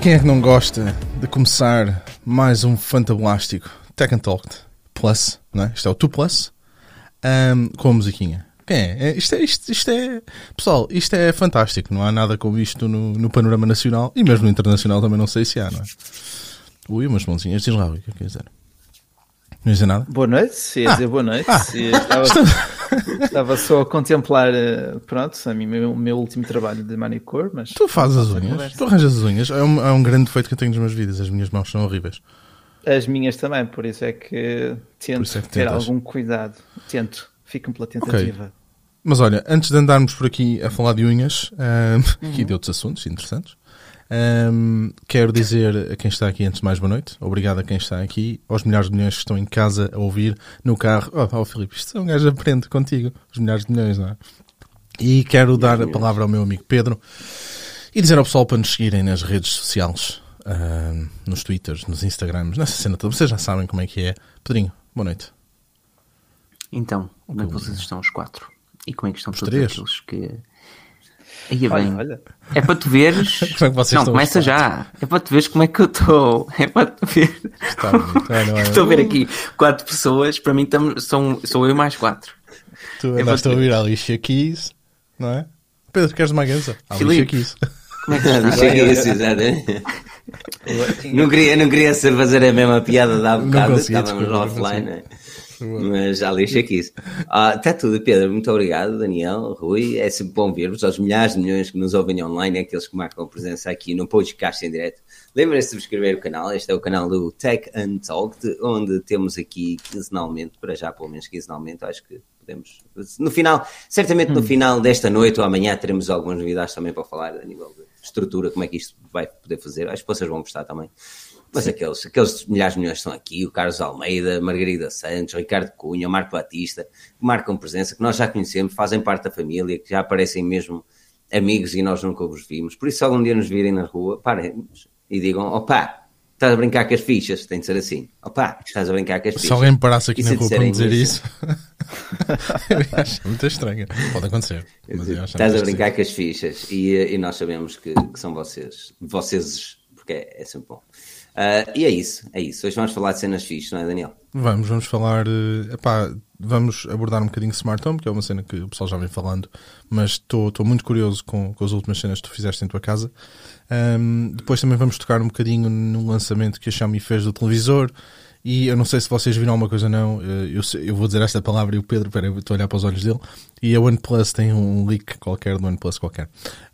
quem é que não gosta de começar mais um fantabulástico Tech Talk Plus, não é? Isto é o 2 Plus, com a musiquinha. Quem é? Isto é... Pessoal, isto é fantástico. Não há nada como isto no panorama nacional e mesmo no internacional também não sei se há, não é? Ui, umas mãozinhas. Diz lá, o que é que quer dizer? Não ia dizer nada? Boa noite, ia dizer boa noite. Estava só a contemplar, pronto, o meu último trabalho de manicure, mas... Tu fazes as unhas? Tu arranjas as unhas? É um grande defeito que eu tenho nos meus vídeos. As minhas mãos são horríveis. As minhas também, por isso é que tento ter algum cuidado. Fico-me pela tentativa. Okay. Mas olha, antes de andarmos por aqui a falar de unhas e de outros assuntos interessantes, quero dizer a quem está aqui antes de mais boa noite. Obrigado a quem está aqui, aos milhares de milhões que estão em casa a ouvir, no carro. Oh Filipe, isto é um gajo aprende contigo, os milhares de milhões, não é? E quero dar a palavra ao meu amigo Pedro e dizer ao pessoal para nos seguirem nas redes sociais, nos Twitters, nos Instagrams, nessa cena toda. Vocês já sabem como é que é. Pedrinho, boa noite. Então, como é que vocês estão os quatro? E como é que estão os todos três? Aqueles que... Aí bem, olha. É para tu veres... Como é que vocês não, estão começa já. É para tu veres como é que eu estou. É para tu ver. Estou a ver aqui 4 pessoas. Para mim sou eu mais 4. Tu andaste a ouvir a Alicia Keys, não é? Pedro, queres uma gança? Alicia Keys. Como é que estás? Alicia Keys, exatamente. Não queria fazer a mesma piada da bocado, estávamos offline, mas já Alicia Keys. Está tudo, Pedro, muito obrigado, Daniel, Rui, é sempre bom ver-vos, aos milhares de milhões que nos ouvem online, aqueles que marcam a presença aqui no podcast em direto. Lembrem-se de subscrever o canal, este é o canal do Tech and Talk, onde temos aqui quinzenalmente, para já pelo menos quinzenalmente, acho que podemos, no final, certamente no final desta noite ou amanhã teremos algumas novidades também para falar a nível de estrutura, como é que isto vai poder fazer, acho que vocês vão gostar também. Mas aqueles milhares de milhões que estão aqui, o Carlos Almeida, Margarida Santos, Ricardo Cunha, Marco Batista, que marcam presença, que nós já conhecemos, fazem parte da família, que já parecem mesmo amigos e nós nunca os vimos. Por isso, se algum dia nos virem na rua, parem e digam, opa, estás a brincar com as fichas, tem de ser assim. Opa, estás a brincar com as fichas. Se alguém me parasse aqui na rua para me dizer isso, eu acho muito estranho. Pode acontecer. Mas estás a brincar com as fichas e nós sabemos que são vocês, porque é sempre bom. E é isso. Hoje vamos falar de cenas fixes, não é, Daniel? Vamos falar, vamos abordar um bocadinho Smart Home, que é uma cena que o pessoal já vem falando, mas estou muito curioso com as últimas cenas que tu fizeste em tua casa. Depois também vamos tocar um bocadinho no lançamento que a Xiaomi fez do televisor, e eu não sei se vocês viram alguma coisa ou não, eu vou dizer esta palavra e o Pedro, peraí, estou a olhar para os olhos dele, e a OnePlus tem um leak qualquer do OnePlus qualquer.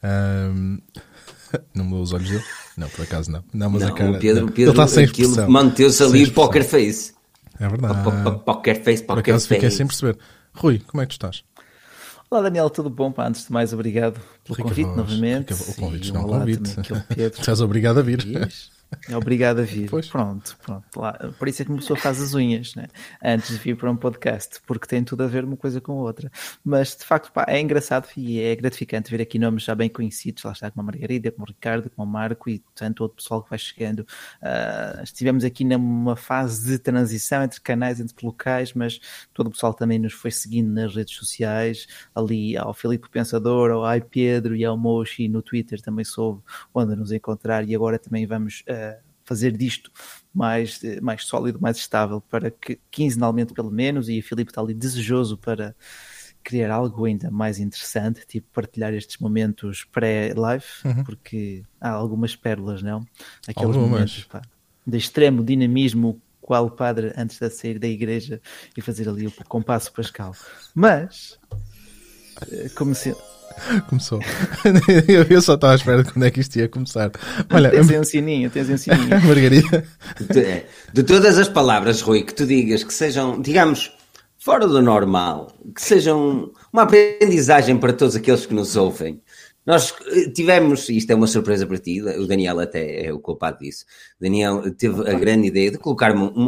Não mudou os olhos dele? Não, por acaso não. Não, mas a cara... Pedro, ele está sem expressão. Manteve-se ali poker face. É verdade. Poker face. Por acaso fiquei sem perceber. Rui, como é que tu estás? Olá, Daniel, tudo bom? Antes de mais, obrigado pelo convite novamente. O convite não é um convite. Pedro. Estás obrigado a vir. É obrigado a vir. Pois. Pronto. Lá. Por isso é que uma pessoa faz as unhas, né? Antes de vir para um podcast, porque tem tudo a ver uma coisa com a outra. Mas, de facto, é engraçado e é gratificante ver aqui nomes já bem conhecidos. Lá está, como a Margarida, como o Ricardo, como o Marco e tanto outro pessoal que vai chegando. Estivemos aqui numa fase de transição entre canais, entre locais, mas todo o pessoal também nos foi seguindo nas redes sociais. Ali ao Filipe Pensador, ao Ai Pedro e ao Moshi no Twitter também soube onde nos encontrar, e agora também vamos fazer disto mais sólido, mais estável, para que quinzenalmente pelo menos, e a Filipe está ali desejoso para criar algo ainda mais interessante, tipo partilhar estes momentos pré-live, porque há algumas pérolas, não? Aqueles momentos de extremo dinamismo, qual o padre antes de sair da igreja e fazer ali o compasso pascal. Mas, como se... Começou. Eu só estava à espera de quando é que isto ia começar. Olha, tens um sininho. Margarida. De todas as palavras, Rui, que tu digas que sejam, digamos, fora do normal, que sejam uma aprendizagem para todos aqueles que nos ouvem. Nós tivemos, e isto é uma surpresa para ti, o Daniel até é o culpado disso. O Daniel teve a grande ideia de colocar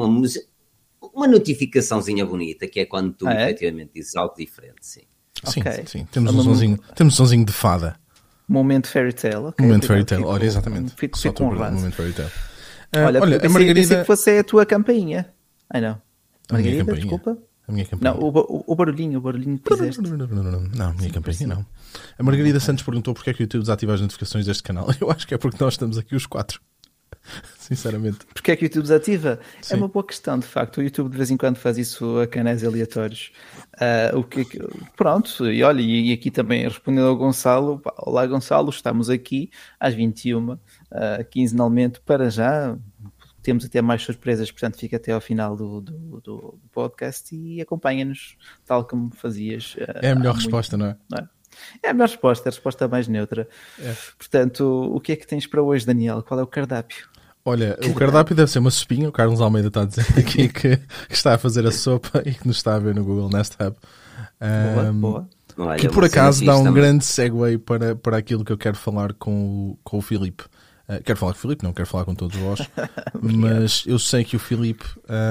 uma notificaçãozinha bonita, que é quando tu efetivamente dizes algo diferente, sim. Sim. Temos um sonzinho de fada. Momento fairy tale. Okay, momento fairy tale, olha, exatamente. Fico Só honrado. Momento fairy tale. Olha, a Margarida... pensei que fosse a tua campainha. Ai não. Margarida, desculpa. A minha campainha. Não, o barulhinho que fizeste. Não, a minha campainha não. A Margarida Santos perguntou porque é que o YouTube desativa as notificações deste canal. Eu acho que é porque nós estamos aqui os 4. Sinceramente. Porque é que o YouTube desativa? Sim. É uma boa questão, de facto. O YouTube de vez em quando faz isso a canais aleatórios. Pronto, e olha, e aqui também respondendo ao Gonçalo. Olá, Gonçalo, estamos aqui às 21, quinzenalmente para já. Temos até mais surpresas, portanto fica até ao final do podcast e acompanha-nos, tal como fazias. É a melhor resposta, não é? É a melhor resposta, a resposta mais neutra. Portanto, o que é que tens para hoje, Daniel? Qual é o cardápio? Olha, o cardápio deve ser uma sopinha. O Carlos Almeida está a dizer aqui que está a fazer a sopa e que nos está a ver no Google Nest Hub. Boa. Olha, que por acaso dá um também. grande segue para aquilo que eu quero falar com o Filipe. Quero falar com o Filipe, não quero falar com todos vós. Mas eu sei que o Filipe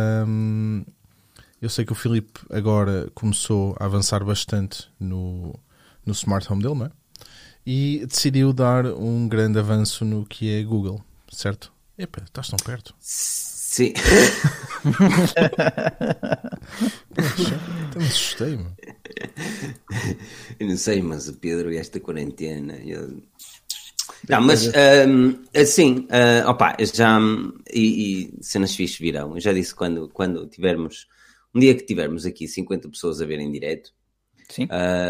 agora começou a avançar bastante no smart home dele, não é? E decidiu dar um grande avanço no que é Google, certo? Epa, estás tão perto. Sim. Até me assustei, mano. Eu não sei, mas o Pedro e esta quarentena... Não, mas assim, opa, já e cenas fixes virão. Eu já disse quando tivermos um dia que tivermos aqui 50 pessoas a ver em direto, Sim.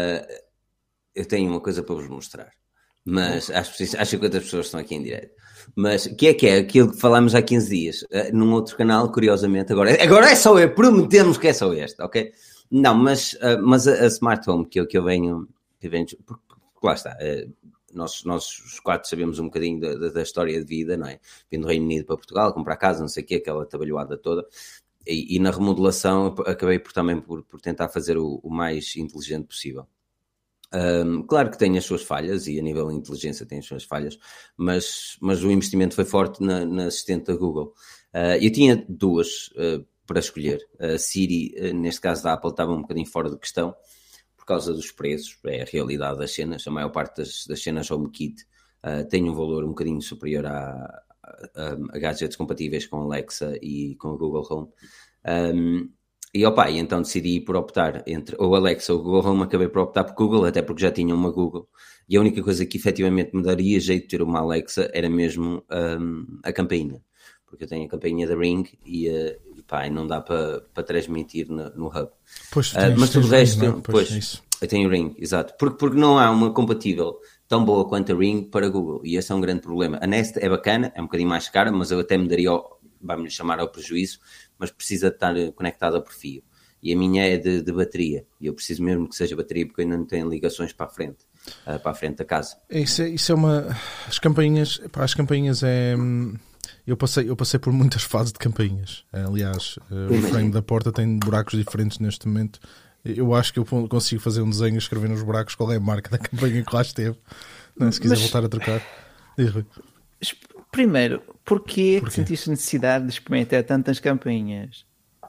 Eu tenho uma coisa para vos mostrar. Mas às 50 pessoas que estão aqui em direto. Mas que é aquilo que falámos há 15 dias num outro canal, curiosamente. Agora é só eu, prometemos que é só este, ok? Não, mas a Smart Home que eu venho porque lá está. Nós os quatro sabemos um bocadinho da história de vida, não é? Vindo do Reino Unido para Portugal, comprar casa, não sei o quê, aquela trabalhoada toda. E na remodelação acabei também por tentar fazer o mais inteligente possível. Claro que tem as suas falhas e a nível de inteligência tem as suas falhas, mas o investimento foi forte na assistente da Google. Eu tinha duas para escolher. A Siri, neste caso da Apple, estava um bocadinho fora de questão, por causa dos preços, é a realidade das cenas. A maior parte das cenas HomeKit tem um valor um bocadinho superior a gadgets compatíveis com Alexa e com o Google Home. E então decidi por optar entre ou Alexa ou o Google Home. Acabei por optar por Google, até porque já tinha uma Google. E a única coisa que efetivamente me daria jeito de ter uma Alexa era mesmo a campainha. Porque eu tenho a campainha da Ring e não dá para transmitir no Hub. Pois, mas tudo o resto, Ring, pois, eu tenho o Ring, exato. Porque não há uma compatível tão boa quanto a Ring para Google. E esse é um grande problema. A Nest é bacana, é um bocadinho mais cara, mas eu até me daria, vamos chamar ao prejuízo, mas precisa de estar conectada por fio. E a minha é de bateria. E eu preciso mesmo que seja bateria, porque eu ainda não tenho ligações para a frente da casa. Isso é uma... As campainhas é... Eu passei por muitas fases de campainhas. Aliás, o frame da porta tem buracos diferentes neste momento. Eu acho que eu consigo fazer um desenho e escrever nos buracos qual é a marca da campainha que lá esteve. Se quiser voltar a trocar. Diz, Rui. Primeiro, porquê que sentiste necessidade de experimentar tantas campainhas?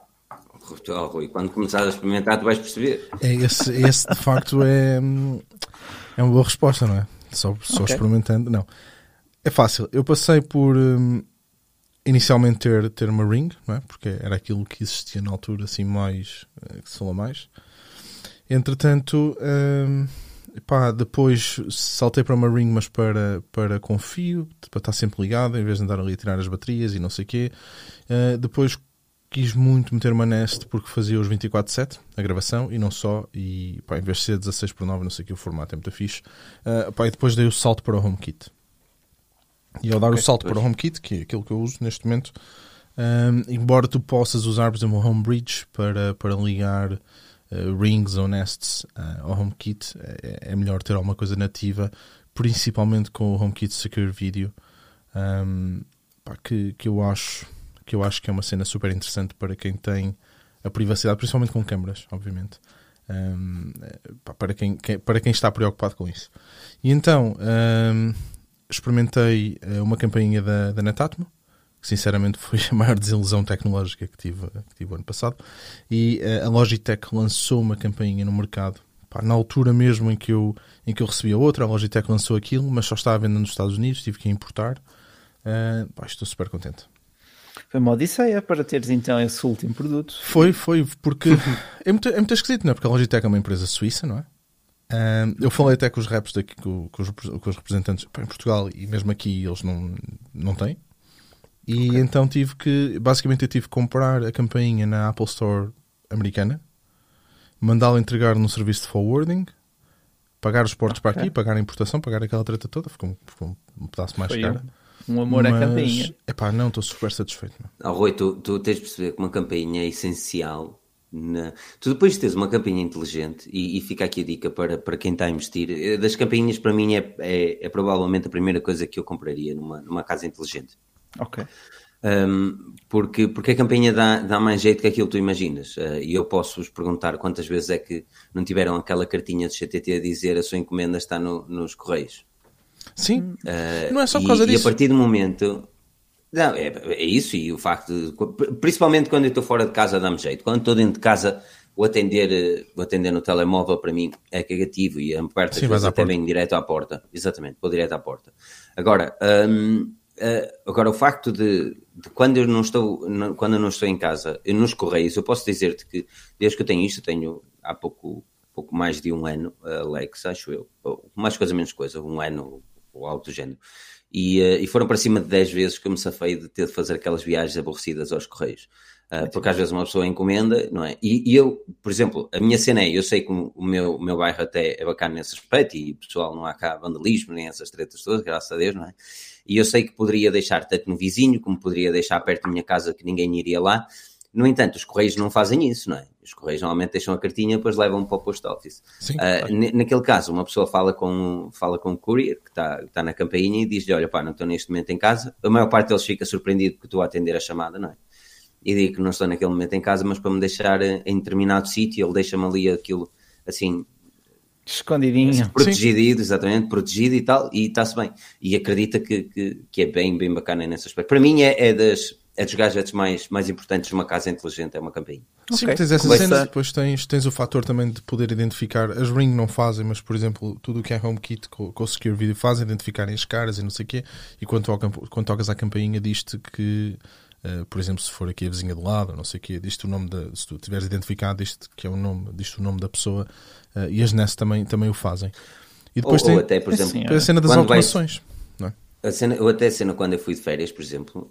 Rui, quando começares a experimentar tu vais perceber. Esse de facto é uma boa resposta, não é? Só experimentando. Não. É fácil. Eu passei por inicialmente ter uma Ring, não é? Porque era aquilo que existia na altura, assim, mais que se fala mais. Entretanto, depois saltei para uma Ring, mas para com fio, para estar sempre ligado, em vez de andar ali a tirar as baterias e não sei o quê. Depois quis muito meter uma Nest porque fazia os 24/7 a gravação e não só, e em vez de ser 16:9, não sei o que, o formato é muito fixe. E depois dei o salto para o HomeKit. E ao dar o salto para o HomeKit, que é aquilo que eu uso neste momento, embora tu possas usar, por exemplo, o HomeBridge para ligar Rings ou Nests ao HomeKit, é melhor ter alguma coisa nativa, principalmente com o HomeKit Secure Video, que eu acho que é uma cena super interessante para quem tem a privacidade, principalmente com câmaras, obviamente. Para quem está preocupado com isso. E então experimentei uma campainha da Netatmo, que sinceramente foi a maior desilusão tecnológica que tive ano passado, e a Logitech lançou uma campainha no mercado. Na altura mesmo em que eu recebi a outra, a Logitech lançou aquilo, mas só estava à venda nos Estados Unidos, tive que importar. Estou super contente. Foi uma odisseia para teres então esse último produto. Foi, porque é muito esquisito, não é? Porque a Logitech é uma empresa suíça, não é? Eu falei até com os reps daqui, com os representantes em Portugal, e mesmo aqui eles não têm. E então basicamente eu tive que comprar a campainha na Apple Store americana, mandá-la entregar num serviço de forwarding, pagar os portos para aqui, pagar a importação, pagar aquela treta toda, ficou um pedaço mais caro. Um amor à campainha. Epá, não, estou super satisfeito. Rui, tu tens de perceber que uma campainha é essencial. Tu depois de teres uma campainha inteligente, e fica aqui a dica para quem está a investir, das campainhas para mim é provavelmente a primeira coisa que eu compraria numa casa inteligente. Ok. Porque a campainha dá mais jeito que aquilo que tu imaginas. E eu posso-vos perguntar quantas vezes é que não tiveram aquela cartinha de CTT a dizer a sua encomenda está nos correios. Sim, não é só por causa disso. E a partir do momento... Não, é isso, e o facto de... Principalmente quando eu estou fora de casa dá-me jeito. Quando estou dentro de casa, o atender no telemóvel para mim é cagativo e aperto até bem direto à porta. Exatamente, vou direto à porta. Agora o facto de quando eu não estou em casa, nos correios, eu posso dizer-te que desde que eu tenho isto, eu tenho há pouco mais de um ano, Alex, acho eu, ou mais coisa menos coisa, um ano ou algo do género, e foram para cima de 10 vezes que eu me safei de ter de fazer aquelas viagens aborrecidas aos correios. Porque às vezes uma pessoa encomenda, não é? E eu, por exemplo, a minha cena eu sei que o meu bairro até é bacana nesse aspecto e o pessoal não há cá vandalismo nem essas tretas todas, graças a Deus, não é? E eu sei que poderia deixar tanto no vizinho como poderia deixar perto da minha casa que ninguém iria lá. No entanto, os correios não fazem isso, não é? Os correios normalmente deixam a cartinha e depois levam para o post office. Sim, naquele caso, uma pessoa fala com o courier que está na campainha e diz-lhe, olha pá, não estou neste momento em casa. A maior parte deles fica surpreendido porque estou a atender a chamada, não é? E digo que não estou naquele momento em casa, mas para me deixar em determinado sítio, ele deixa-me ali aquilo assim... escondidinho. Assim, protegido, exatamente, protegido e tal, e está-se bem. E acredita que é bem, bem bacana nesse aspecto. Para mim é dos gadgets mais importantes de uma casa inteligente, é uma campainha. Sim, tens essa cena, depois tens o fator também de poder identificar, as Ring não fazem, mas por exemplo, tudo o que é HomeKit com o Secure Video fazem, identificarem as caras e não sei o quê, e quando tocas à campainha diz-te que, por exemplo, se for aqui a vizinha do lado, não sei o quê, diz-te o nome, se tu tiveres identificado, diz-te que é o nome, diz-te o nome da pessoa, e as Nest também o fazem. E depois tem até, por exemplo, a cena das automações. Não é? A cena quando eu fui de férias, por exemplo,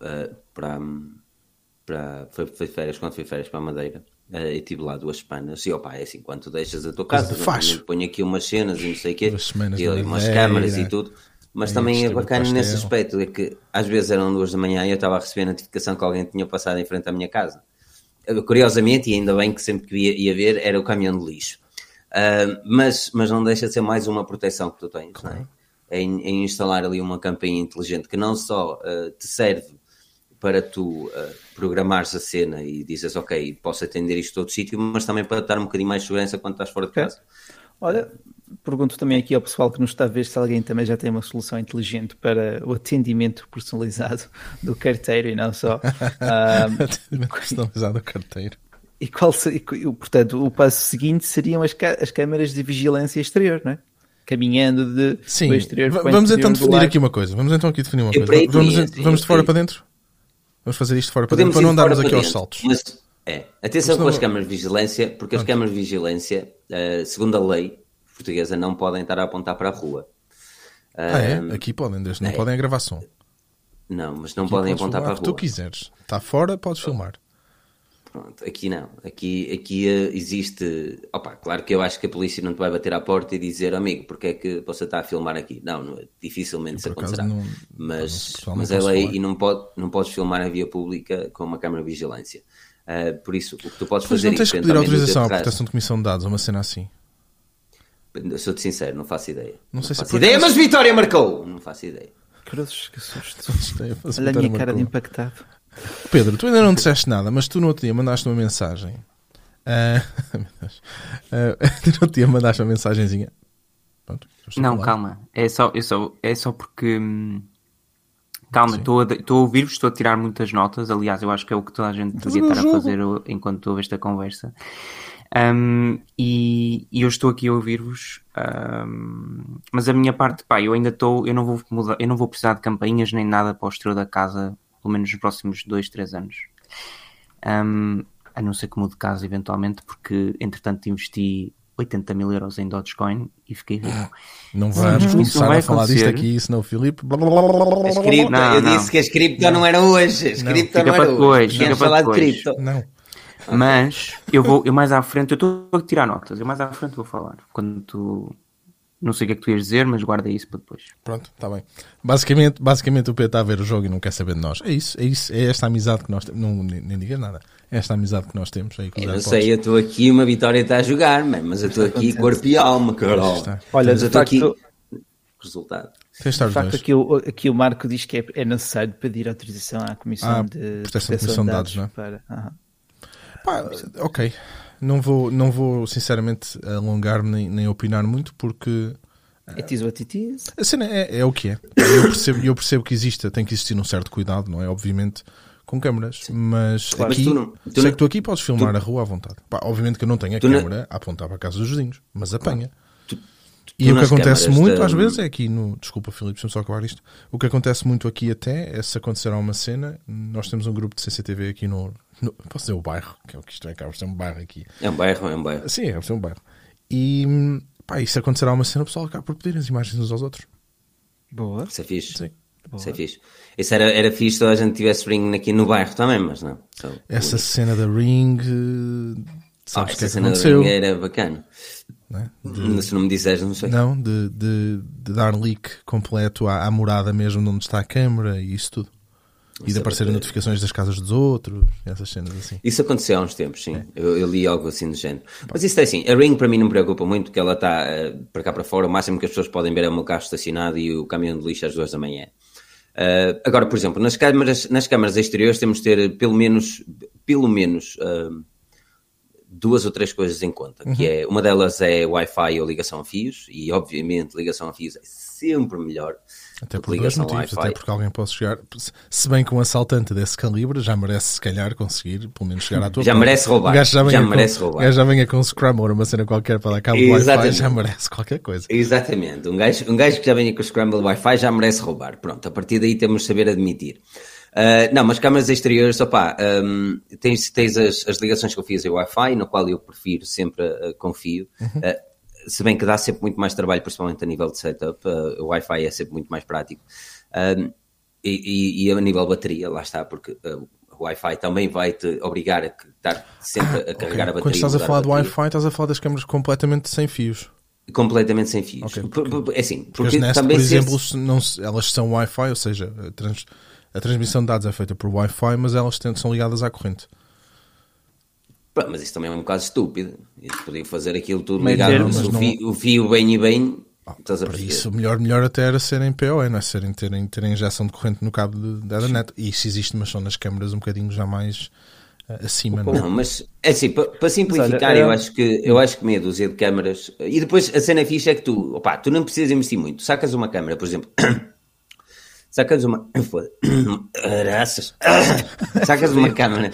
foi férias, quando fui de férias para a Madeira, eu estive lá 2 semanas e é assim, quando tu deixas a tua casa, ponho aqui umas cenas e não sei o quê, e umas câmaras e tudo, mas também é bacana nesse aspecto, é que às vezes eram 2 da manhã e eu estava a receber a notificação que alguém tinha passado em frente à minha casa. Curiosamente, e ainda bem que sempre que ia ver, era o caminhão de lixo. Mas não deixa de ser mais uma proteção que tu tens, claro. Não é? Em instalar ali uma campainha inteligente que não só te serve para tu programares a cena e dizes, ok, posso atender isto a outro sítio, mas também para dar um bocadinho mais de segurança quando estás fora de casa. Olha, pergunto também aqui ao pessoal que nos está a ver se alguém também já tem uma solução inteligente para o atendimento personalizado do carteiro e não só. Personalizado do carteiro. E portanto, o passo seguinte seriam as câmaras de vigilância exterior, não é? Caminhando do exterior para o vamos então definir aqui uma coisa. Vamos de fora para dentro? Vamos fazer isto de fora para dentro para não andarmos aqui aos saltos. Mas, atenção com as câmaras de vigilância, porque as câmaras de vigilância, segundo a lei portuguesa, não podem estar a apontar para a rua. Aqui podem, desde não podem gravar som. Não, mas não podem apontar para a rua. Se tu quiseres. Está fora, podes filmar. Pronto, aqui não. Aqui existe... claro que eu acho que a polícia não te vai bater à porta e dizer, amigo, porque é que você está a filmar aqui? Não dificilmente isso acontecerá. Mas é lei e não podes filmar a via pública com uma câmara de vigilância. Por isso, o que tu podes fazer... Não tens que pedir autorização à proteção de comissão de dados, uma cena assim. Sou-te sincero, não faço ideia. Não sei se ideia, mas Vitória marcou! Não faço ideia. Cruzes, que susto. Olha a minha cara de impactado. Pedro, tu ainda não disseste nada, mas tu no outro dia mandaste uma mensagem. Tu no outro dia mandaste uma mensagenzinha. Pronto, não, calma. É só porque... Calma, estou a ouvir-vos, estou a tirar muitas notas. Aliás, eu acho que é o que toda a gente devia estar a fazer enquanto estou a ver esta conversa. E eu estou aqui a ouvir-vos, mas a minha parte, eu não vou precisar de campainhas nem nada para o exterior da casa, pelo menos nos próximos 2-3 anos, a não ser que mude de casa eventualmente, porque entretanto investi 80 mil euros em Dogecoin e fiquei rico. Não vamos começar a falar disto aqui, senão o Filipe... Eu disse que as cripto não eram hoje. As cripto não eram hoje. Queres falar de cripto? Não. Mas eu mais à frente, eu estou a tirar notas, eu mais à frente vou falar. Quando tu... Não sei o que é que tu ias dizer, mas guarda isso para depois. Pronto, está bem. Basicamente o Pedro está a ver o jogo e não quer saber de nós. É isso. É esta amizade que nós temos. Não, nem digas nada. É esta amizade que nós temos. Aí eu não sei, eu estou aqui, uma Vitória está a jogar, mas eu estou aqui corpo e alma, Carol. Olha, de facto... Resultado. De facto, aqui o Marco diz que é necessário pedir autorização à Comissão de Proteção de Dados, não é? Pá, ok. Não vou sinceramente alongar-me nem opinar muito porque it is what it is. A cena é o que é. Eu percebo que tem que existir um certo cuidado, não é? Obviamente com câmaras, mas claro, aqui sei que tu aqui podes filmar a rua à vontade. Pá, obviamente que eu não tenho a câmara a apontar para a casa dos vizinhos, mas apanha. E o que acontece muito às vezes é aqui no... Desculpa, Filipe, deixa-me só acabar isto. O que acontece muito aqui até é se acontecer uma cena, nós temos um grupo de CCTV aqui no posso dizer o bairro, que é o que isto é, acaba por ser um bairro aqui. É um bairro. Sim, acaba por ser um bairro. E pá, e se acontecer uma cena, o pessoal acaba por pedir as imagens uns aos outros. Boa. Isso é fixe. Sim. Isso é fixe. Isso era fixe se a gente tivesse Ring aqui no bairro também, mas não. Essa cena da Ring... Sabes essa cena da Ring era bacana. Não é? Se não me disseres, não sei. Não, de dar leak completo à morada mesmo de onde está a câmara e isso tudo. E de aparecerem notificações das casas dos outros, essas cenas assim. Isso aconteceu há uns tempos, sim. É. Eu li algo assim do género. Mas isso é assim, a Ring para mim não me preocupa muito, porque ela está para cá para fora, o máximo que as pessoas podem ver é o meu carro estacionado e o caminhão de lixo às 2 da manhã. Agora, por exemplo, nas câmaras exteriores temos de ter pelo menos 2 ou 3 coisas em conta, que é, uma delas é Wi-Fi ou ligação a fios, e obviamente ligação a fios é sempre melhor. Até por 2 motivos, até porque alguém pode chegar, se bem que um assaltante desse calibre já merece se calhar conseguir, pelo menos chegar à tua já porta. Merece roubar, o gajo merece roubar. O gajo já venha com um Scrum ou uma cena qualquer para dar cabo do Wi-Fi, já merece qualquer coisa. Exatamente, um gajo que já venha com o Scramble Wi-Fi já merece roubar. Pronto, a partir daí temos de saber admitir. Não, mas câmaras exteriores, tens as ligações que eu fiz em Wi-Fi, no qual eu prefiro sempre confio. Se bem que dá sempre muito mais trabalho, principalmente a nível de setup, o Wi-Fi é sempre muito mais prático. E a nível de bateria, lá está, porque o Wi-Fi também vai-te obrigar a estar sempre a carregar a bateria. Quando estás a falar do Wi-Fi, estás a falar das câmaras completamente sem fios. Completamente sem fios. É assim, porque Nest, também por exemplo, elas são Wi-Fi, ou seja, a transmissão de dados é feita por Wi-Fi, mas elas são ligadas à corrente. Mas isso também é um bocado estúpido. Eles podiam fazer aquilo tudo ligado, o fio bem e bem. Por isso, melhor até era serem PoE, não é? Terem injeção de corrente no cabo da net. E isso existe, mas são nas câmaras um bocadinho já mais acima. Não, mas é assim, para simplificar, eu acho que meia dúzia de câmaras. E depois a cena fixa é que tu não precisas investir muito. Sacas uma câmara, por exemplo. Sacas uma. Graças. Sacas uma câmara.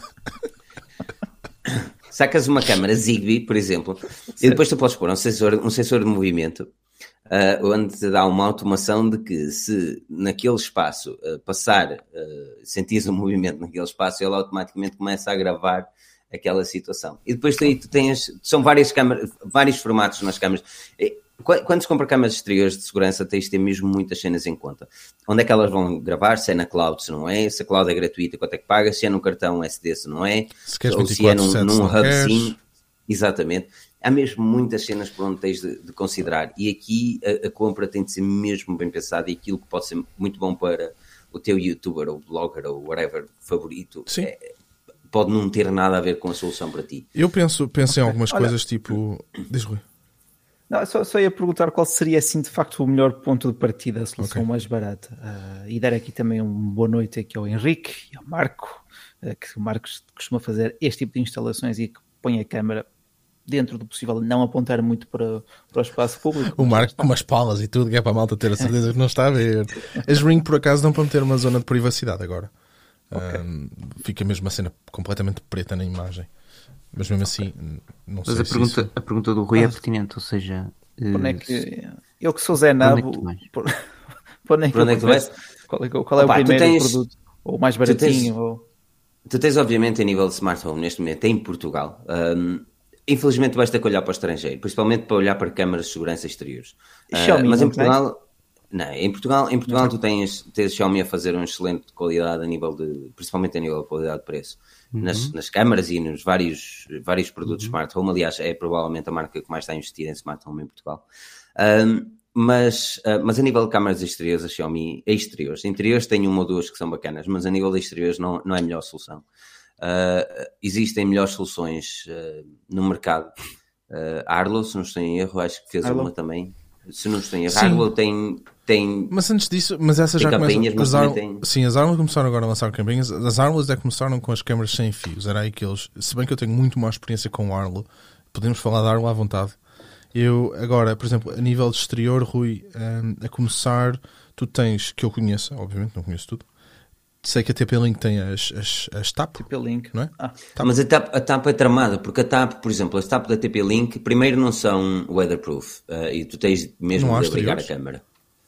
Sacas uma câmara Zigbee, por exemplo, e depois tu podes pôr um sensor de movimento, onde te dá uma automação de que se naquele espaço sentires um movimento naquele espaço, ele automaticamente começa a gravar aquela situação. E depois tu tens, são várias câmaras, vários formatos nas câmaras. Quando se compra câmaras exteriores de segurança, tens de ter mesmo muitas cenas em conta. Onde é que elas vão gravar? Se é na cloud, se não é. Se a cloud é gratuita, quanto é que paga? Se é no cartão SD, se não é. Ou se é num hub SIM. Exatamente. Há mesmo muitas cenas por onde tens de considerar. E aqui a compra tem de ser mesmo bem pensada, e aquilo que pode ser muito bom para o teu youtuber ou blogger ou whatever favorito pode não ter nada a ver com a solução para ti. Eu penso em algumas coisas tipo... Diz, Rui. Não, só ia perguntar qual seria, assim, de facto, o melhor ponto de partida, a solução mais barata. E dar aqui também uma boa noite aqui ao Henrique e ao Marco, que o Marco costuma fazer este tipo de instalações e que põe a câmara dentro do possível, não apontar muito para o espaço público. O Marco com umas palas e tudo, que é para a malta ter a certeza que não está a ver. As Ring, por acaso, dão para meter uma zona de privacidade agora. Fica mesmo a cena completamente preta na imagem. Mas mesmo assim, não sei se a pergunta do Rui é pertinente, ou seja... eu que sou Zé Nabo... Onde é que tu vais? Qual é o primeiro produto? Ou o mais baratinho? Tu tens, obviamente, a nível de smart home, neste momento, em Portugal... infelizmente vais ter que olhar para o estrangeiro, principalmente para olhar para câmaras de segurança exteriores. Xiaomi, mas não em Portugal... Não, em Portugal tu tens Xiaomi a fazer uma excelente qualidade principalmente a nível de qualidade de preço. Nas câmaras e nos vários produtos Smart Home. Aliás, é provavelmente a marca que mais está a investir em Smart Home em Portugal. Mas a nível de câmaras exteriores, a Xiaomi exteriores. Interiores tem uma ou duas que são bacanas, mas a nível de exteriores não é a melhor solução. Existem melhores soluções no mercado. A Arlo, se não estou em erro, acho que fez uma também. Se não estou em erro, a Arlo tem... Mas antes disso, essa já começa... Sim, as Arlo começaram agora a lançar campanhas. As Arlos começaram com as câmaras sem fios. Era aí que eles... Se bem que eu tenho muito mais experiência com o Arlo, podemos falar da Arlo à vontade. Eu, agora, por exemplo, a nível de exterior, Rui, a começar, tu tens, que eu conheço, obviamente, não conheço tudo, sei que a TP-Link tem as TAP, TP-Link, não é? TAP. Mas a TAP é tramada, porque a TAP, por exemplo, as TAP da TP-Link, primeiro não são weatherproof, e tu tens mesmo de abrigar a câmara.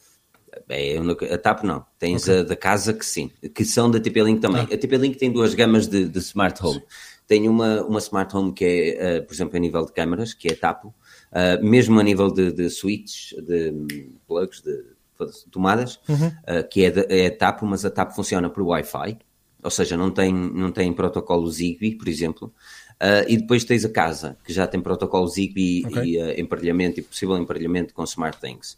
A TAP não, tens a da casa que sim, que são da TP-Link também. A TP-Link tem duas gamas de Smart Home. Sim. Tem uma Smart Home que é, por exemplo, a nível de câmaras, que é a TAP, mesmo a nível de switches, de plugs, de tomadas, que é a TAP, mas a TAP funciona por Wi-Fi, ou seja, não tem protocolo Zigbee, por exemplo. E depois tens a casa, que já tem protocolo Zigbee e emparelhamento e possível emparelhamento com SmartThings.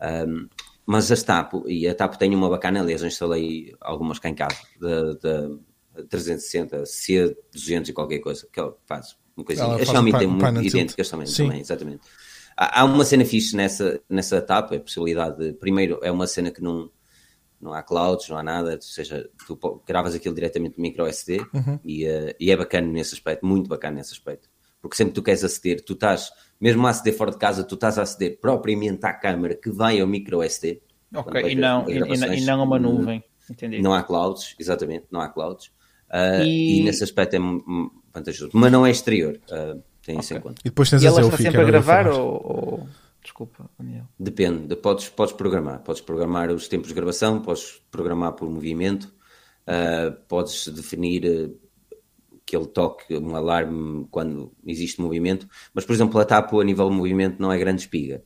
Mas a TAP tem uma bacana, aliás, eu instalei algumas cá em casa, da 360, C200 e qualquer coisa, que ela faz uma coisinha. A Xiaomi tem muito idênticas também, exatamente. Há uma cena fixe nessa TAP, a possibilidade de, primeiro, é uma cena que não há clouds, não há nada, ou seja, tu gravas aquilo diretamente no micro SD e é bacana nesse aspecto, muito bacana nesse aspecto. Porque sempre que tu queres aceder, tu estás, mesmo a aceder fora de casa, tu estás a aceder propriamente à câmara que vai ao micro SD. Ok, e não a uma nuvem. Entendi. Não há clouds, exatamente, não há clouds. E nesse aspecto é vantajoso. Mas não é exterior, tem isso em conta. E depois tens ela está sempre a gravar ou... Desculpa, Daniel. Depende, podes programar. Podes programar os tempos de gravação, podes programar por movimento, podes definir que ele toque um alarme quando existe movimento, mas, por exemplo, a TAP a nível de movimento não é grande espiga.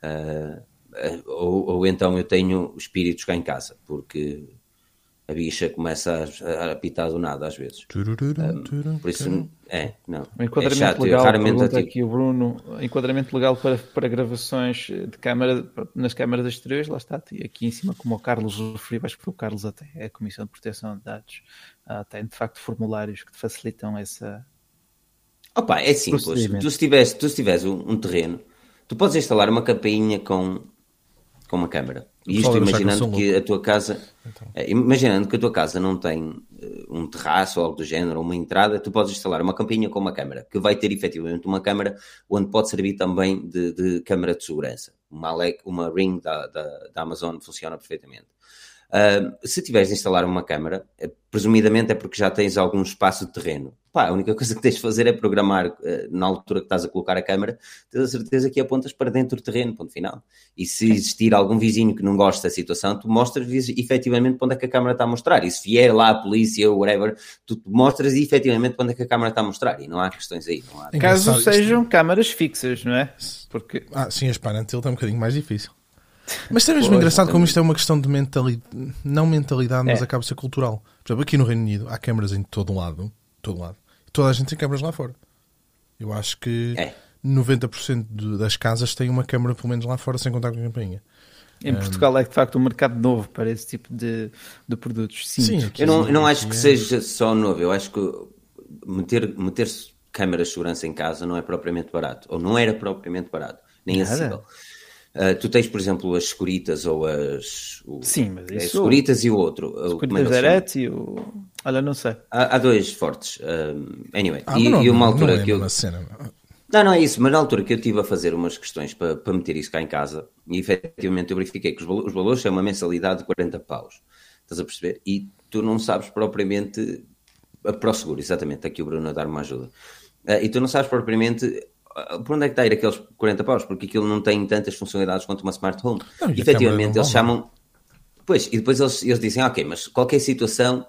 Ou então eu tenho espíritos cá em casa, porque a bicha começa a apitar do nada às vezes. Por isso, não. O enquadramento chato, legal, pergunta aqui o Bruno, enquadramento legal para gravações de câmara, nas câmaras exteriores, lá está, e aqui em cima, como o Carlos referiu, acho que foi o Carlos até, é a Comissão de Proteção de Dados, tem de facto formulários que te facilitam essa... Opa, é simples, tu se tiveres um terreno, tu podes instalar uma campainha com uma câmara. E isto imaginando que a tua casa... imaginando que a tua casa não tem um terraço ou algo do género, ou uma entrada, tu podes instalar uma campainha com uma câmara, que vai ter efetivamente uma câmara onde pode servir também de câmara de segurança. Uma Ring da Amazon funciona perfeitamente. Se tiveres de instalar uma câmara, presumidamente é porque já tens algum espaço de terreno. A única coisa que tens de fazer é programar na altura que estás a colocar a câmara, tens a certeza que apontas para dentro do terreno, ponto final. E se existir algum vizinho que não gosta da situação, tu mostras efetivamente para onde é que a câmara está a mostrar. E se vier lá a polícia ou whatever, tu mostras efetivamente para onde é que a câmara está a mostrar. E não há questões aí. Não há... Caso sejam câmaras fixas, não é? Porque... sim, as parental é um bocadinho mais difícil. Mas é mesmo engraçado como isto é uma questão de mentalidade, não mentalidade, mas acaba de ser cultural. Por exemplo, aqui no Reino Unido há câmaras em todo lado. Toda a gente tem câmaras lá fora. Eu acho que 90% das casas têm uma câmara pelo menos lá fora, sem contar com a campainha. Em Portugal é de facto um mercado novo para esse tipo de produtos. Sim, eu não acho que seja só novo. Eu acho que meter câmaras de segurança em casa não é propriamente barato. Ou não era propriamente barato. Nem acessível. Tu tens, por exemplo, as Securitas ou as... Sim, mas isso... As Securitas e o outro. Securitas Direct e o... Olha, não sei. Há dois fortes. Anyway. E uma altura que eu... Não é isso. Mas na altura que eu estive a fazer umas questões para meter isso cá em casa, e efetivamente eu verifiquei que os valores são uma mensalidade de 40 paus. Estás a perceber? E tu não sabes propriamente... Para o seguro, exatamente. Aqui o Bruno a dar uma ajuda. E tu não sabes propriamente... Por onde é que está a ir aqueles 40 paus? Porque aquilo não tem tantas funcionalidades quanto uma Smart Home. E efetivamente eles chamam... Pois, e depois eles dizem, ok, mas qualquer situação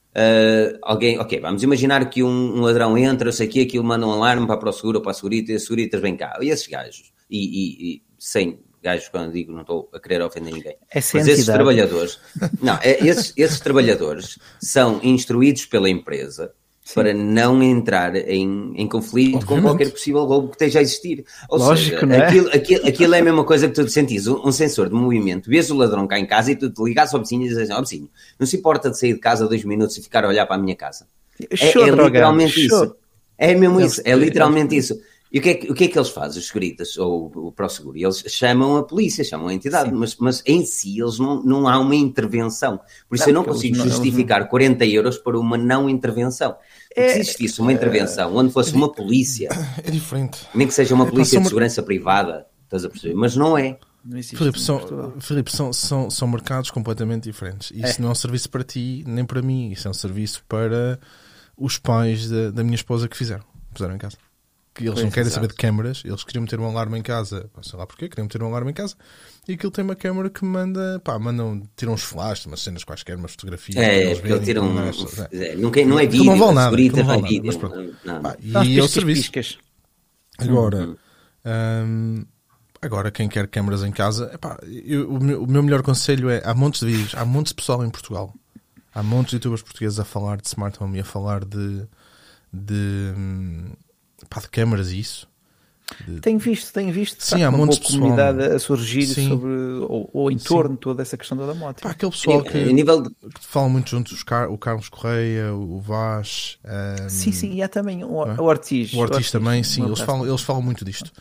Alguém, ok, vamos imaginar que um ladrão entra, sei que aquilo manda um alarme para o seguro ou para a segurita, e as seguritas vêm cá. E esses gajos, e sem gajos, quando digo, não estou a querer ofender ninguém, mas esses trabalhadores, esses trabalhadores são instruídos pela empresa para não entrar em conflito com qualquer possível roubo que esteja a existir. Ou lógico, seja, não é? aquilo é a mesma coisa que tu sentires um sensor de movimento, vês o ladrão cá em casa e tu te ligas ao vizinho e dizes, vizinho, não se importa de sair de casa 2 minutos e ficar a olhar para a minha casa. É literalmente isso. É mesmo isso, é literalmente isso. E o que é que eles fazem, os seguritas, ou o ProSeguro? Eles chamam a polícia, chamam a entidade, mas em si eles não há uma intervenção. Por isso eu não consigo justificar 40 euros por uma não intervenção. Porque se existisse uma intervenção onde fosse uma polícia... É diferente. Nem que seja uma polícia de segurança privada, estás a perceber? Mas não é. Filipe, são mercados completamente diferentes. Isso não é um serviço para ti, nem para mim. Isso é um serviço para os pais da minha esposa que puseram em casa. Que eles não querem saber de câmaras, eles queriam meter um alarme em casa, sei lá porquê, queriam meter um alarme em casa, e aquilo tem uma câmara que tiram uns flashes, umas cenas quaisquer, umas fotografias. Eles tiram não é vídeo, não vale nada, não é vídeo. Mas pronto. E é o serviço. Agora, agora quem quer câmaras em casa, o meu melhor conselho é, há montes de vídeos, há montes de pessoal em Portugal, há montes de youtubers portugueses a falar de smart home e a falar de câmaras e isso. Tenho visto sim, há montes de comunidade a surgir sobre ou em torno de toda essa questão da moto. Aquele pessoal que fala muito juntos, o Carlos Correia, o Vaz. Sim, e há também o Ortiz. O Ortiz também, sim, eles falam muito disto.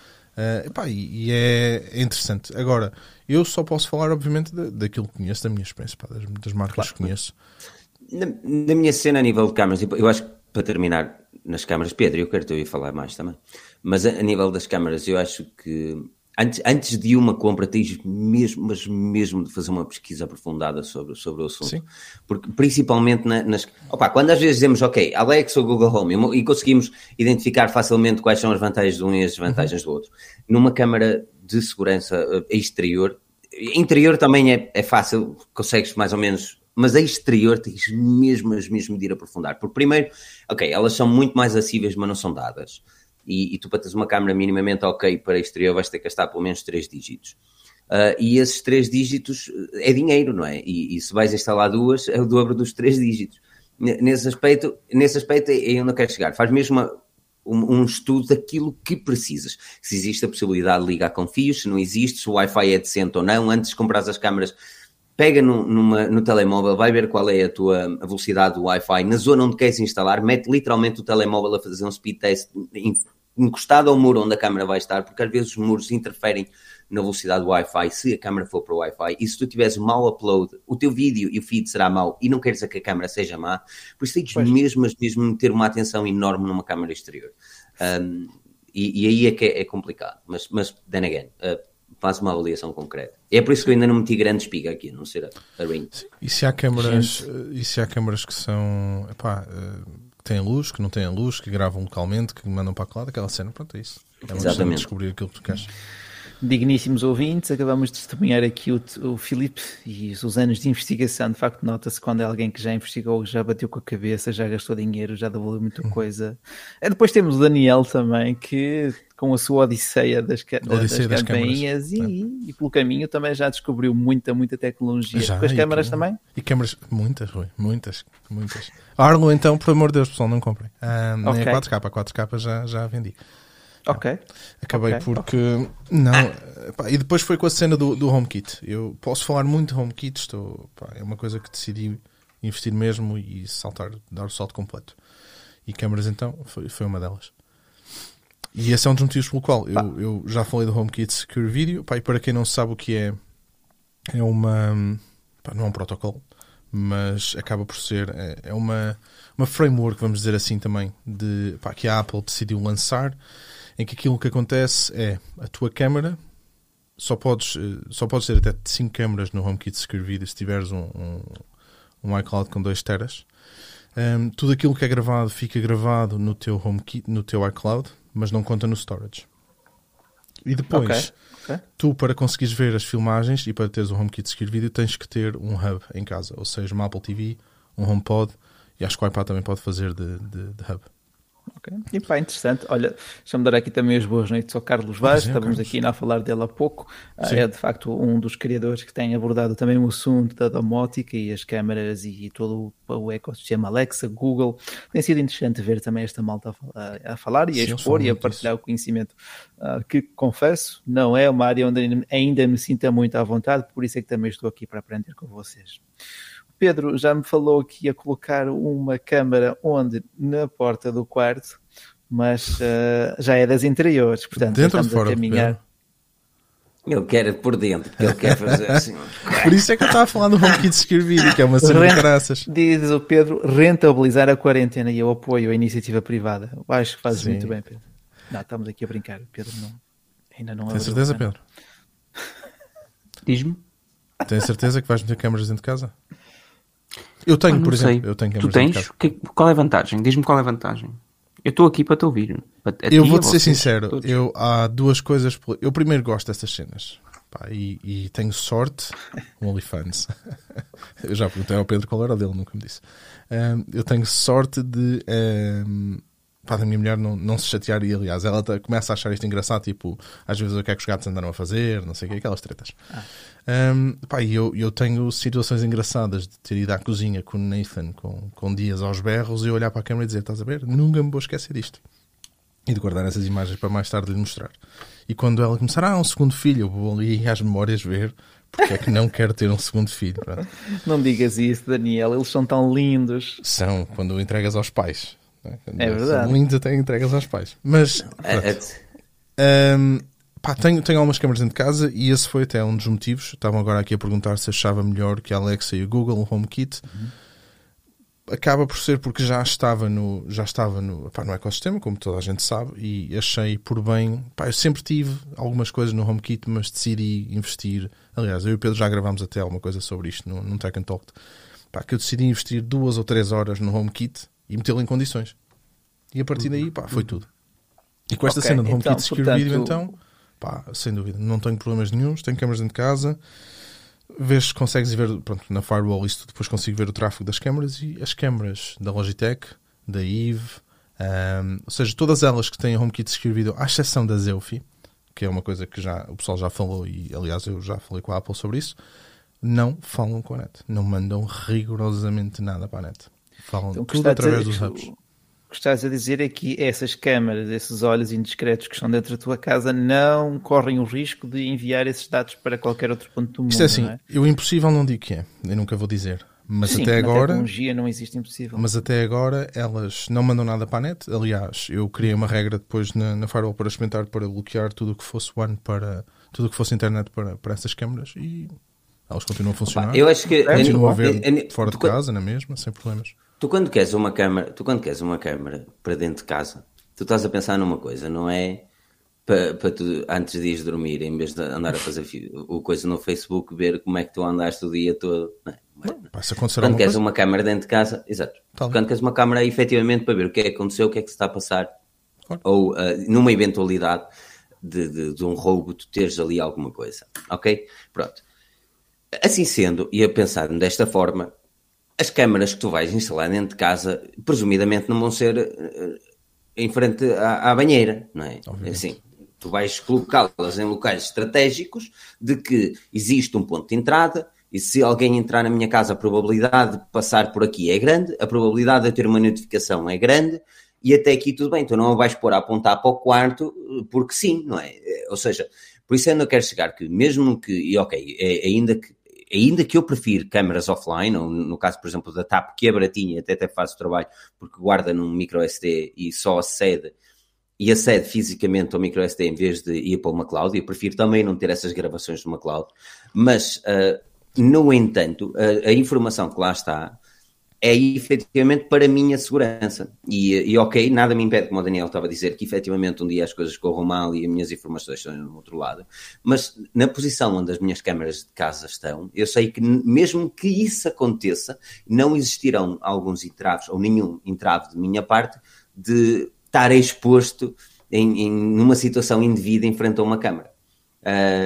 E é interessante. Agora, eu só posso falar, obviamente, daquilo que conheço, da minha experiência, das marcas que conheço. Na minha cena a nível de câmaras, eu acho que para terminar nas câmaras, Pedro, eu quero te ouvir falar mais também, mas a nível das câmaras, eu acho que antes de uma compra tens mesmo de fazer uma pesquisa aprofundada sobre o assunto. Sim. Porque principalmente quando às vezes dizemos, ok, Alexa ou Google Home, e conseguimos identificar facilmente quais são as vantagens de um e as desvantagens do outro. Numa câmara de segurança exterior, interior também é fácil, consegues mais ou menos... Mas a exterior tens mesmo de ir aprofundar. Porque primeiro, ok, elas são muito mais acessíveis, mas não são dadas. E tu para teres uma câmera minimamente ok para exterior vais ter que gastar pelo menos 3 dígitos. E esses 3 dígitos é dinheiro, não é? E se vais instalar 2, é o dobro dos 3 dígitos. Nesse aspecto eu não quero chegar. Faz mesmo um estudo daquilo que precisas. Se existe a possibilidade de ligar com fios, se não existe, se o Wi-Fi é decente ou não. Antes de comprar as câmaras... Pega no telemóvel, vai ver qual é a velocidade do Wi-Fi. Na zona onde queres instalar, mete literalmente o telemóvel a fazer um speed test encostado ao muro onde a câmera vai estar, porque às vezes os muros interferem na velocidade do Wi-Fi se a câmera for para o Wi-Fi. E se tu tiveres mau upload, o teu vídeo e o feed será mau e não queres dizer que a câmera seja má. Por isso tens mesmo ter uma atenção enorme numa câmera exterior. E aí é que é complicado. Mas then again... faz uma avaliação concreta. É por isso que eu ainda não meti grande espiga aqui, a não ser a Ring. E se há câmaras que são... que têm luz, que não têm luz, que gravam localmente, que mandam para a lado, aquela cena, pronto, é isso. É uma questão de descobrir aquilo que tu queres. Digníssimos ouvintes, acabamos de testemunhar aqui o Filipe e os anos de investigação. De facto, nota-se quando é alguém que já investigou, já bateu com a cabeça, já gastou dinheiro, já devolveu muita coisa. Depois temos o Daniel também, que com a sua odisseia das campainhas e pelo caminho também já descobriu muita tecnologia. Com as câmaras também? E câmaras, muitas, Rui, muitas. Arlo, então, por amor de Deus, pessoal, não comprem. Nem a 4K, a 4K já vendi. Ok. Acabei porque... Não. E depois foi com a cena do HomeKit. Eu posso falar muito de HomeKit. É uma coisa que decidi investir mesmo e dar o salto completo. E câmaras, então, foi uma delas. E esse é um dos motivos pelo qual eu já falei do HomeKit Secure Video. E para quem não sabe o que é uma... não é um protocolo, mas acaba por ser... É uma framework, vamos dizer assim também, que a Apple decidiu lançar, em que aquilo que acontece é a tua câmera só podes ter até 5 câmeras no HomeKit Secure Video se tiveres um iCloud com 2 teras. Tudo aquilo que é gravado fica gravado no teu HomeKit, no teu iCloud, mas não conta no storage. E depois, tu para conseguires ver as filmagens e para teres o HomeKit Secure Video tens que ter um hub em casa, ou seja, uma Apple TV, um HomePod E acho que o iPad também pode fazer de hub. Ok. E pá, interessante. Olha, deixa-me dar aqui também as boas noites ao Carlos Vaz, estávamos aqui a falar dele há pouco. É de facto um dos criadores que tem abordado também o assunto da domótica e as câmaras e todo o ecossistema Alexa, Google. Tem sido interessante ver também esta malta a falar e a expor e a partilhar o conhecimento, que confesso, não é uma área onde ainda me sinta muito à vontade, por isso é que também estou aqui para aprender com vocês. Pedro já me falou que ia colocar uma câmara onde? Na porta do quarto, mas já é das interiores, portanto dentro estamos a caminhar. Eu quero por dentro, porque ele quer fazer assim. Por isso é que eu estava a falar do HomeKit Secure Video, que é uma cena de caraças. Diz o Pedro, rentabilizar a quarentena e eu apoio a iniciativa privada. Eu acho que fazes muito bem, Pedro. Não, estamos aqui a brincar, Pedro ainda não Tem certeza, Pedro? Diz-me. Tens certeza que vais meter câmaras dentro de casa? Eu tenho, por exemplo. Eu tenho câmaras dentro de casa. Qual é a vantagem? Diz-me qual é a vantagem. Eu estou aqui para te ouvir. Eu vou-te ser sincero. Há duas coisas. Eu primeiro gosto destas cenas. Pá, e tenho sorte. Um OnlyFans. Eu já perguntei ao Pedro qual era o dele, nunca me disse. Eu tenho sorte de... da minha mulher não se chatear, e aliás ela começa a achar isto engraçado, tipo, às vezes o que é que os gatos andaram a fazer, não sei o que, aquelas tretas. E eu tenho situações engraçadas de ter ido à cozinha com o Nathan com dias aos berros e olhar para a câmera e dizer, estás a ver? Nunca me vou esquecer disto. E de guardar essas imagens para mais tarde lhe mostrar. E quando ela começar, um segundo filho, eu vou ali às memórias ver porque é que não quero ter um segundo filho. Pronto. Não digas isso, Daniel, eles são tão lindos. São, quando entregas aos pais. É verdade. Lindo até entregas aos pais. Mas tenho algumas câmaras dentro de casa e esse foi até um dos motivos. Estavam agora aqui a perguntar se achava melhor que a Alexa e o Google, o HomeKit. Acaba por ser porque já estava no ecossistema, como toda a gente sabe, e achei por bem. Eu sempre tive algumas coisas no HomeKit, mas decidi investir. Aliás, eu e o Pedro já gravámos até alguma coisa sobre isto num Tech and Talk. Que eu decidi investir 2 ou 3 horas no HomeKit e metê-lo em condições. E a partir daí, foi tudo. E com esta cena do HomeKit Secure Video, então, sem dúvida, não tenho problemas nenhuns, tenho câmaras dentro de casa, vês se consegues ver, na Firewall isto depois consigo ver o tráfego das câmaras e as câmaras da Logitech, da Eve, ou seja, todas elas que têm HomeKit Secure Video, à exceção da Zelfie, que é uma coisa que o pessoal já falou e, aliás, eu já falei com a Apple sobre isso, não falam com a net, não mandam rigorosamente nada para a net. Falam então, tudo através dos hubs. O que estás a dizer é que essas câmaras, esses olhos indiscretos que estão dentro da tua casa não correm o risco de enviar esses dados para qualquer outro ponto do mundo. Isto é assim, não é? Eu impossível não digo que é, eu nunca vou dizer. Mas sim, até agora, tecnologia não existe impossível. Mas até agora elas não mandam nada para a net. Aliás, eu criei uma regra depois na Firewall para experimentar, para bloquear tudo o que fosse tudo o que fosse internet para essas câmaras e elas continuam a funcionar. Eu acho que continuam a ver fora de casa, na mesma, sem problemas. Tu quando queres uma câmara para dentro de casa, tu estás a pensar numa coisa, não é para tu, antes de ires dormir, em vez de andar a fazer o coisa no Facebook, ver como é que tu andaste o dia todo. Quando queres uma câmara dentro de casa, exato. Quando queres uma câmara efetivamente para ver o que é que aconteceu, o que é que se está a passar, ou numa eventualidade de um roubo, tu teres ali alguma coisa. Ok? Pronto. Assim sendo, e a pensar desta forma, as câmaras que tu vais instalar dentro de casa, presumidamente não vão ser em frente à banheira, não é? Assim, tu vais colocá-las em locais estratégicos de que existe um ponto de entrada e se alguém entrar na minha casa, a probabilidade de passar por aqui é grande, a probabilidade de eu ter uma notificação é grande e até aqui tudo bem. Tu não a vais pôr a apontar para o quarto porque sim, não é? Ou seja, por isso ainda quero chegar que mesmo que, ainda que eu prefiro câmaras offline, ou no caso, por exemplo, da TAP, que é baratinha, até faço o trabalho, porque guarda num micro SD e só acede fisicamente ao micro SD em vez de ir para uma cloud, e eu prefiro também não ter essas gravações numa cloud, mas, no entanto, a informação que lá está é efetivamente para a minha segurança. E ok, nada me impede, como o Daniel estava a dizer, que efetivamente um dia as coisas corram mal e as minhas informações estão no outro lado. Mas na posição onde as minhas câmaras de casa estão, eu sei que mesmo que isso aconteça, não existirão alguns entraves, ou nenhum entrave de minha parte, de estar exposto numa situação indevida em frente a uma câmara.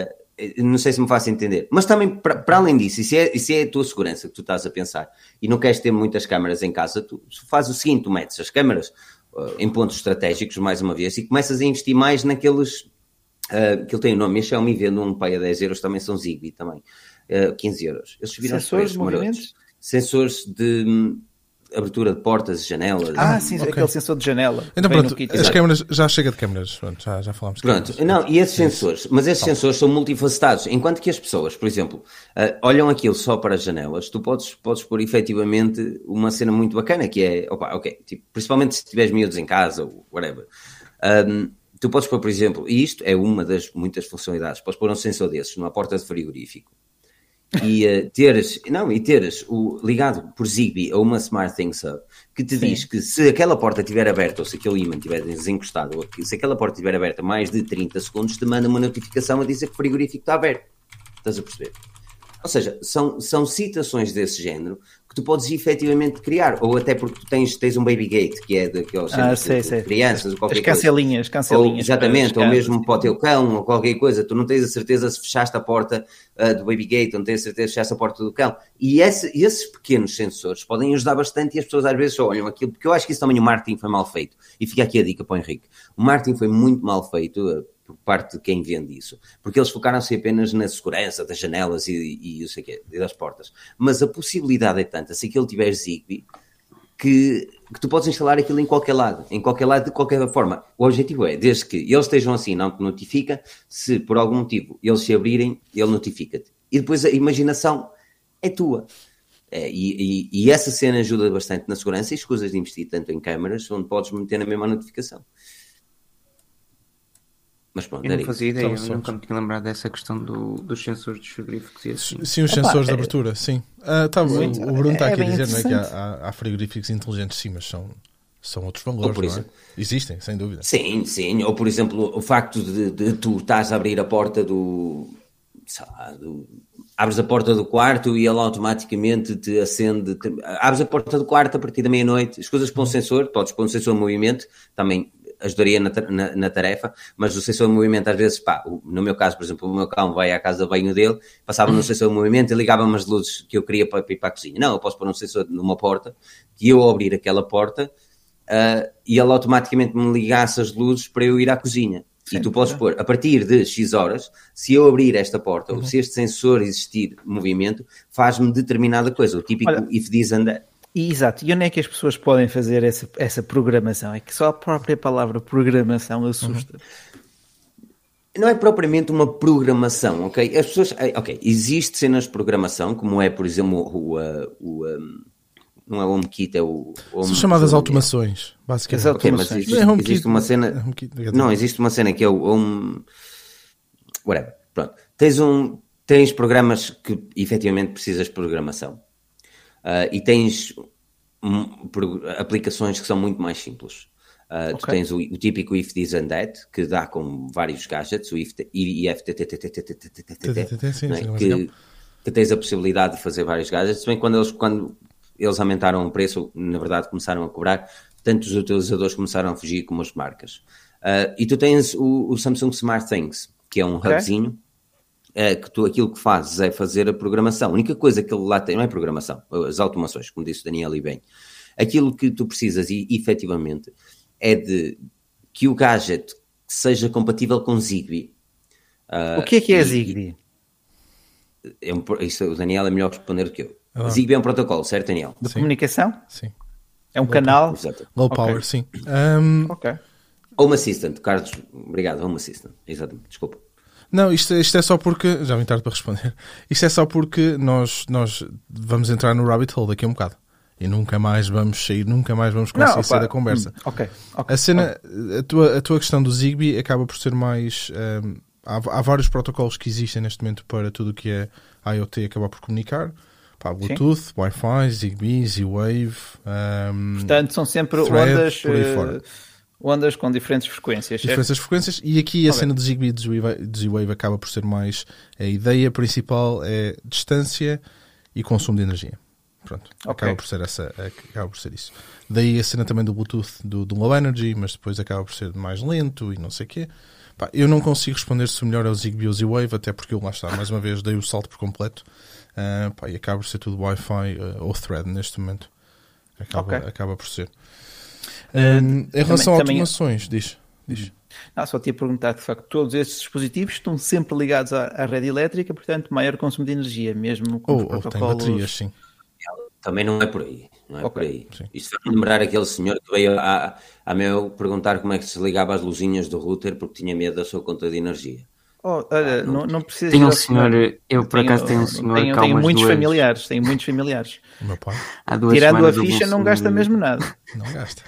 não sei se me faço entender, mas também para além disso, e se é a tua segurança que tu estás a pensar e não queres ter muitas câmaras em casa, tu fazes o seguinte, tu metes as câmaras em pontos estratégicos, mais uma vez, e começas a investir mais naqueles que ele tem o nome, a Xiaomi vende um pai a 10 euros, também são Zigbee, também 15 euros. Eles subiram sensores de movimentos? Sensores de abertura de portas e janelas. Sim, okay. Aquele sensor de janela. Então pronto, as câmaras, já chega de câmaras, pronto, já falámos de câmaras. Pronto, não, e esses sensores, mas esses sensores são multifacetados, enquanto que as pessoas, por exemplo, olham aquilo só para as janelas, tu podes pôr efetivamente uma cena muito bacana, que é, tipo, principalmente se tiveres miúdos em casa, ou whatever, tu podes pôr, por exemplo, e isto é uma das muitas funcionalidades, podes pôr um sensor desses numa porta de frigorífico, e teres o ligado por Zigbee a uma SmartThings Hub que te diz que se aquela porta estiver aberta ou se aquele ímã estiver desencostado ou se aquela porta estiver aberta mais de 30 segundos te manda uma notificação a dizer que o frigorífico está aberto. Estás a perceber? Ou seja, são situações desse género que tu podes efetivamente criar, ou até porque tu tens um baby gate, que é daqueles de crianças, ou qualquer cancelinhas, ou, exatamente, ou mesmo para o teu cão, ou qualquer coisa, tu não tens a certeza se fechaste a porta do baby gate, não tens a certeza se fechaste a porta do cão, e esses pequenos sensores podem ajudar bastante, e as pessoas às vezes só olham aquilo, porque eu acho que isso também o marketing foi mal feito, e fica aqui a dica para o Henrique, o marketing foi muito mal feito, por parte de quem vende isso, porque eles focaram-se apenas na segurança das janelas e não sei o quê, e das portas, mas a possibilidade é tanta, se aquilo tiver Zigbee, que tu podes instalar aquilo em qualquer lado, de qualquer forma. O objetivo é, desde que eles estejam assim, não te notifica, se por algum motivo eles se abrirem, ele notifica-te. E depois a imaginação é tua. E essa cena ajuda bastante na segurança e escusas de investir tanto em câmaras, onde podes meter na mesma notificação. Mas pronto, eu não fazia ideia, eu nunca me tinha lembrado dessa questão dos sensores dos frigoríficos. Assim. Sim, os sensores de abertura, sim. O Bruno está aqui a dizer, não é, que há frigoríficos inteligentes, sim, mas são outros valores, não é? Existem, sem dúvida. Sim, ou por exemplo, o facto de tu estás a abrir a porta abres a porta do quarto e ele automaticamente te acende, abres a porta do quarto a partir da meia-noite, as coisas para um sensor, podes pôr um sensor de movimento, também ajudaria na tarefa, mas o sensor de movimento às vezes, no meu caso, por exemplo, o meu cão vai à casa de banho dele, passava no sensor de movimento e ligava-me as luzes que eu queria para ir para a cozinha. Não, eu posso pôr um sensor numa porta, que eu abrir aquela porta e ele automaticamente me ligasse as luzes para eu ir à cozinha. Sim, e tu podes pôr, a partir de X horas, se eu abrir esta porta, ou se este sensor existir movimento, faz-me determinada coisa, o típico if this and that. Exato, e onde é que as pessoas podem fazer essa programação? É que só a própria palavra programação assusta. Não é propriamente uma programação, ok? As pessoas, existe cenas de programação, como é, por exemplo, não é o HomeKit, é o... São chamadas automações, basicamente. Mas existe uma cena... Não, existe uma cena que é o Home... Whatever, pronto. Tens programas que efetivamente precisas de programação. E tens aplicações que são muito mais simples. Tu tens o típico If This and That, que dá com vários gadgets, o IFTTT, que tens a possibilidade de fazer vários gadgets, bem quando eles aumentaram o preço, na verdade começaram a cobrar, tanto os utilizadores começaram a fugir como as marcas. E tu tens o Samsung SmartThings, que é um hubzinho, que aquilo que fazes é fazer a programação. A única coisa que ele lá tem, não é programação, as automações, como disse o Daniel e bem. Aquilo que tu precisas, efetivamente, é de que o gadget seja compatível com Zigbee. O que é Zigbee? Isso, o Daniel é melhor responder do que eu. Zigbee é um protocolo, certo, Daniel? De comunicação? Sim. É um canal? Exato. Low power, sim. Home Assistant, Carlos, obrigado, Home Assistant. Exatamente, desculpa. Não, isto é só porque... Já vim tarde para responder. Isto é só porque nós vamos entrar no rabbit hole daqui a um bocado. E nunca mais vamos sair, nunca mais vamos conseguir sair da conversa. A cena, a tua questão do Zigbee acaba por ser mais... há vários protocolos que existem neste momento para tudo o que é IoT acabar por comunicar. Bluetooth, Wi-Fi, Zigbee, Z-Wave... Portanto, são sempre thread, por aí fora. Ondas com diferentes frequências, certo? Frequências, e aqui a cena de Zigbee e de Z-Wave acaba por ser mais... A ideia principal é distância e consumo de energia. Pronto, acaba por ser isso. Daí a cena também do Bluetooth do Low Energy, mas depois acaba por ser mais lento e não sei o quê. Pá, eu não consigo responder se o melhor é o Zigbee ou o Z-Wave, até porque eu, lá está, mais uma vez, dei o salto por completo. E acaba por ser tudo Wi-Fi ou Thread neste momento. Acaba por ser. Em relação a automações, diz. Só te ia perguntar que, de facto, todos estes dispositivos estão sempre ligados à rede elétrica, portanto, maior consumo de energia, mesmo com os protocolos... Ou tem baterias, sim. Também não é por aí. Por aí. Isto vai lembrar aquele senhor que veio a meu perguntar como é que se ligava as luzinhas do router porque tinha medo da sua conta de energia. Olha, não precisa... Tem um senhor, eu por acaso tenho um senhor que há umas muitos duas... familiares, tenho muitos familiares. O meu pai. Tirando a ficha, não gasta mesmo nada. Não gasta.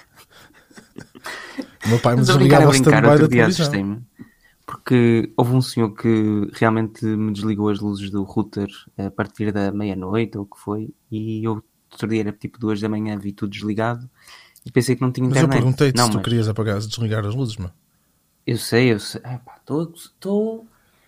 O meu pai me Mas desligava o stand-by da televisão. Porque houve um senhor que realmente me desligou as luzes do router a partir da meia-noite, ou o que foi, e eu outro dia era tipo 2 da manhã, vi tudo desligado e pensei que não tinha internet. Mas eu perguntei-te se tu querias apagar, desligar as luzes, mano. Eu sei. Estou...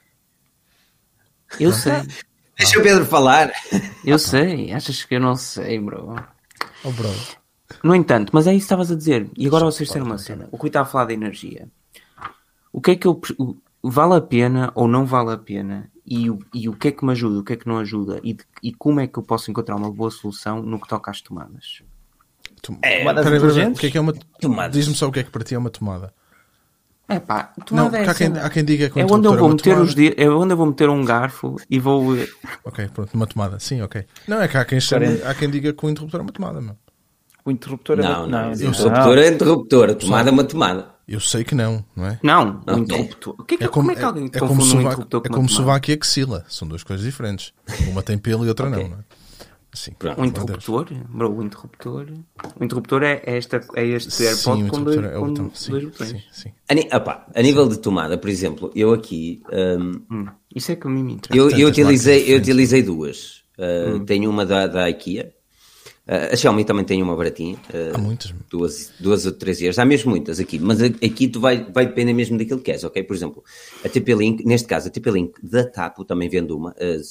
Eu sei. Deixa o Pedro falar. Eu sei. Achas que eu não sei, bro? Oh, bro. No entanto, mas é isso que estavas a dizer. E agora vocês disseram uma cena. O Rui está a falar da energia. O que é que vale a pena ou não vale a pena? E o que é que me ajuda, o que é que não ajuda? E como é que eu posso encontrar uma boa solução no que toca às tomadas? Tomadas inteligentes? O que é uma tomada? Diz-me só o que é que para ti é uma tomada. Tomada há quem diga que é onde eu vou meter é onde eu vou meter um garfo e vou... Ok, pronto, uma tomada. Sim, ok. Não, é que há quem diga que o interruptor é uma tomada, meu. O interruptor é uma tomada. O interruptor é interruptor, a tomada é uma tomada. Eu sei que não é? Não, o interruptor. Como é que alguém confunde um interruptor com uma tomada? É como sovaco e axila. São duas coisas diferentes. Uma tem pelo e outra não é? Assim, o interruptor? Bro, o interruptor é este AirPod com dois botões. Sim. A nível de tomada, por exemplo, eu aqui... Isso é que a mim me interessa. Eu utilizei duas. Tenho uma da IKEA. A Xiaomi também tem uma baratinha. Há muitas. 2 ou 3 euros. Há mesmo muitas aqui. Mas aqui tu vai depender mesmo daquilo que queres, ok? Por exemplo, a TP-Link, neste caso, a TP-Link da Tapo também vende uma.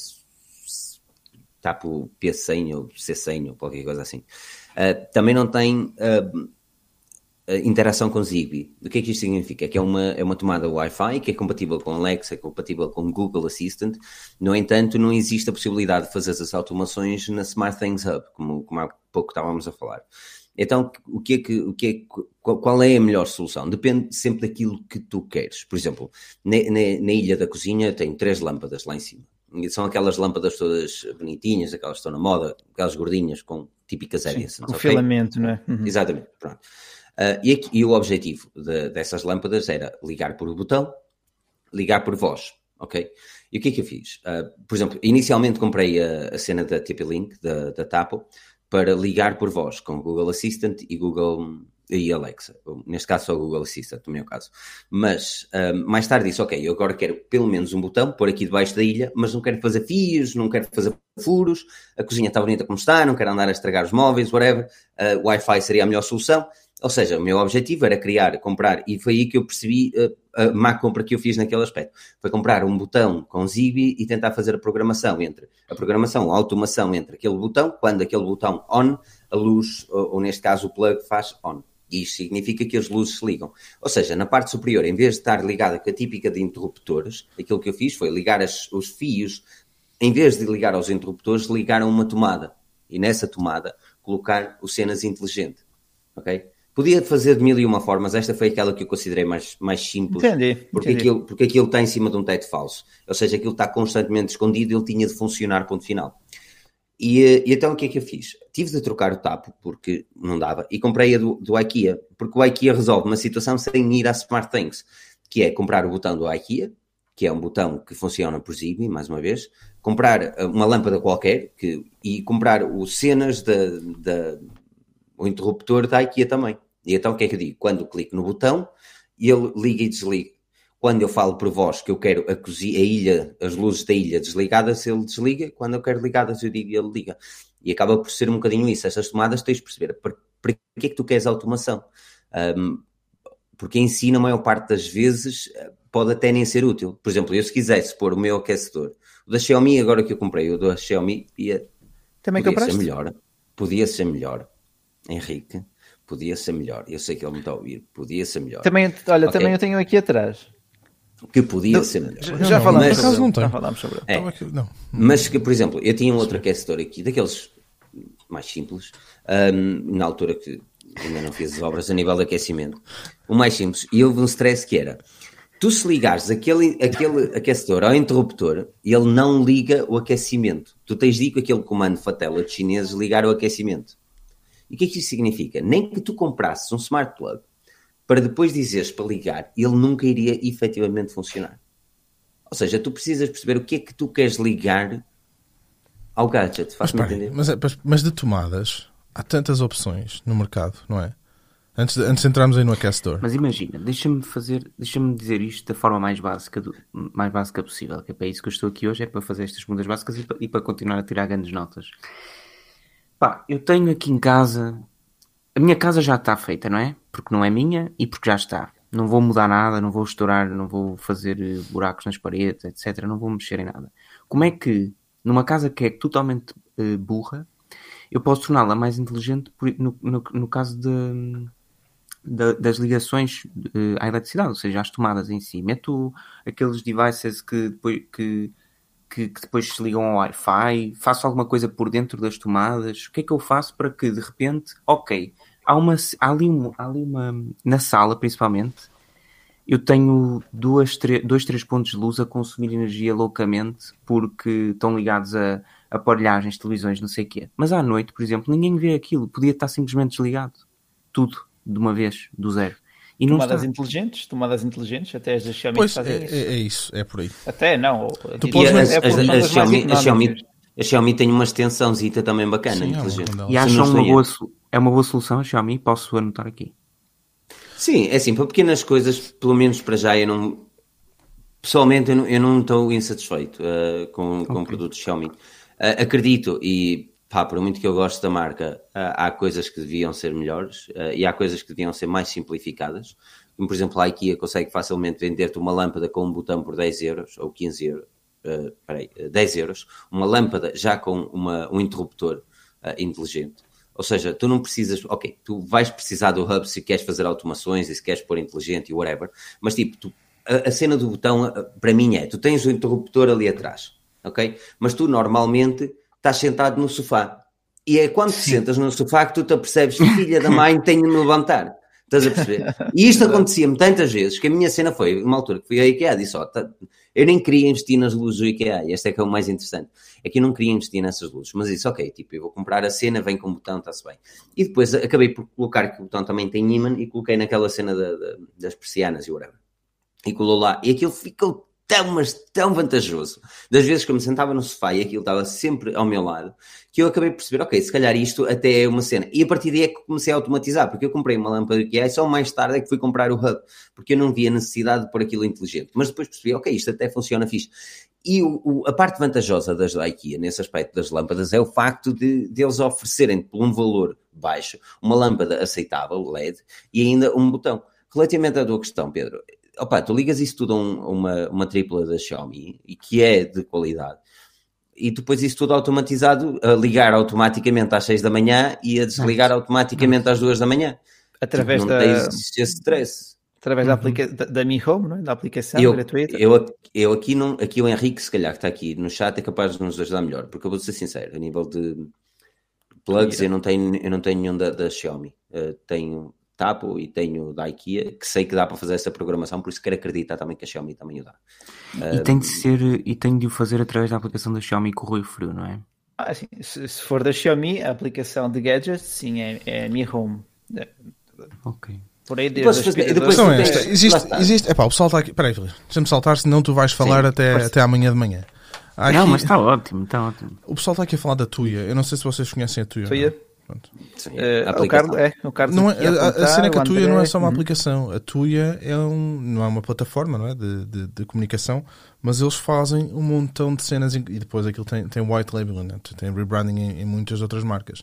Tapo P100 ou C100 ou qualquer coisa assim. Também não tem interação com Zigbee. O que é que isto significa? É que é uma tomada Wi-Fi que é compatível com Alexa, é compatível com Google Assistant. No entanto, não existe a possibilidade de fazer as automações na SmartThings Hub, como há pouco estávamos a falar. Então, qual é a melhor solução? Depende sempre daquilo que tu queres. Por exemplo, na ilha da cozinha tem 3 lâmpadas lá em cima. E são aquelas lâmpadas todas bonitinhas, aquelas que estão na moda, aquelas gordinhas com típicas Edison. Com filamento, não é? Exatamente, pronto. E o objetivo dessas lâmpadas era ligar por botão, ligar por voz, ok? E o que é que eu fiz? Por exemplo, inicialmente comprei a cena da TP-Link, da Tapo, para ligar por voz com Google Assistant e Alexa. Neste caso só o Google Assistant, no meu caso. Mas mais tarde disse, ok, eu agora quero pelo menos um botão, pôr aqui debaixo da ilha, mas não quero fazer fios, não quero fazer furos, a cozinha está bonita como está, não quero andar a estragar os móveis, whatever, Wi-Fi seria a melhor solução. Ou seja, o meu objetivo era comprar, e foi aí que eu percebi a má compra que eu fiz naquele aspecto. Foi comprar um botão com Zigbee e tentar fazer a automação entre aquele botão, quando aquele botão on, a luz, ou neste caso o plug faz on. E isto significa que as luzes se ligam. Ou seja, na parte superior, em vez de estar ligada com a típica de interruptores, aquilo que eu fiz foi ligar os fios, em vez de ligar aos interruptores, ligar a uma tomada. E nessa tomada, colocar o cenas inteligente. Ok? Podia fazer de 1001 formas, esta foi aquela que eu considerei mais simples. Entendi. Porque aquilo está em cima de um teto falso. Ou seja, aquilo está constantemente escondido e ele tinha de funcionar, ponto final. E então o que é que eu fiz? Tive de trocar o Tapo, porque não dava, e comprei a do IKEA, porque o IKEA resolve uma situação sem ir à SmartThings, que é comprar o botão do IKEA, que é um botão que funciona por Zigbee, mais uma vez, comprar uma lâmpada qualquer, e comprar os cenas o interruptor da IKEA também. E então o que é que eu digo? Quando clico no botão, ele liga e desliga. Quando eu falo por voz que eu quero a ilha, as luzes da ilha desligadas, ele desliga. Quando eu quero ligadas, eu digo e ele liga. E acaba por ser um bocadinho isso. Estas tomadas tens de perceber para que é que tu queres automação. Porque em si, na maior parte das vezes, pode até nem ser útil. Por exemplo, eu se quisesse pôr o meu aquecedor, o da Xiaomi, agora que eu comprei, o da Xiaomi, também compraste? Melhor. podia ser melhor, Henrique, podia ser melhor. Eu sei que ele me está a ouvir, podia ser melhor. Também, olha, também eu tenho aqui atrás. Que podia ser melhor. Já falámos sobre ele. Mas que, por exemplo, eu tinha um outro aquecedor aqui, daqueles mais simples, na altura que ainda não fiz as obras a nível de aquecimento, o mais simples, e houve um stress que era, tu se ligares aquele aquecedor ao interruptor, ele não liga o aquecimento. Tu tens de ir com aquele comando fatela de chineses ligar o aquecimento. E o que é que isso significa? Nem que tu comprasses um smart plug para depois dizeres para ligar, ele nunca iria efetivamente funcionar. Ou seja, tu precisas perceber o que é que tu queres ligar ao gadget. Faz-me entender? Mas de tomadas, há tantas opções no mercado, não é? Antes de entrarmos aí no aquecedor. Mas imagina, deixa-me dizer isto da forma mais básica possível, que é para isso que eu estou aqui hoje, é para fazer estas mudanças básicas e para continuar a tirar grandes notas. Pá, eu tenho aqui em casa... A minha casa já está feita, não é? Porque não é minha e porque já está. Não vou mudar nada, não vou estourar, não vou fazer buracos nas paredes, etc. Não vou mexer em nada. Como é que, numa casa que é totalmente burra, eu posso torná-la mais inteligente no caso das ligações à eletricidade, ou seja, às tomadas em si. Meto aqueles devices que depois se ligam ao Wi-Fi, faço alguma coisa por dentro das tomadas. O que é que eu faço para que, de repente, há ali uma na sala, principalmente, eu tenho 2-3 pontos de luz a consumir energia loucamente porque estão ligados a aparelhagens, televisões, não sei o quê. Mas à noite, por exemplo, ninguém vê aquilo. Podia estar simplesmente desligado. Tudo, de uma vez, do zero. E tomadas inteligentes, até as da Xiaomi pois, fazem isso. É isso, é por aí. Até não. A Xiaomi tem uma extensãozita também bacana, inteligente. E acham uma boa solução a Xiaomi? Posso anotar aqui? Sim, é assim, para pequenas coisas, pelo menos para já, pessoalmente eu não estou insatisfeito com produtos Xiaomi. Acredito, e por muito que eu goste da marca, há coisas que deviam ser melhores e há coisas que deviam ser mais simplificadas. Como, por exemplo, a IKEA consegue facilmente vender-te uma lâmpada com um botão por 10 euros ou 15 euros. 10 euros, uma lâmpada já com um interruptor inteligente. Ou seja, tu não precisas... Ok, tu vais precisar do hub se queres fazer automações e se queres pôr inteligente e whatever, mas tipo, a cena do botão, para mim tu tens o interruptor ali atrás, ok? Mas tu normalmente estás sentado no sofá. E é quando te sentas no sofá que tu te apercebes, filha da mãe, tenho de me levantar. Estás a perceber? E isto acontecia-me tantas vezes que a minha cena foi, uma altura que fui à IKEA, disse, eu nem queria investir nas luzes do IKEA, e este é que é o mais interessante, é que eu não queria investir nessas luzes, mas disse, ok, tipo, eu vou comprar a cena, vem com o botão, está-se bem. E depois acabei por colocar que o botão também tem ímã e coloquei naquela cena das persianas e whatever. E colou lá, e aquilo ficou tão vantajoso, das vezes que eu me sentava no sofá e aquilo estava sempre ao meu lado, que eu acabei por perceber, ok, se calhar isto até é uma cena. E a partir daí é que comecei a automatizar, porque eu comprei uma lâmpada do IKEA e só mais tarde é que fui comprar o hub, porque eu não via necessidade de pôr aquilo inteligente. Mas depois percebi, ok, isto até funciona fixe. E a parte vantajosa das da IKEA, nesse aspecto das lâmpadas, é o facto de eles oferecerem, por um valor baixo, uma lâmpada aceitável, LED, e ainda um botão. Relativamente à tua questão, Pedro, tu ligas isso tudo a uma tripla da Xiaomi, e que é de qualidade, e depois isso tudo automatizado, a ligar automaticamente às 6 da manhã e a desligar automaticamente às 2 da manhã. Através não tens esse stress. Através da Mi Home, não é? Da aplicação gratuita. Eu aqui, o Henrique, se calhar, que está aqui no chat, é capaz de nos ajudar melhor, porque eu vou ser sincero, a nível de plugs, eu não tenho nenhum da Xiaomi. Tenho Tapo e tenho da IKEA, que sei que dá para fazer essa programação, por isso quero acreditar também que a Xiaomi também o dá. E tem de o fazer através da aplicação da Xiaomi Correio Frio, não é? Sim. Se for da Xiaomi, a aplicação de gadgets, sim, é Mi Home. Ok. Por aí depois existe. O pessoal está aqui. Espera aí, deixa-me saltar, senão tu vais falar até amanhã de manhã. Não, mas está ótimo, O pessoal está aqui a falar da Tuya. Eu não sei se vocês conhecem a Tuya. O Carlos não é, a cena é que a Tuya não é só uma aplicação. A Tuya não é uma plataforma, não é, de comunicação, mas eles fazem um montão de cenas e depois aquilo tem white label, né? Tem rebranding em muitas outras marcas.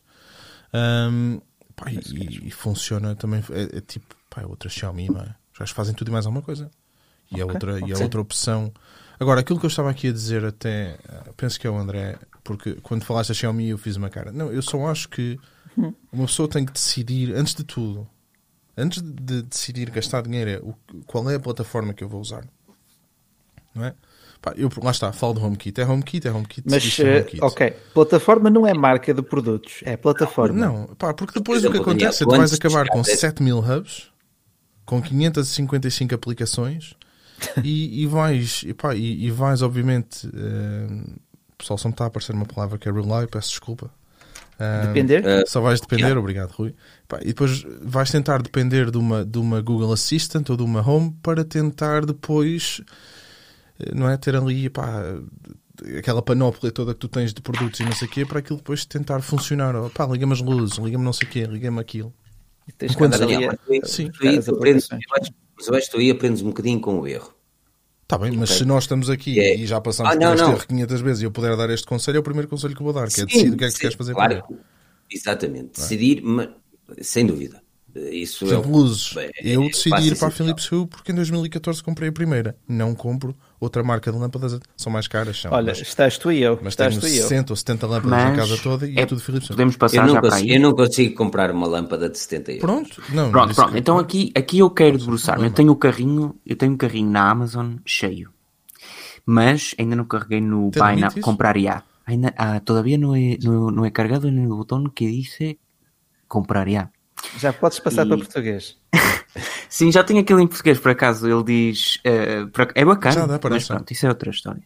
E funciona também. É tipo, é outra Xiaomi, não é? Já fazem tudo e mais alguma coisa. E é outra opção. Agora, aquilo que eu estava aqui a dizer, até penso que é o André porque quando falaste da Xiaomi eu fiz uma cara. Não, eu só acho que uma pessoa tem que decidir, antes de tudo, antes de decidir gastar dinheiro, qual é a plataforma que eu vou usar. Não é? Pá, lá está, falo do HomeKit. É HomeKit. Mas, ok, plataforma não é marca de produtos, é plataforma. Não, pá, porque depois o que acontece é que tu vais acabar com 7.000 hubs, com 555 aplicações e vais obviamente... o pessoal só me está a aparecer uma palavra que é rely, peço desculpa. Depender? Só vais depender, obrigado Rui. Pá, e depois vais tentar depender de uma Google Assistant ou de uma Home para tentar depois... não é? Ter ali, pá, aquela panóplia toda que tu tens de produtos e não sei o quê, para aquilo depois tentar funcionar. Pá, liga-me as luzes, liga-me não sei o quê, liga-me aquilo. E tens que andar ali sim. Mas eu acho que tu aí aprendes um bocadinho com o erro. Está bem, mas se nós estamos aqui e já passamos por este erro 500 vezes e eu puder dar este conselho, é o primeiro conselho que eu vou dar, que é decidir o que é que tu queres fazer claro, exatamente, decidir, mas, sem dúvida. Isso é luzes. Eu decidi ir para a Philips Hue porque em 2014 comprei a primeira. Não compro outra marca de lâmpadas, são mais caras. Olha, estás tu e eu. Mas tenho 60 ou 70 lâmpadas na casa toda e é tudo Philips Hue. Podemos passar já para aí. Eu não consigo comprar uma lâmpada de 70 euros. Pronto. Pronto. Então aqui eu quero debruçar-me. Eu tenho um carrinho na Amazon cheio. Mas ainda não carreguei no Buy Now, comprar já. Todavía no he cargado en el botón que dice comprar já. Já podes passar para português. Sim, já tenho aquilo em português, por acaso. Ele diz... é bacana, já dá para mas pronto, isso é outra história.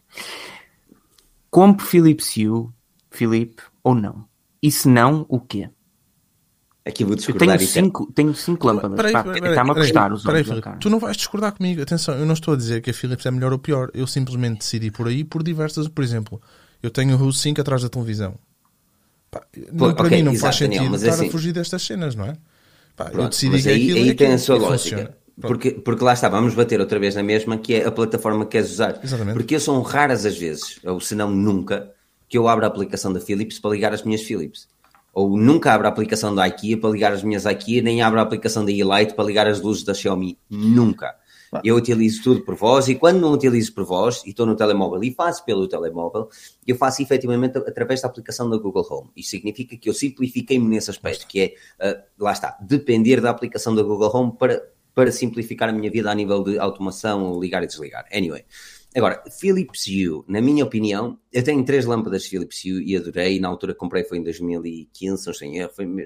Compre Philips Hue, Filipe, ou não? E se não, o quê? Aqui vou discordar. Tenho 5 lâmpadas. Está-me a custar os olhos. Tu não vais discordar comigo. Atenção, eu não estou a dizer que a Philips é melhor ou pior. Eu simplesmente decidi por aí por diversas... Por exemplo, eu tenho o Hue 5 atrás da televisão. Pá, para mim não faz sentido estar a fugir destas cenas, não é? Pá, eu decidi que aquilo aí tem a sua lógica. Porque lá está, vamos bater outra vez na mesma, que é a plataforma que queres usar. Exatamente. Porque são raras as vezes, ou se não nunca, que eu abro a aplicação da Philips para ligar as minhas Philips. Ou nunca abro a aplicação da IKEA para ligar as minhas IKEA, nem abro a aplicação da E-Light para ligar as luzes da Xiaomi. Nunca. Eu utilizo tudo por voz, e quando não utilizo por voz e estou no telemóvel e faço pelo telemóvel, eu faço efetivamente através da aplicação da Google Home. Isto significa que eu simplifiquei-me nesse aspecto, que é, lá está, depender da aplicação da Google Home para simplificar a minha vida a nível de automação, ligar e desligar. Anyway, agora, Philips Hue, na minha opinião, eu tenho 3 lâmpadas Philips Hue e adorei, na altura que comprei foi em 2015, não sei,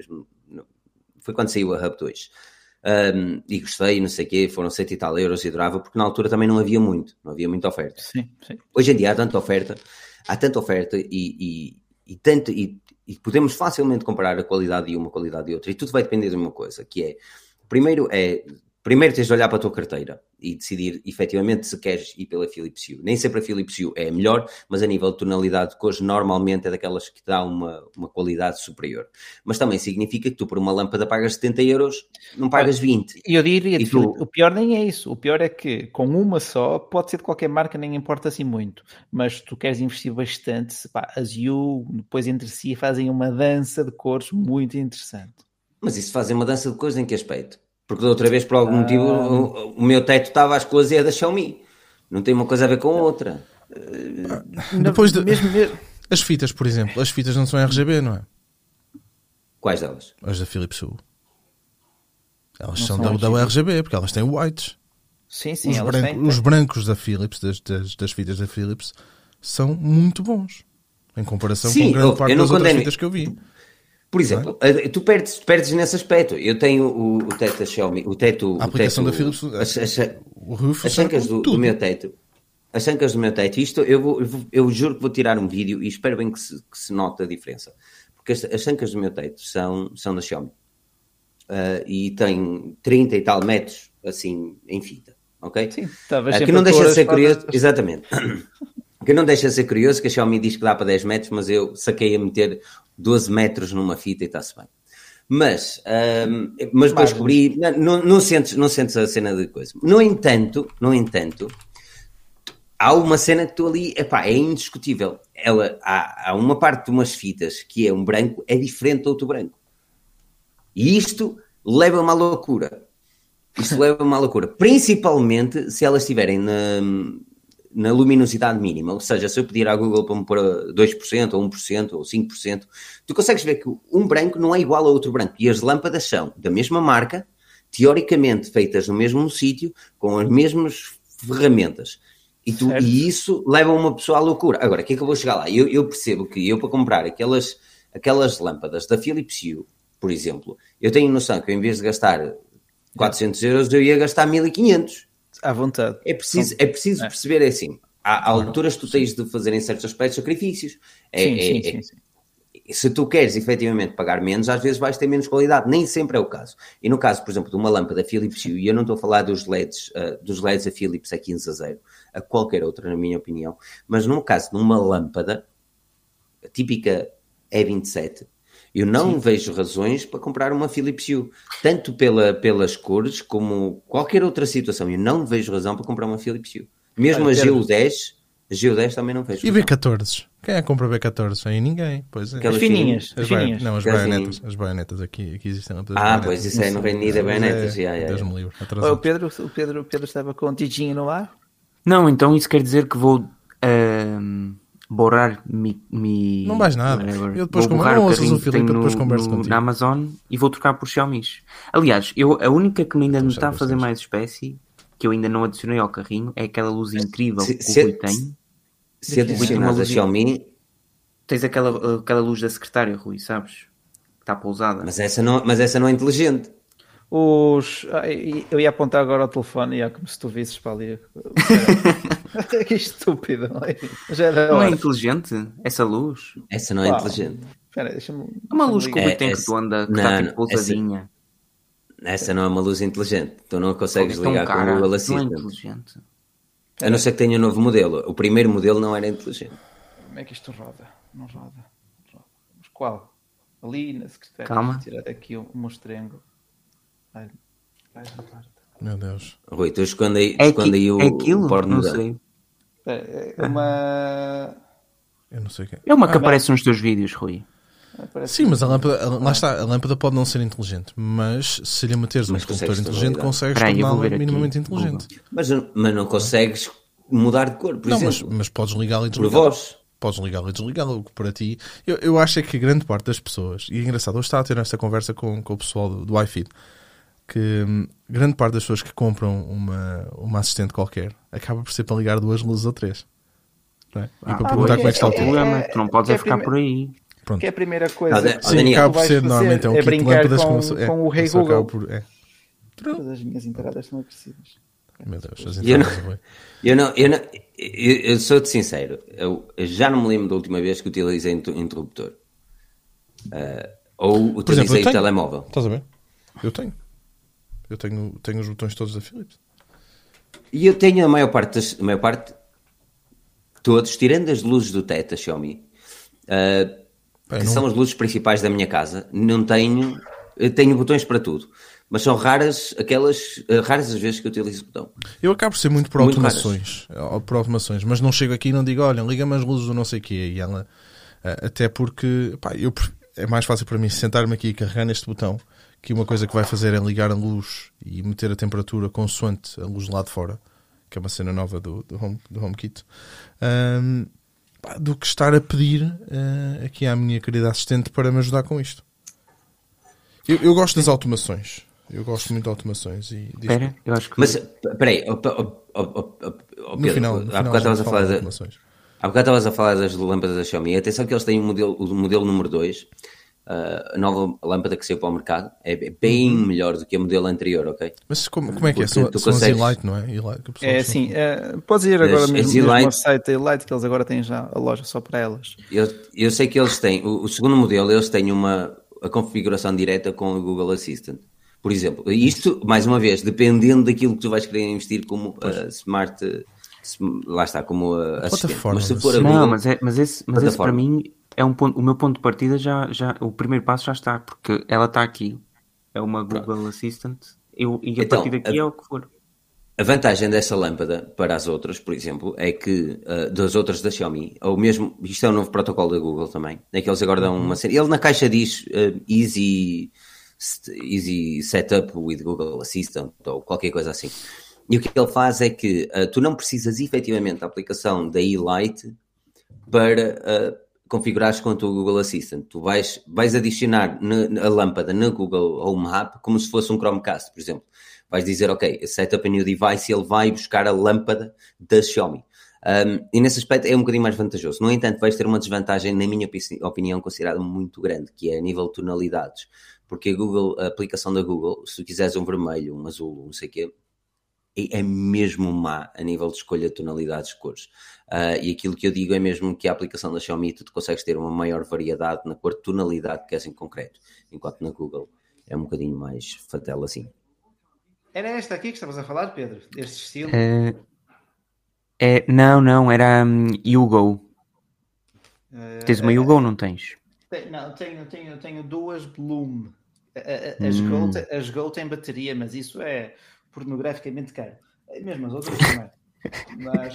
foi quando saiu a Hub 2. E gostei, não sei o quê, foram 100 e tal euros e adorava, porque na altura também não havia muita oferta. Sim. Hoje em dia há tanta oferta e podemos facilmente comparar a qualidade de uma qualidade de outra, e tudo vai depender de uma coisa, que é, primeiro tens de olhar para a tua carteira e decidir efetivamente se queres ir pela Philips Hue. Nem sempre a Philips Hue é a melhor, mas a nível de tonalidade de cores normalmente é daquelas que dá uma qualidade superior. Mas também significa que tu por uma lâmpada pagas 70 euros, não pagas 20. Eu diria, o pior nem é isso. O pior é que com uma só, pode ser de qualquer marca, nem importa assim muito. Mas tu queres investir bastante, as Hue depois entre si fazem uma dança de cores muito interessante. Mas isso fazem uma dança de cores em que aspecto? Porque da outra vez, por algum motivo, o meu teto estava às cores e é da Xiaomi. Não tem uma coisa a ver com a outra. Depois as fitas, por exemplo. As fitas não são RGB, não é? Quais delas? As da Philips Hue. Elas são da RGB, porque elas têm whites. Sim, os brancos da Philips, das fitas da Philips, são muito bons. Em comparação com grande parte das outras fitas que eu vi. Por exemplo, tu perdes nesse aspecto. Eu tenho o teto da Xiaomi, a aplicação da Philips, as chancas do meu teto. As chancas do meu teto. Isto eu juro que vou tirar um vídeo e espero bem que se note a diferença. Porque as chancas do meu teto são da Xiaomi. E tem 30 e tal metros, assim, em fita. Ok? Sim, que não deixa de ser curioso. Exatamente. Que não deixa de ser curioso, que a Xiaomi diz que dá para 10 metros, mas eu saquei a meter 12 metros numa fita e está-se bem. Mas depois descobri, não sentes a cena de coisa. No entanto, há uma cena que tu ali, é indiscutível. Há uma parte de umas fitas que é um branco, é diferente do outro branco. E isto leva-me à loucura. Principalmente se elas estiverem na luminosidade mínima. Ou seja, se eu pedir à Google para me pôr a 2%, ou 1%, ou 5%, tu consegues ver que um branco não é igual a outro branco. E as lâmpadas são da mesma marca, teoricamente feitas no mesmo sítio, com as mesmas ferramentas. E isso leva uma pessoa à loucura. Agora, o que é que eu vou chegar lá? Eu percebo que eu, para comprar aquelas lâmpadas da Philips Hue, por exemplo, eu tenho noção que eu, em vez de gastar 400 euros, eu ia gastar 1500. À vontade. É preciso perceber assim. Há alturas que tu tens de fazer, em certos aspectos, sacrifícios. Sim. Se tu queres efetivamente pagar menos, às vezes vais ter menos qualidade. Nem sempre é o caso. E no caso, por exemplo, de uma lâmpada Philips Hue, e eu não estou a falar dos LEDs a Philips a 15-0, a qualquer outra, na minha opinião, mas no caso de uma lâmpada, a típica E27, eu não vejo razões para comprar uma Philips Hue, tanto pelas cores como qualquer outra situação. Eu não vejo razão para comprar uma Philips Hue. Mesmo a GU10 também não vejo. E B14? Quem é que compra B14? Aí ninguém. Pois é. As fininhas. Não, as baionetas. Aqui existem pois isso é no Reino Unido, é baionetas. Deus me livre. O Pedro estava com um tiginho no ar? Não, então isso quer dizer que vou borrar não vais nada. Eu depois vou borrar o carrinho que tenho depois converso contigo na Amazon e vou trocar por Xiaomi. Aliás, a única que ainda me está a fazer mais espécie, que eu ainda não adicionei ao carrinho, é aquela luz incrível que o Rui tem. Se adicionares a Xiaomi... Tens aquela luz da secretária, Rui, sabes? Que está pousada. Mas essa não é inteligente. Eu ia apontar agora ao telefone e como se tu visses para ali. Que estúpido. Não é inteligente essa luz? Essa não é inteligente. Espera, deixa-me... É uma luz que o Rui tem que tu anda, que está tipo pousadinha. Essa não é uma luz inteligente. Tu não consegues ligar com o Google Assistant. Não é inteligente. A não ser que tenha um novo modelo. O primeiro modelo não era inteligente. Como é que isto roda? Não roda. Mas qual? Ali na secretária. Calma. Tirar aqui um mostrengo. Vai da parte. Meu Deus. Rui, tu esconde aí o porno. Não sei. É uma... Eu não sei o que é. É uma que aparece nos teus vídeos, Rui. Sim, mas a lâmpada pode não ser inteligente, mas se lhe meteres um interruptor inteligente, consegues torná-la minimamente inteligente. Mas não consegues mudar de cor, por exemplo. Mas podes ligá-la e desligá-la. Por voz. Podes ligá-la e desligá-la, o que para ti... Eu acho é que grande parte das pessoas, e é engraçado, hoje estava a ter esta conversa com o pessoal do iFeed, que grande parte das pessoas que compram uma assistente qualquer acaba por ser para ligar 2 luzes ou 3. Não é? E para perguntar como é que está o tempo. Tu não podes ficar por aí. Pronto. Que é a primeira coisa sim, acaba por ser normalmente é brincar com o Rei Google. Todas as minhas entradas são agressivas. Meu Deus, as entradas eu sou-te sincero, eu já não me lembro da última vez que utilizei interruptor. Ou utilizei o telemóvel. Estás a ver? Eu tenho os botões todos da Philips. E eu tenho a maior parte todos, tirando as luzes do teto da Xiaomi, que são as luzes principais da minha casa. Eu tenho botões para tudo, mas são raras as vezes que eu utilizo o botão. Eu acabo por ser muito por automações, mas não chego aqui e não digo, olha, liga-me as luzes do não sei o quê, e ela, até porque é mais fácil para mim sentar-me aqui e carregar neste botão, que uma coisa que vai fazer é ligar a luz e meter a temperatura consoante a luz lá de fora, que é uma cena nova do HomeKit, do que estar a pedir aqui à minha querida assistente para me ajudar com isto. Eu gosto das automações. Eu gosto muito de automações. Espera, eu acho que... Mas, peraí, no final há bocado estavas a falar das lâmpadas da Xiaomi. Atenção que eles têm o modelo número 2, a nova lâmpada que saiu para o mercado, é bem melhor do que a modelo anterior, ok? Mas como é que é? São as E-Lite, não é? É assim, podes ir agora mesmo ao site da E-Lite, que eles agora têm já a loja só para elas. Eu sei que eles têm, o segundo modelo, eles têm a configuração direta com o Google Assistant. Por exemplo, isto, mais uma vez, dependendo daquilo que tu vais querer investir como smart, lá está, como assistente. Mas se for a Google, mas esse para mim é um ponto, o meu ponto de partida já o primeiro passo já está, porque ela está aqui, é uma Google Assistant, e a partir daqui é o que for. A vantagem dessa lâmpada para as outras, por exemplo, é que das outras da Xiaomi, ou mesmo, isto é um novo protocolo da Google também, é que eles agora dão uma série. Ele na caixa diz Easy Setup with Google Assistant, ou qualquer coisa assim. E o que ele faz é que tu não precisas efetivamente da aplicação da eLight para configurares com o teu Google Assistant. Tu vais adicionar a lâmpada na Google Home App como se fosse um Chromecast, por exemplo. Vais dizer, ok, set up a new device e ele vai buscar a lâmpada da Xiaomi. E nesse aspecto é um bocadinho mais vantajoso. No entanto, vais ter uma desvantagem, na minha opinião, considerada muito grande, que é a nível de tonalidades. Porque a aplicação da Google, se tu quiseres um vermelho, um azul, não sei o quê, é mesmo má a nível de escolha de tonalidades de cores. E aquilo que eu digo é mesmo que a aplicação da Xiaomi tu consegues ter uma maior variedade na cor de tonalidade que queres em concreto, enquanto na Google é um bocadinho mais fatela assim. Era esta aqui que estavas a falar, Pedro? Este estilo? Não, era Yugo. Tens uma Yugo ou não tens? Não, tenho duas Bloom. As Go têm bateria, mas isso é pornograficamente caro. Mesmo as outras também. Mas...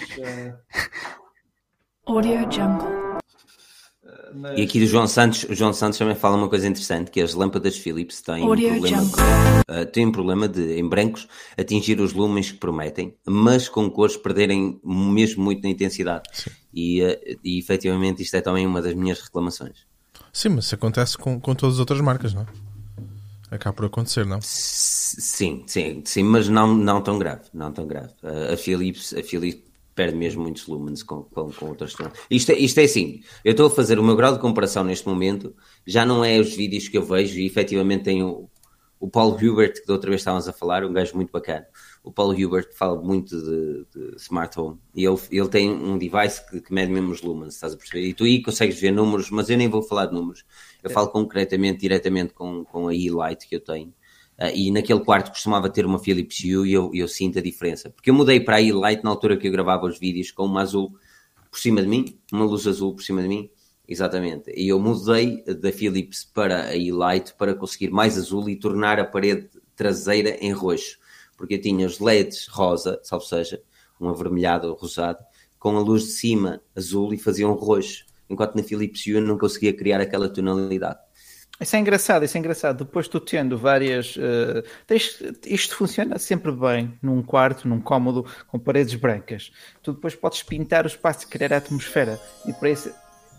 Audio Jungle. E aqui o João Santos também fala uma coisa interessante, que as lâmpadas Philips têm um problema de, em brancos, atingir os lumens que prometem, mas com cores perderem mesmo muito na intensidade. E efetivamente isto é também uma das minhas reclamações. Sim, mas isso acontece com todas as outras marcas, não é? Acaba por acontecer, não? Sim, mas não tão grave. A Philips perde mesmo muitos lumens com outras tonalidades. Isto é assim, eu estou a fazer o meu grau de comparação neste momento, já não é os vídeos que eu vejo, e efetivamente tenho o Paul Hubert, que da outra vez estávamos a falar, um gajo muito bacana. O Paul Hubert fala muito de smart home, e ele tem um device que mede mesmo os lumens, estás a perceber? E tu aí consegues ver números, mas eu nem vou falar de números, eu falo diretamente com a eLight que eu tenho. E naquele quarto costumava ter uma Philips Hue e eu sinto a diferença. Porque eu mudei para a eLight na altura que eu gravava os vídeos com uma azul por cima de mim, uma luz azul por cima de mim, exatamente. E eu mudei da Philips para a eLight para conseguir mais azul e tornar a parede traseira em roxo. Porque eu tinha os LEDs rosa, salvo seja, um avermelhado ou rosado, com a luz de cima azul e fazia um roxo. Enquanto na Philips Hue não conseguia criar aquela tonalidade. Isso é engraçado. Depois tu tendo várias... isto funciona sempre bem num quarto, num cômodo com paredes brancas. Tu depois podes pintar o espaço e criar a atmosfera. E para isso...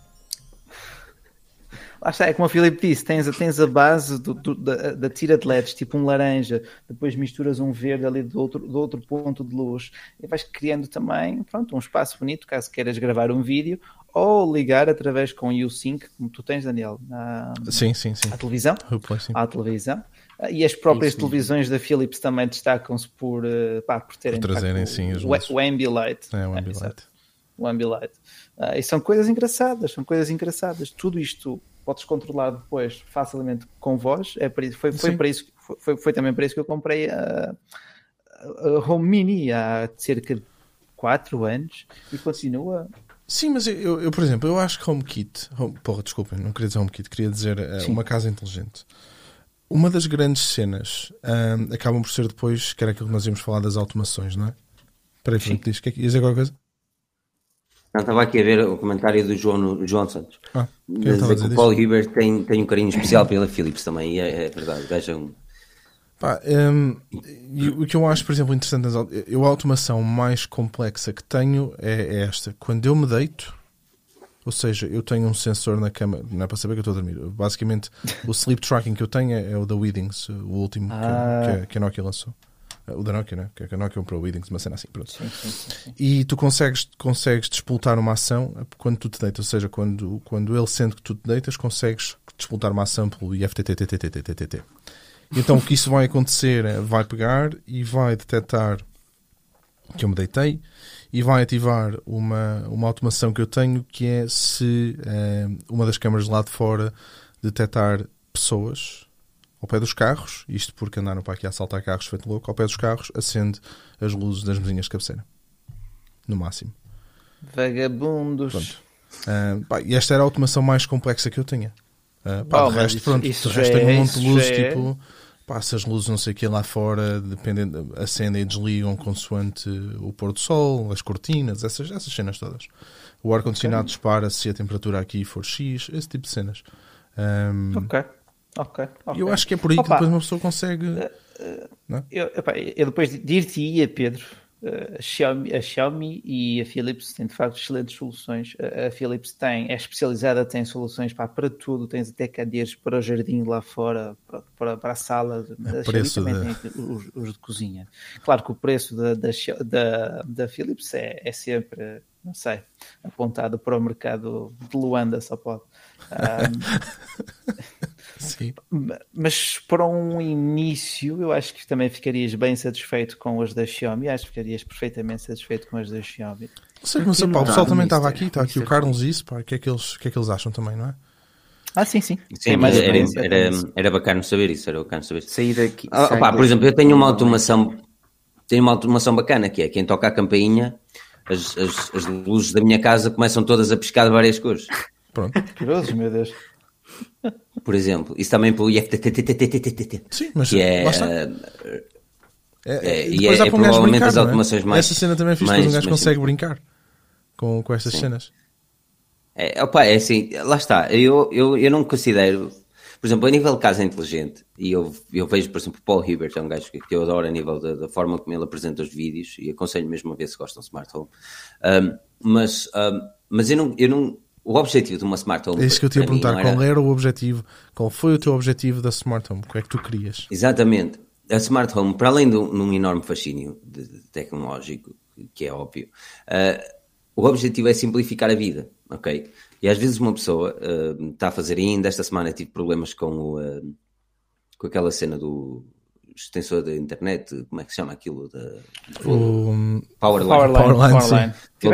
Lá está, é como a Filipe disse, tens a base da tira de LEDs, tipo um laranja, depois misturas um verde ali do outro ponto de luz e vais criando também, pronto, um espaço bonito, caso queiras gravar um vídeo ou ligar através com o U-Sync, como tu tens, Daniel, sim. à televisão. À televisão. E as próprias televisões da Philips também destacam-se por terem trazerem o Ambilight. O Ambilight. E são coisas engraçadas. Tudo isto podes controlar depois facilmente com voz. Foi também para isso que eu comprei a Home Mini há cerca de 4 anos e continua. Sim, mas eu por exemplo, eu acho que HomeKit... desculpem, não queria dizer HomeKit, queria dizer uma casa inteligente. Uma das grandes cenas acabam por ser depois, que era aquilo que nós íamos falar das automações, não é? Espera aí, Filipe, diz que ias dizer qualquer coisa? Não, estava aqui a ver o comentário do João Santos. Dizer que o Paul Hubert tem um carinho especial pela Philips também, e é verdade, vejam. O que eu acho, por exemplo, interessante, a automação mais complexa que tenho é esta. Quando eu me deito, ou seja, eu tenho um sensor na cama, não é para saber que eu estou a dormir. Basicamente, o sleep tracking que eu tenho é o da Withings, o último que a Nokia lançou. O da Nokia, né? Que a Nokia comprou o Withings, uma cena assim, pronto. Sim. E tu consegues despoltar uma ação quando tu te deitas, ou seja, quando ele sente que tu te deitas, consegues despoltar uma ação pelo IFTTT. Então o que isso vai acontecer é, vai pegar e vai detectar que eu me deitei e vai ativar uma automação que eu tenho, que é se uma das câmaras lá de fora detectar pessoas ao pé dos carros, isto porque andaram para aqui a assaltar carros feito louco, ao pé dos carros acende as luzes das mesinhas de cabeceira. No máximo. Vagabundos. E esta era a automação mais complexa que eu tinha. De resto, pronto. De resto tenho um monte de luzes, tipo... se as luzes não sei o que lá fora acendem e desligam consoante o pôr do sol, as cortinas, essas cenas todas. O ar-condicionado dispara se a temperatura aqui for X, esse tipo de cenas. Ok. Eu acho que é por aí que depois uma pessoa consegue Eu depois dir-te-ia, Pedro, a Xiaomi e a Philips têm de facto excelentes soluções. A Philips é especializada, tem soluções para tudo, tens até cadeiras para o jardim lá fora, para a sala. A Xiaomi também tem os de cozinha. Claro que o preço da Philips é sempre, não sei, apontado para o mercado de Luanda, só pode. Sim. Mas para um início eu acho que também ficarias bem satisfeito com as da Xiaomi. Acho que ficarias perfeitamente satisfeito com as da Xiaomi. Sei, mas o pessoal também estava aqui, está aqui o Carlos e isso, pá, o que é que eles acham também, não é? Sim. Era bacana saber isso, era bacana saber. Sair daqui. Por exemplo, eu tenho uma automação bacana, que é quem toca a campainha, as luzes da minha casa começam todas a piscar de várias cores. Pronto. Curiosos, meu Deus. Por exemplo, isso também pelo IFTTT. Sim, mas que lá está. E é provavelmente brincar, as automações mais... Essa cena também é fixe, um gajo consegue brincar com essas cenas. É assim, lá está. Eu não considero... Por exemplo, a nível de casa inteligente, e eu vejo, por exemplo, Paul Hibbert, é um gajo que eu adoro a nível da forma como ele apresenta os vídeos, e aconselho mesmo a ver se gostam de Smart Home. Mas eu não... O objetivo de uma Smart Home... É isso que eu te ia perguntar, qual era o objetivo, qual foi o teu objetivo da Smart Home? O que é que tu querias? Exatamente. A Smart Home, para além de um enorme fascínio tecnológico, que é óbvio, o objetivo é simplificar a vida, ok? E às vezes uma pessoa está a fazer, ainda esta semana tive problemas com aquela cena do extensor da internet, como é que se chama aquilo? Powerline.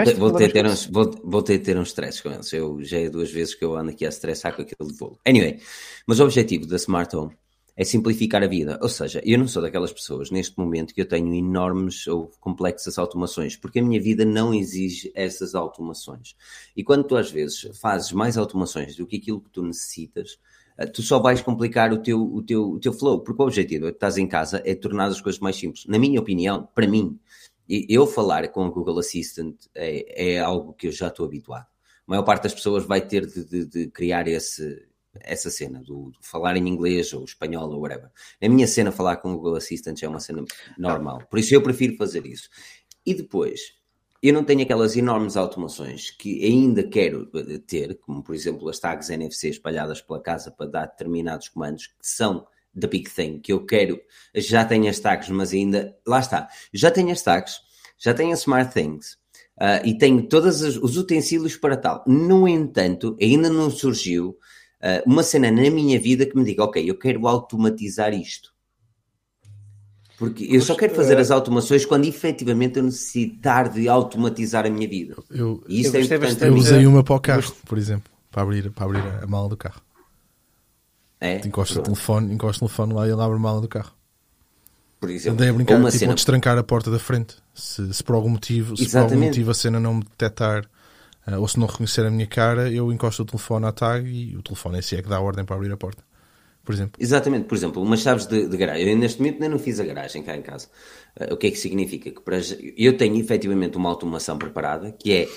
Vou ter de ter uns stress com eles. Eu já é 2 vezes que eu ando aqui a estressar com aquele de voo. Anyway, mas o objetivo da Smart Home é simplificar a vida. Ou seja, eu não sou daquelas pessoas neste momento que eu tenho enormes ou complexas automações, porque a minha vida não exige essas automações. E quando tu às vezes fazes mais automações do que aquilo que tu necessitas, tu só vais complicar o teu flow, porque o objetivo é que estás em casa é tornar as coisas mais simples. Na minha opinião, para mim, eu falar com o Google Assistant é algo que eu já estou habituado. A maior parte das pessoas vai ter de criar essa cena, do falar em inglês ou espanhol ou whatever. Na minha cena, falar com o Google Assistant é uma cena normal. Por isso eu prefiro fazer isso. E depois, eu não tenho aquelas enormes automações que ainda quero ter, como por exemplo as tags NFC espalhadas pela casa para dar determinados comandos, que são the big thing, que eu quero. Já tenho as tags, mas ainda... Lá está. Já tenho as tags, já tenho as Smart Things, e tenho todos os utensílios para tal. No entanto, ainda não surgiu uma cena na minha vida que me diga, ok, eu quero automatizar isto. Porque eu só quero fazer as automações quando efetivamente eu necessitar de automatizar a minha vida. Eu usei uma para o carro, por exemplo, para abrir a mala do carro. Encosto o telefone lá e ele abre a mala do carro. Por exemplo, andei a brincar, tipo, a destrancar a porta da frente. Se por algum motivo a cena não me detectar ou se não reconhecer a minha cara, eu encosto o telefone à tag e o telefone é que dá a ordem para abrir a porta. Por exemplo. Exatamente, por exemplo, umas chaves de garagem. Eu neste momento ainda não fiz a garagem cá em casa. O que é que significa? Que eu tenho efetivamente uma automação preparada, que é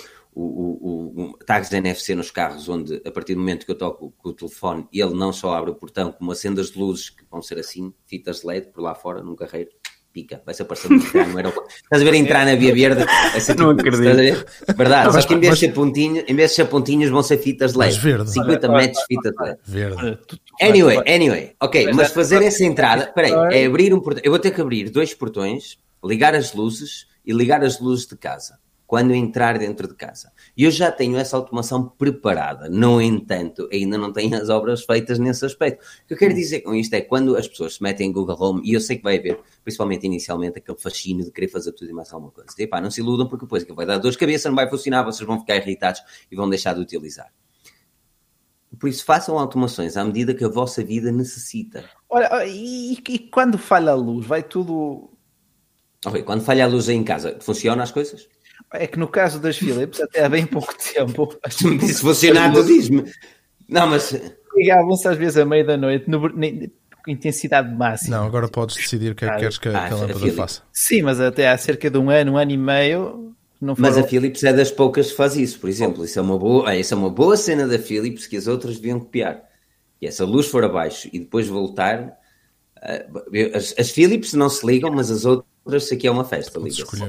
o tags de NFC nos carros, onde a partir do momento que eu toco com o telefone, ele não só abre o portão, como acende as luzes, que vão ser assim, fitas LED por lá fora, num carreiro, pica, vai-se aparecer entrar no aeroporto. Estás a ver entrar na Via Verde? Não acredito. Estás a ver? Verdade, só que em vez de ser pontinhos, vão ser fitas LED. Verde. 50 metros fitas LED. Verde. Anyway, ok, mas fazer essa entrada, peraí, é abrir um portão. Eu vou ter que abrir 2 portões, ligar as luzes e ligar as luzes de casa, quando eu entrar dentro de casa. E eu já tenho essa automação preparada. No entanto, ainda não tenho as obras feitas nesse aspecto. O que eu quero dizer com isto é quando as pessoas se metem em Google Home, e eu sei que vai haver, principalmente inicialmente, aquele fascínio de querer fazer tudo e mais alguma coisa. E pá, não se iludam, porque depois aquilo vai dar dor de cabeça, não vai funcionar, vocês vão ficar irritados e vão deixar de utilizar. Por isso, façam automações à medida que a vossa vida necessita. Olha, e quando falha a luz, vai tudo... Ok, quando falha a luz aí em casa, funcionam as coisas? É que no caso das Philips, até há bem pouco tempo... Se me disse funcionar, tu diz-me. Não, mas... Ligavam-se às vezes à meia da noite, com intensidade máxima. Não, agora podes decidir o que é que queres que a lâmpada faça. Sim, mas até há cerca de um ano e meio... Mas a Philips é das poucas que faz isso, por exemplo. Isso é uma boa cena da Philips que as outras deviam copiar. E essa luz for abaixo e depois voltar, As Philips não se ligam, mas as outras aqui é uma festa.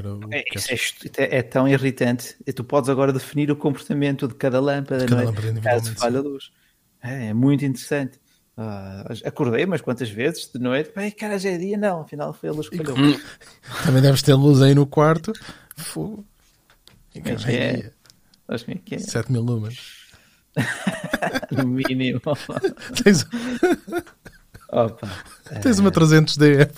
É tão irritante. E tu podes agora definir o comportamento de cada lâmpada, caso falha a luz. É muito interessante. Acordei umas quantas vezes de noite. Cara, já é dia, não. Afinal foi a luz que falhou. Também deves ter luz aí no quarto. Fogo. Acho que é. 7.000 lumens. No mínimo. Tens uma 300D.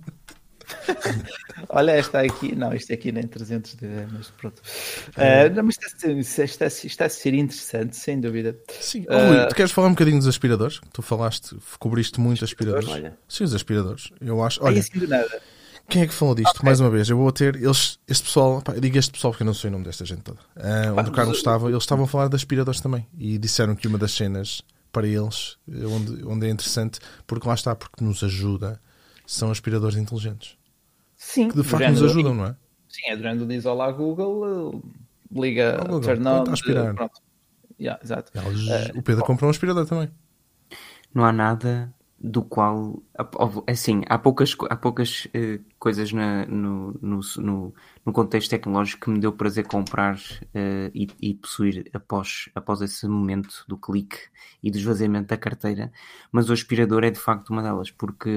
Olha, esta aqui. Não, isto aqui nem 300D, mas pronto. Não, mas está a ser interessante, sem dúvida. Sim. Rui, tu queres falar um bocadinho dos aspiradores? Tu cobriste muito aspiradores. Olha. Sim, os aspiradores. Eu acho. Olha, assim do nada. Quem é que falou disto? Mais uma vez, eu vou ter. Este pessoal, eu digo este pessoal porque eu não sei o nome desta gente toda. Onde o Carlos estava, eles estavam a falar de aspiradores também. E disseram que uma das cenas para eles, onde é interessante, porque lá está, porque nos ajuda, são aspiradores inteligentes. Sim, que de facto nos ajudam, não é? Sim, é durante o diz olá Google, liga turn on, aspirar. Pronto. Exato. O Pedro comprou um aspirador também. Não há nada do qual, assim, há poucas coisas no contexto tecnológico que me deu prazer comprar e possuir após esse momento do clique e do esvaziamento da carteira, mas o aspirador é de facto uma delas, porque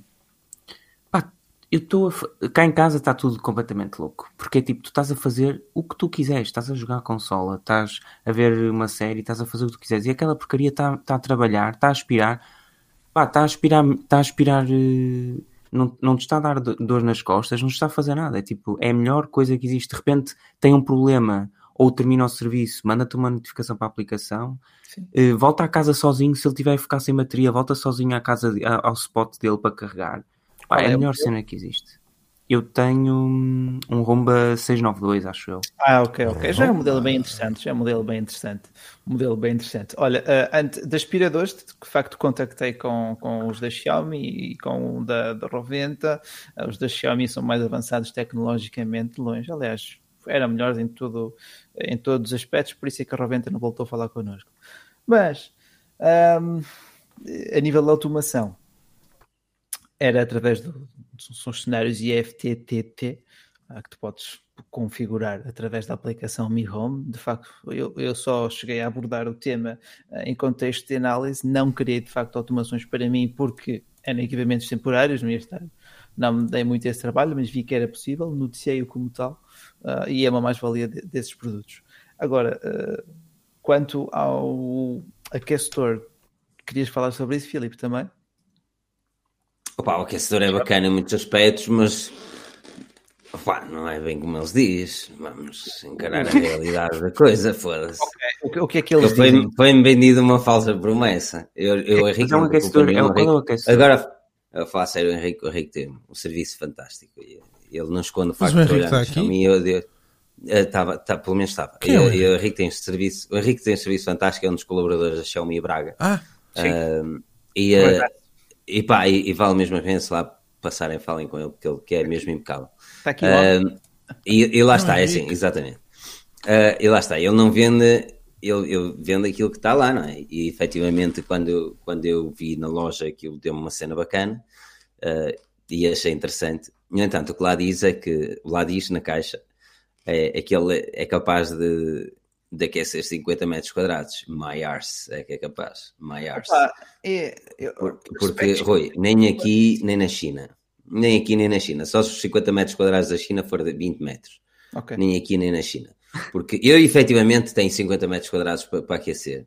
eu estou cá em casa está tudo completamente louco, porque é tipo, tu estás a fazer o que tu quiseres, estás a jogar a consola, estás a ver uma série, estás a fazer o que tu quiseres, e aquela porcaria está a trabalhar, está a aspirar, não te está a dar dor nas costas, não te está a fazer nada, é tipo, é a melhor coisa que existe. De repente tem um problema ou termina o serviço, manda-te uma notificação para a aplicação, volta à casa sozinho, se ele tiver a ficar sem bateria, volta sozinho à casa, ao spot dele para carregar. É a melhor cena que existe. Eu tenho um Rumba 692, acho eu. Ok. Já é um modelo bem interessante. Olha, de aspiradores, de facto contactei com os da Xiaomi e com o da Roventa. Os da Xiaomi são mais avançados tecnologicamente de longe. Aliás, eram melhores em todos os aspectos, por isso é que a Roventa não voltou a falar connosco. Mas, a nível de automação, era através são cenários IFTTT que tu podes configurar através da aplicação Mi Home. De facto, eu só cheguei a abordar o tema em contexto de análise, não criei de facto automações para mim porque eram equipamentos temporários, não me dei muito esse trabalho, mas vi que era possível, noticiei-o como tal e é uma mais-valia desses produtos. Agora, quanto ao aquecedor, querias falar sobre isso, Filipe, também? O aquecedor é bacana em muitos aspectos, mas não é bem como eles dizem. Vamos encarar a realidade da coisa, foda-se. O que é que eles dizem? Foi-me vendido uma falsa promessa. O Henrique é um aquecedor, Agora, eu falo a sério, o Henrique tem um serviço fantástico. Ele não esconde o facto de olhar no Xiaomi. Pelo menos estava. O Henrique tem serviço. O Henrique tem um serviço fantástico, é um dos colaboradores da Xiaomi Braga. Sim. E vale mesmo a pena se lá passarem, falem com ele, porque ele que é mesmo impecável. Está aqui e lá está, é assim, exatamente. E lá está, ele não vende, ele vende aquilo que está lá, não é? E efetivamente, quando eu vi na loja aquilo deu-me uma cena bacana e achei interessante. No entanto, o que lá diz é que, lá diz na caixa, é que ele é capaz de aquecer 50 metros quadrados. My arse é que é capaz. My arse. Porque, Rui, nem aqui nem na China. Nem aqui nem na China. Só se os 50 metros quadrados da China for de 20 metros. Okay. Nem aqui nem na China. Porque eu efetivamente tenho 50 metros quadrados para aquecer.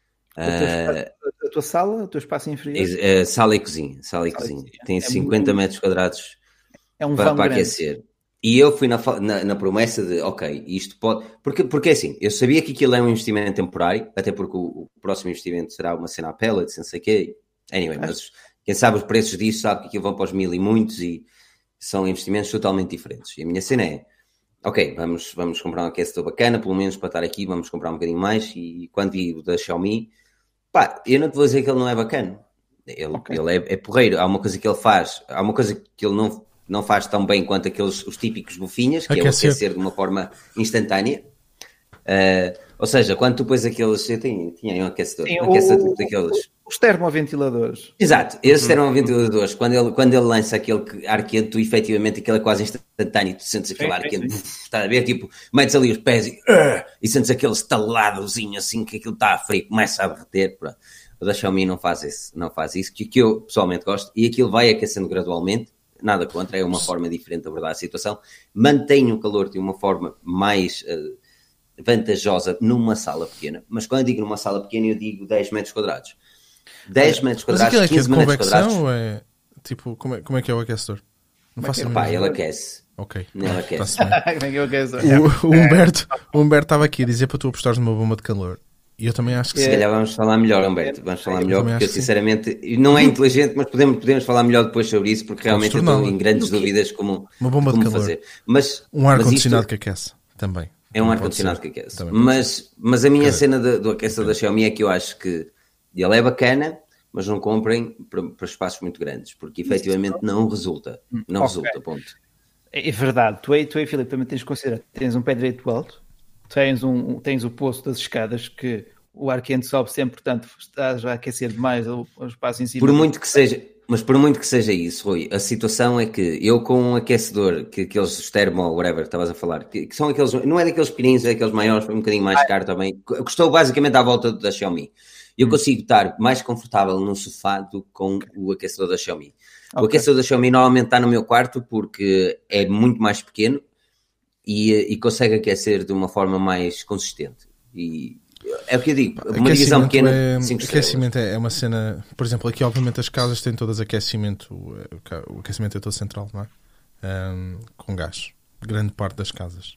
A tua sala, o teu espaço inferior? Sala e cozinha. Tem 50 metros quadrados para aquecer. E eu fui na promessa de, ok, isto pode... Porque assim, eu sabia que aquilo é um investimento temporário, até porque o próximo investimento será uma cena a pellets, não sei o quê. Anyway, mas quem sabe os preços disso sabe que aquilo vão para os 1000 e muitos e são investimentos totalmente diferentes. E a minha cena é, ok, vamos comprar um aquecedor bacana, pelo menos para estar aqui, vamos comprar um bocadinho mais. E quando vi o da Xiaomi, eu não te vou dizer que ele não é bacana. Ele é porreiro. Há uma coisa que ele faz, há uma coisa que ele não faz tão bem quanto os típicos bufinhas, que é o aquecer de uma forma instantânea. Ou seja, quando tu pões aqueles... Eu tinha aí um aquecedor. Sim, Um aquecedor daqueles... Os termoventiladores. Exato, esses termoventiladores, quando ele lança aquele ar quente, tu efetivamente aquilo é quase instantâneo, tu sentes aquele ar quente, está a ver, tipo, metes ali os pés e sentes aquele estaladozinho assim, que aquilo está a frio, começa a derreter, pronto. O da Xiaomi não faz isso, que eu pessoalmente gosto, e aquilo vai aquecendo gradualmente, nada contra, é uma forma diferente de abordar a situação, mantém o calor de uma forma mais vantajosa numa sala pequena, mas quando eu digo numa sala pequena eu digo 10 metros quadrados. 10 metros quadrados, mas 15 metros quadrados. Ou é tipo, como é que é o aquecedor? Não faço Pá, ele aquece. Ok. Ele aquece. O Humberto estava aqui a dizer para tu apostares numa bomba de calor. E eu também acho que se calhar vamos falar melhor, Humberto. Vamos falar melhor, porque eu sinceramente não é inteligente, mas podemos falar melhor depois sobre isso, porque realmente eu estou em grandes dúvidas como de calor. Fazer. Mas, um ar-condicionado que aquece também. É um ar-condicionado que aquece. Mas a minha cena do aquecedor da Xiaomi é que eu acho que ele é bacana, mas não comprem para espaços muito grandes, porque efetivamente não resulta. Não resulta, ponto. É verdade. Tu aí, Filipe, também tens de considerar. Tens um pé direito alto, tens o poço das escadas, que o ar quente sobe sempre, portanto estás a aquecer demais o espaço em cima. Por muito que seja isso, Rui, a situação é que eu com um aquecedor, que aqueles termo, whatever, estavas a falar, que são aqueles, não é daqueles pequeninos, é daqueles maiores, foi um bocadinho mais caro também, custou basicamente à volta da Xiaomi. Eu consigo estar mais confortável no sofá do que com o aquecedor da Xiaomi. O aquecedor da Xiaomi normalmente está no meu quarto porque é muito mais pequeno e consegue aquecer de uma forma mais consistente. E é o que eu digo, uma divisão pequena, 5 aquecimento é uma cena, por exemplo, aqui obviamente as casas têm todas aquecimento, o aquecimento é todo central, não é? Com gás, grande parte das casas.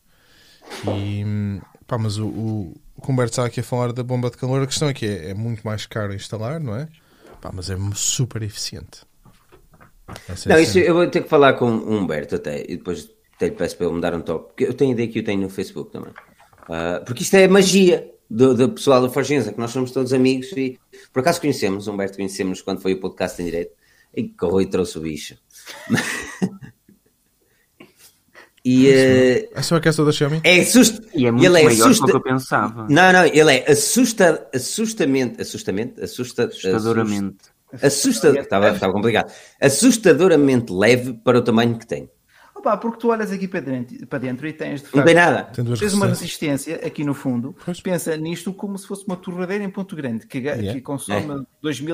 Mas o Humberto está aqui a falar da bomba de calor, a questão é que é muito mais caro instalar, não é? Mas é super eficiente. Não, isso eu vou ter que falar com o Humberto até, e depois até lhe peço para ele me dar um toque, porque eu tenho ideia que eu tenho no Facebook também. Porque isto é magia do pessoal da Forginza, que nós somos todos amigos e por acaso conhecemos, o Humberto conhecemos quando foi o podcast em direto, e que o Rui trouxe o bicho. E é só a questão da Xiaomi? E é muito maior do que eu pensava. Não, ele é estava complicado. Assustadoramente leve para o tamanho que tem. Porque tu olhas aqui para dentro e tens de facto, não tem nada. Tens uma resistência aqui no fundo. Pensa nisto como se fosse uma torradeira em ponto grande que consome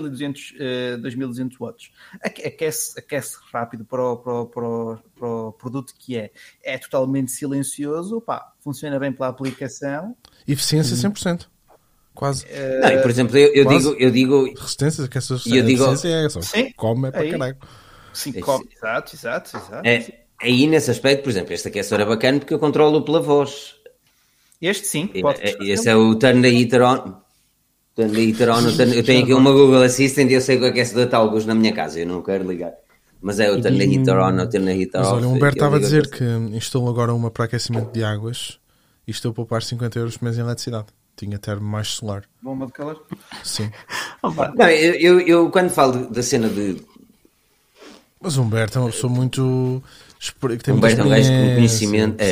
2200 watts. Aquece rápido para o produto que é totalmente silencioso. Funciona bem pela aplicação. Eficiência 100%. Quase. Não, por exemplo, eu digo resistência, que essa resistência é só. Come para caralho. Sim, come. Exato. Aí nesse aspecto, por exemplo, este aquecedor é bacana porque eu controlo pela voz. Este sim. Esse é o Turn the Heater On. Eu tenho aqui uma Google Assistant e eu sei que o aquecedor está alguns na minha casa, eu não quero ligar. Mas é o Turn the Heater On ou Turn the Heater Off. Olha, o Humberto estava a dizer que instalou agora uma para aquecimento de águas e estou a poupar 50 euros por mês em eletricidade. Tinha termo mais solar. Bomba de calor? Sim. Não, eu quando falo da cena de... Mas o Humberto é uma pessoa muito... O Humberto é um gajo com conhecimento.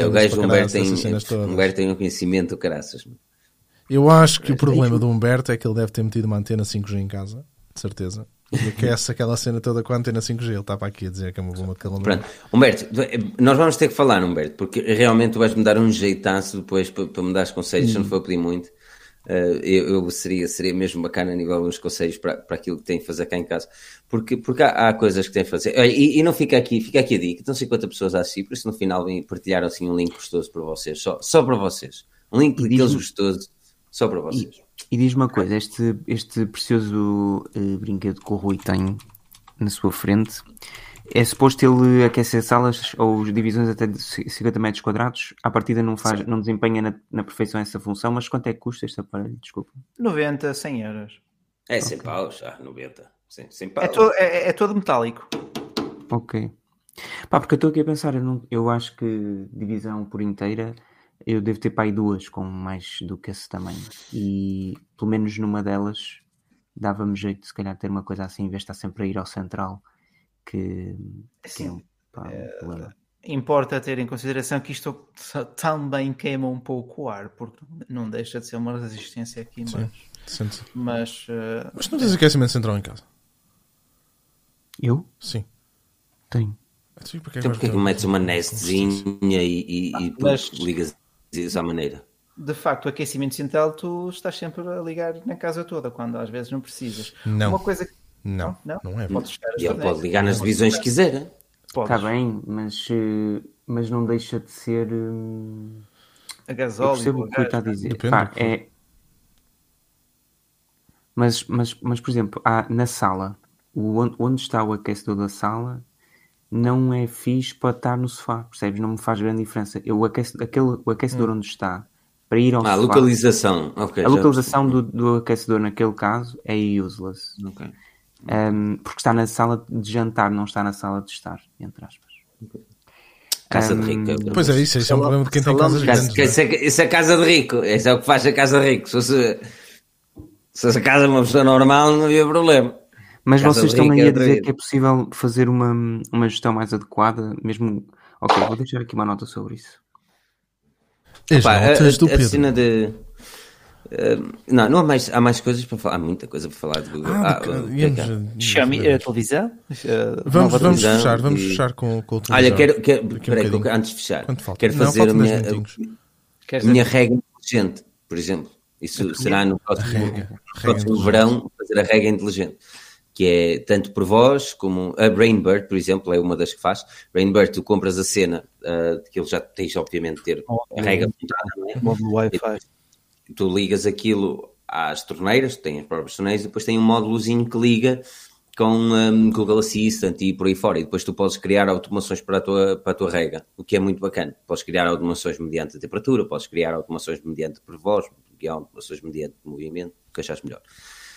O Humberto tem um conhecimento do caraças. Eu acho que o problema do Humberto é que ele deve ter metido uma antena 5G em casa, de certeza. E aquece aquela cena toda com a antena 5G. Ele estava aqui a dizer que é uma bomba de calor. Pronto, Humberto, nós vamos ter que falar, Humberto, porque realmente tu vais-me dar um jeitaço depois para me dar os conselhos, se não for pedir muito. Eu seria mesmo bacana a nível dos conselhos para aquilo que tem que fazer cá em casa, porque há coisas que tem que fazer e não fica aqui a dica, estão 50 pessoas a assistir, por isso no final vem partilhar assim um link gostoso para vocês, só para vocês, um link daqueles gostosos só para vocês. E diz-me uma coisa, este precioso brinquedo que o Rui tem na sua frente, é suposto ele aquecer salas ou divisões até de 50 metros quadrados? À partida não desempenha na perfeição essa função, mas quanto é que custa este aparelho? Desculpa. 90, 100 euros. É 100 paus, 90. 100 paus. É todo metálico. Ok. Porque eu estou aqui a pensar, eu acho que divisão por inteira, eu devo ter aí duas com mais do que esse tamanho. E pelo menos numa delas dava-me jeito de se calhar ter uma coisa assim, em vez de estar sempre a ir ao central. Que assim, importa ter em consideração que isto também queima um pouco o ar, porque não deixa de ser uma resistência aqui embaixo. Mas não tens aquecimento central em casa? Eu? Sim. Tenho. Então porque que metes uma nestzinha e ligas dessa maneira? De facto, o aquecimento central tu estás sempre a ligar na casa toda, quando às vezes não precisas. Não. Uma coisa que... Não é. E ele pode ligar nas divisões que quiser. Está bem, mas não deixa de ser... A gasóleo. Eu percebo o que está a dizer. Depende. Mas, por exemplo, na sala, onde está o aquecedor da sala, não é fixe para estar no sofá, percebes? Não me faz grande diferença. O aquecedor onde está, para ir ao sofá... A localização. Okay, a localização do aquecedor, naquele caso, é useless. Okay. Porque está na sala de jantar, não está na sala de estar, entre aspas. Casa de rico. Pois é, isso é um problema de quem tem casas grandes. Isso é casa de rico. Isso é o que faz a casa de rico. Se a casa é uma pessoa normal, não havia problema. Mas casa vocês estão aí a dizer que é possível fazer uma gestão mais adequada, mesmo... Ok, vou deixar aqui uma nota sobre isso. A cena de... não há mais coisas para falar. Há muita coisa para falar de Google. Xiaomi, a televisão? Vamos fechar com o televisão. Olha, antes de fechar, quero fazer a minha regra inteligente, por exemplo. Isso será no próximo verão, fazer a regra inteligente. Que é tanto por voz como a Rainbird, por exemplo, é uma das que faz. Rainbird, tu compras a cena, que ele já tens, obviamente, ter a regra montada, não é? Módulo Wi-Fi. Tu ligas aquilo às torneiras, tem as próprias torneiras, depois tem um módulozinho que liga com Google Assistant e por aí fora, e depois tu podes criar automações para a tua rega, o que é muito bacana. Podes criar automações mediante a temperatura, podes criar automações mediante por voz, automações mediante movimento, o que achares melhor.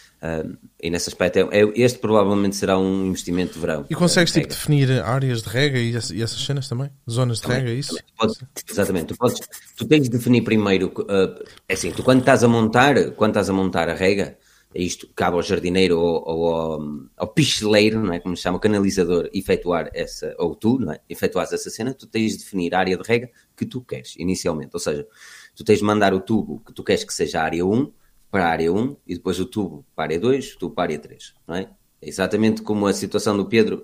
E nesse aspecto, este provavelmente será um investimento de verão. E consegues definir áreas de rega e essas cenas também? Zonas de rega, isso? Exatamente. Tu tens de definir primeiro, é assim, tu quando estás a montar a rega, isto cabe ao jardineiro ou ao picheleiro, não é? Como se chama, o canalizador, efetuar essa, ou tu, não é? Efetuares essa cena, tu tens de definir a área de rega que tu queres, inicialmente. Ou seja, tu tens de mandar o tubo que tu queres que seja a área 1, para a área 1 e depois o tubo para a área 2, o tubo para a área 3, não é? É exatamente como a situação do Pedro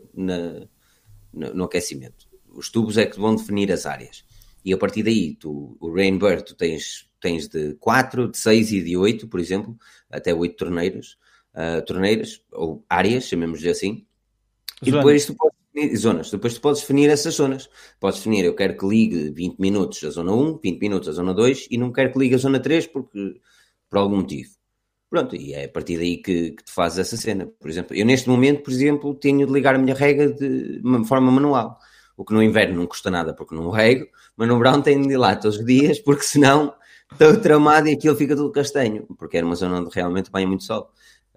no aquecimento. Os tubos é que vão definir as áreas. E a partir daí, o Rainbird, tu tens de 4, de 6 e de 8, por exemplo, até 8 torneiras, ou áreas, chamemos-lhe assim. E depois tu podes definir zonas. Depois tu podes definir essas zonas. Podes definir, eu quero que ligue 20 minutos a zona 1, 20 minutos a zona 2 e não quero que ligue a zona 3 porque... por algum motivo. Pronto, e é a partir daí que tu fazes essa cena. Por exemplo, eu neste momento, por exemplo, tenho de ligar a minha rega de uma forma manual. O que no inverno não custa nada porque não rego, mas no verão tenho de ir lá todos os dias porque senão estou tramado e aquilo fica tudo castanho. Porque era uma zona onde realmente banha muito sol.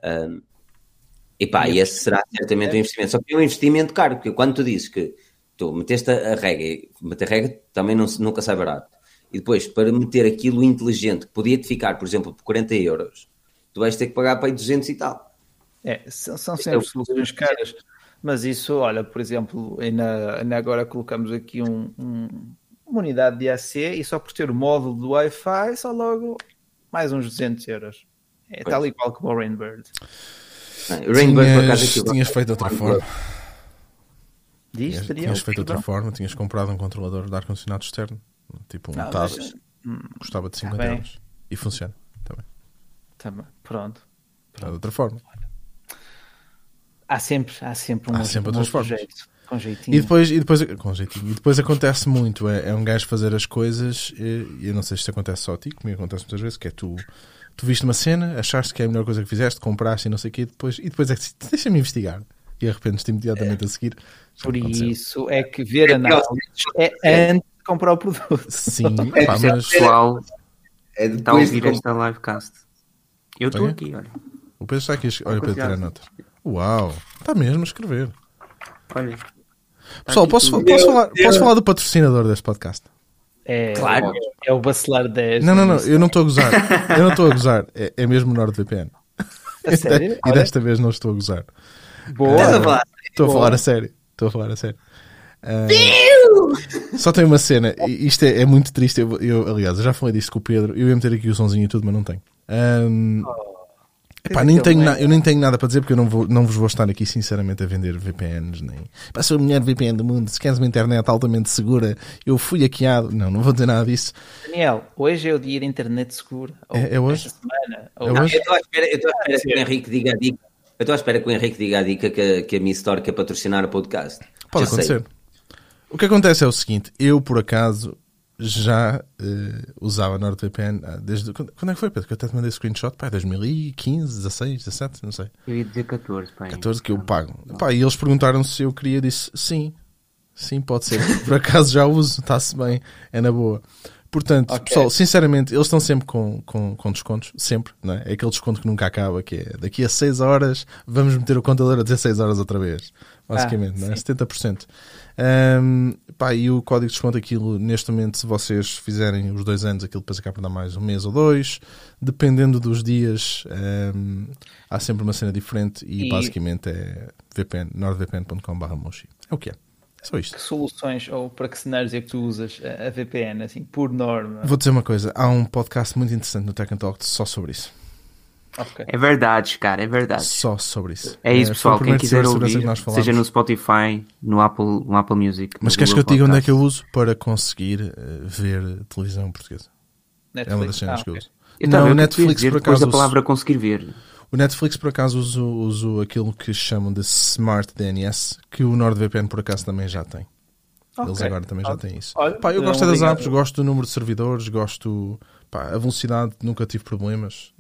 E esse será certamente um investimento. Só que é um investimento caro, porque quando tu dizes que tu meteste a rega, meter a rega também nunca sai barato. E depois, para meter aquilo inteligente, que podia-te ficar, por exemplo, por 40 euros, tu vais ter que pagar para aí 200 e tal. São sempre soluções caras. Mas isso, olha, por exemplo, ainda agora colocamos aqui uma unidade de AC e só por ter o módulo do Wi-Fi, só logo mais uns 200 euros. É tal e qual como o Rainbird. O Rainbird, por acaso, tinhas feito de outra forma. Tinhas feito de outra forma, tinhas comprado um controlador de ar-condicionado externo. Tipo um tab, custava de 50 euros e funciona também. Pronto. De outra forma. Há sempre outras formas. Jeito, com jeitinho. E depois acontece muito. É um gajo fazer as coisas. E eu não sei se isto acontece só a ti, comigo acontece muitas vezes. Que é tu viste uma cena, achaste que é a melhor coisa que fizeste, compraste e não sei o quê. E depois é que deixa-me investigar. E arrependes-te imediatamente a seguir. Por isso é que ver análises é antes de comprar o produto. Sim, mas pessoal está a ouvir esta livecast. Eu estou aqui, olha. O Pedro está aqui. Olha, Pedro, tirar notas. Uau, está mesmo a escrever. Olha. Pessoal, posso falar do patrocinador deste podcast? Claro. É o Bacelar 10. Não, eu não estou a gozar. É mesmo NordVPN. Sério? E desta vez não estou a gozar. Boa. Estou a falar a sério. Só tem uma cena, isto é muito triste. Aliás, eu já falei disto com o Pedro. Eu ia meter aqui o sonzinho e tudo, mas não tenho. Epá, eu nem tenho nada para dizer porque eu não vos vou estar aqui sinceramente a vender VPNs. Nem... Pá, sou a melhor VPN do mundo. Se queres uma internet altamente segura, eu fui hackeado. Não vou dizer nada disso. Daniel, hoje é o dia de internet segura. É hoje? Esta semana. É hoje? Eu estou à espera que o Henrique diga a dica. Eu estou à espera que o Henrique diga a dica que a Mi Store quer patrocinar o podcast. Pode acontecer. O que acontece é o seguinte, eu por acaso já usava NordVPN desde... Quando é que foi, Pedro? Que eu até te mandei screenshot, pá, 2015, 16, 17, não sei. Eu ia dizer 14, pá. 14 que eu pago. Pá, e eles perguntaram se eu queria, disse sim, pode ser. Por acaso já uso, está-se bem, é na boa. Portanto, pessoal, sinceramente, eles estão sempre com descontos, sempre, não é? É aquele desconto que nunca acaba, que é daqui a 6 horas vamos meter o contador a 16 horas outra vez, basicamente, não é? 70%. Pá, e o código de desconto, aquilo, neste momento, se vocês fizerem os 2 anos, aquilo depois acaba por dar mais um mês ou 2, dependendo dos dias, há sempre uma cena diferente e basicamente é VPN, nordvpn.com/moshi. É o que é. Só isto. Que soluções ou para que cenários é que tu usas a VPN, assim, por norma? Vou dizer uma coisa, há um podcast muito interessante no Tech and Talk só sobre isso. Okay. É verdade, cara, é verdade. Só sobre isso. É isso, pessoal, quem quiser ouvir, seja no Spotify, no Apple Music. Mas queres que eu te diga onde é que eu uso para conseguir ver televisão portuguesa? Netflix. É uma das cenas que eu uso. Não, o Netflix por acaso... Depois da palavra conseguir ver. O Netflix, por acaso, uso aquilo que chamam de Smart DNS, que o NordVPN, por acaso, também já tem. Eles agora também já têm isso. Olha, pá, eu gosto das apps, gosto do número de servidores, gosto... Pá, a velocidade, nunca tive problemas.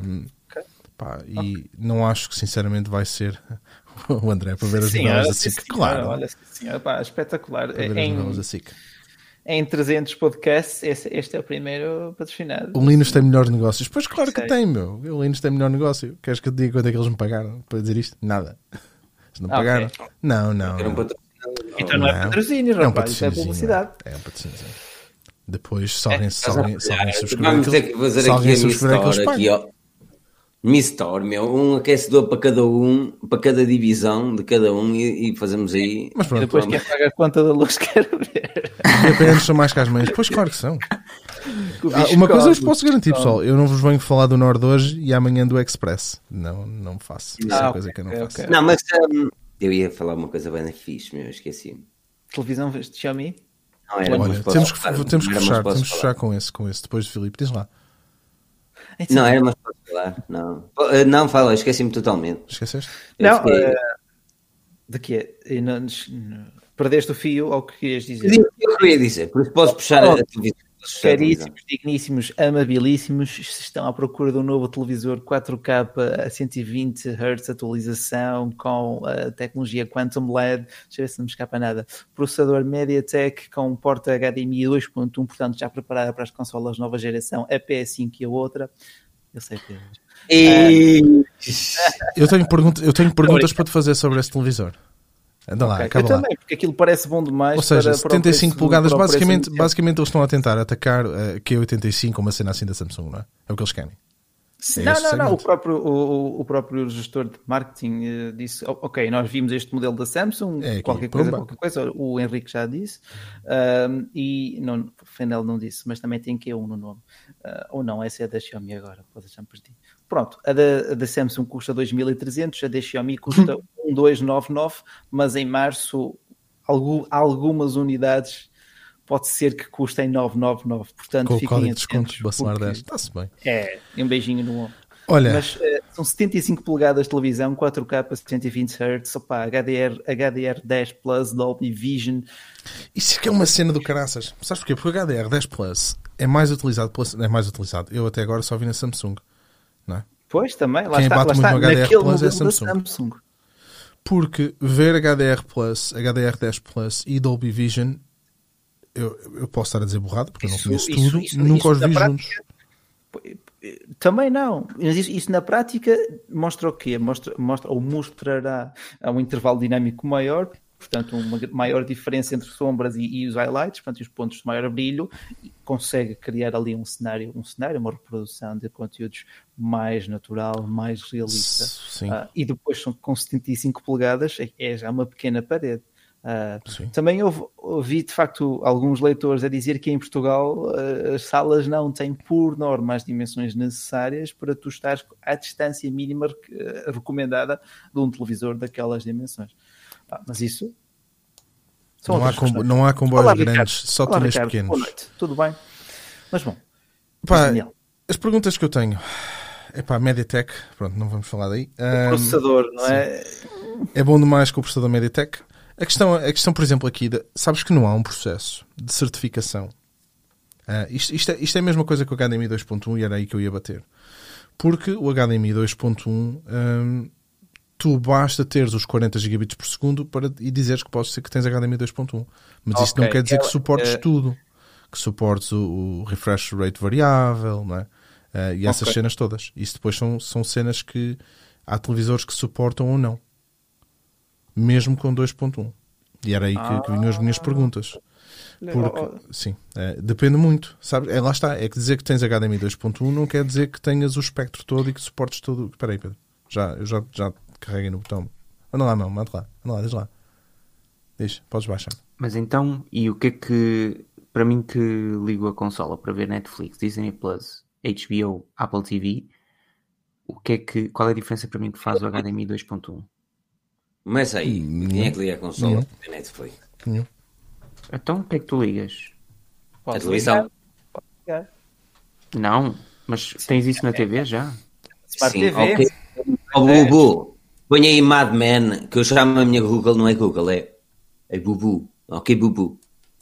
Pá, e não acho que, sinceramente, vai ser o André para ver as novelas da SIC. Claro. Olha, senhora, pá, espetacular. Para ver as novelas da SIC. Em 300 podcasts, este é o primeiro patrocinado. O Linux tem melhores negócios. Pois claro que tem, meu. O Linux tem melhor negócio. Queres que eu te diga quanto é que eles me pagaram para dizer isto? Nada. Eles não pagaram. Okay. Não. Então não é patrocínio, rapaz. Isso é publicidade. É um patrocínio. Depois, se alguém subscrever... Vamos ter que fazer aqui a Mi Store, aqui, ó. Mi Store, meu, um aquecedor para cada para cada divisão de cada um e fazemos aí. Mas pronto, depois quem paga a conta da luz quer ver. VPNs são mais que as mães. Pois claro que são. Uma coisa eu vos posso garantir, pessoal. Eu não vos venho falar do Nord hoje e amanhã do Express. Não faço. Isso é coisa que eu não faço. Okay. Não, mas eu ia falar uma coisa bem fixe, meu, esqueci-me. Televisão de Xiaomi? Não, olha, temos que fechar com esse. Depois, Filipe, diz lá. Não, era mais fácil falar. Não, fala, esqueci-me totalmente. Esqueceste? Não, de quê? Perdeste o fio ao que querias dizer? Eu queria dizer, por isso posso puxar a televisão. Caríssimos, digníssimos, amabilíssimos, estão à procura de um novo televisor 4K a 120 Hz atualização com a tecnologia Quantum LED, deixa eu ver se não me escapa nada, processador MediaTek com porta HDMI 2.1, portanto já preparada para as consolas nova geração, a PS5 e a outra. Eu sei que eu tenho perguntas para te fazer sobre esse televisor. Anda lá, acaba eu também, porque aquilo parece bom demais. Ou seja, 75 polegadas, basicamente eles estão a tentar atacar a Q85 uma cena assim da Samsung, não é? É o que eles querem. Não. O próprio gestor de marketing disse, ok, nós vimos este modelo da Samsung, qualquer coisa, o Henrique já disse, e não, o Fenel não disse, mas também tem Q1 no nome. Ou não, essa é a da Xiaomi agora, pode deixar perdido. Pronto, a da Samsung custa 2.300, a da Xiaomi custa 1.299, mas em março algumas unidades pode ser que custem 999, portanto com fiquem atentos. Com o código de desconto Bacelar 10, está-se bem. Um beijinho no ombro. Olha, mas são 75 polegadas de televisão, 4K a 120 Hz, opa, HDR10 Plus, Dolby Vision. Isso é que é uma cena do caraças. Sabes porquê? Porque o HDR10 Plus é mais utilizado. Eu até agora só vi na Samsung, não é? Pois, também. Quem bate muito no HDR Plus é Samsung. Porque ver HDR Plus, HDR10 Plus e Dolby Vision, eu posso estar a dizer borrado, porque eu não conheço tudo, nunca os vi juntos. Também não. Mas isso na prática mostra o quê? Mostrará um intervalo dinâmico maior, portanto uma maior diferença entre sombras e os highlights, portanto os pontos de maior brilho, e consegue criar ali um cenário, uma reprodução de conteúdos mais natural, mais realista. Sim. E depois com 75 polegadas é já uma pequena parede. Também ouvi de facto alguns leitores a dizer que em Portugal as salas não têm por norma as dimensões necessárias para tu estares à distância mínima recomendada de um televisor daquelas dimensões. Mas isso não há comboios grandes, só túneis pequenos. Boa noite, tudo bem? Mas bom, as perguntas que eu tenho MediaTek, pronto, não vamos falar daí. O processador, não é? É bom demais com o processador MediaTek. A questão, por exemplo, aqui, sabes que não há um processo de certificação. Isto é a mesma coisa que o HDMI 2.1 e era aí que eu ia bater. Porque o HDMI 2.1, tu basta teres os 40 gigabits por segundo e dizeres que podes ser que tens HDMI 2.1. Mas isto não quer dizer que suportes tudo. Que suportes o refresh rate variável, não é? E essas cenas todas. Isso depois são cenas que há televisores que suportam ou não. Mesmo com 2.1. E era aí que vinham as minhas perguntas. Porque, sim, depende muito. Sabe? Lá está. É que dizer que tens HDMI 2.1 não quer dizer que tenhas o espectro todo e que suportes tudo. Espera aí, Pedro. Eu já carreguei no botão. Anda lá, não. Manda lá, diz lá. Diz, podes baixar. Mas então, e o que é que... Para mim que ligo a consola para ver Netflix, Disney Plus, HBO, Apple TV, qual é a diferença para mim que faz o HDMI 2.1? Mas aí, quem é que liga a consola para Netflix? Então, o que é que tu ligas? A televisão. Não, mas tens isso na TV já? Smart TV. Ok. Bubu, põe aí Mad Men, que eu chamo a minha Google, não é Google, é Bubu. Ok, Bubu.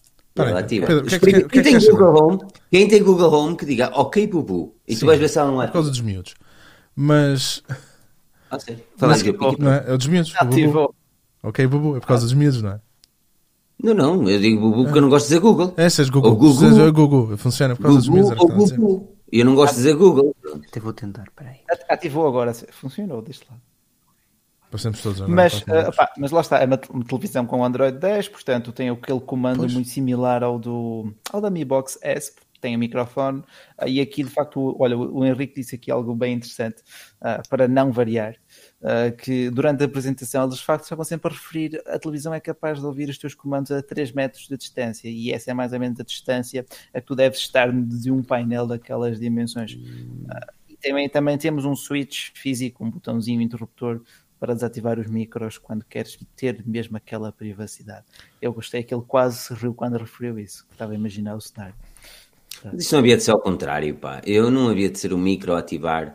Quem tem Google Home que diga ok, Bubu. E tu vais ver se ela não é. Por causa dos miúdos. Mas... sim. Não é? É o dos miúdos. Bubu. Ok, Bubu. É por causa dos miúdos, não é? Não. Eu digo Bubu porque eu não gosto de dizer Google. Se és Google. Se Google. Funciona por causa dos miúdos. E eu não gosto de dizer Google. Até vou tentar, peraí. Ativou agora. Funcionou deste lado. Passamos todos mas lá está, é uma televisão com Android 10, portanto tem aquele comando muito similar ao da Mi Box S, tem o microfone, e aqui de facto, olha, o Henrique disse aqui algo bem interessante, para não variar, que durante a apresentação eles de facto estavam sempre a referir, a televisão é capaz de ouvir os teus comandos a 3 metros de distância, e essa é mais ou menos a distância a que tu deves estar de um painel daquelas dimensões. E também temos um switch físico, um botãozinho interruptor, para desativar os micros quando queres ter mesmo aquela privacidade. Eu gostei que ele quase se riu quando referiu isso, que estava a imaginar o cenário. Isto não havia de ser ao contrário, pá. Eu não havia de ser o micro a ativar.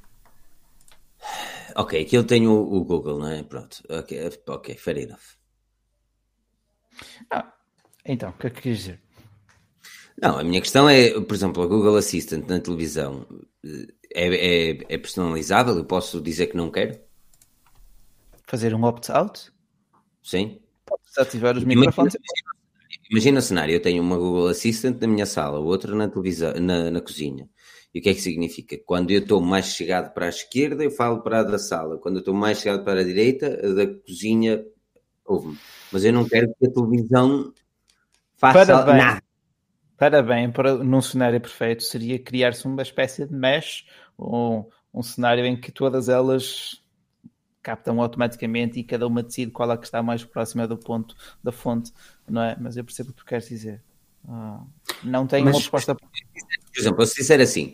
Ok, aqui eu tenho o Google, não é? Pronto, ok, fair enough. Então, o que é que quis dizer? Não, a minha questão é, por exemplo, a Google Assistant na televisão é personalizável? Eu posso dizer que não quero? Fazer um opt-out? Sim. Pode desativar os microfones. Imagina o cenário, eu tenho uma Google Assistant na minha sala, outra na televisão, na cozinha. E o que é que significa? Quando eu estou mais chegado para a esquerda, eu falo para a da sala. Quando eu estou mais chegado para a direita, a da cozinha ouve-me. Mas eu não quero que a televisão faça nada. Parabéns, num cenário perfeito seria criar-se uma espécie de mesh, ou um cenário em que todas elas captam automaticamente e cada uma decide qual é que está mais próxima do ponto da fonte, não é? Mas eu percebo o que tu queres dizer. Não tenho uma resposta. Por exemplo, se disser assim,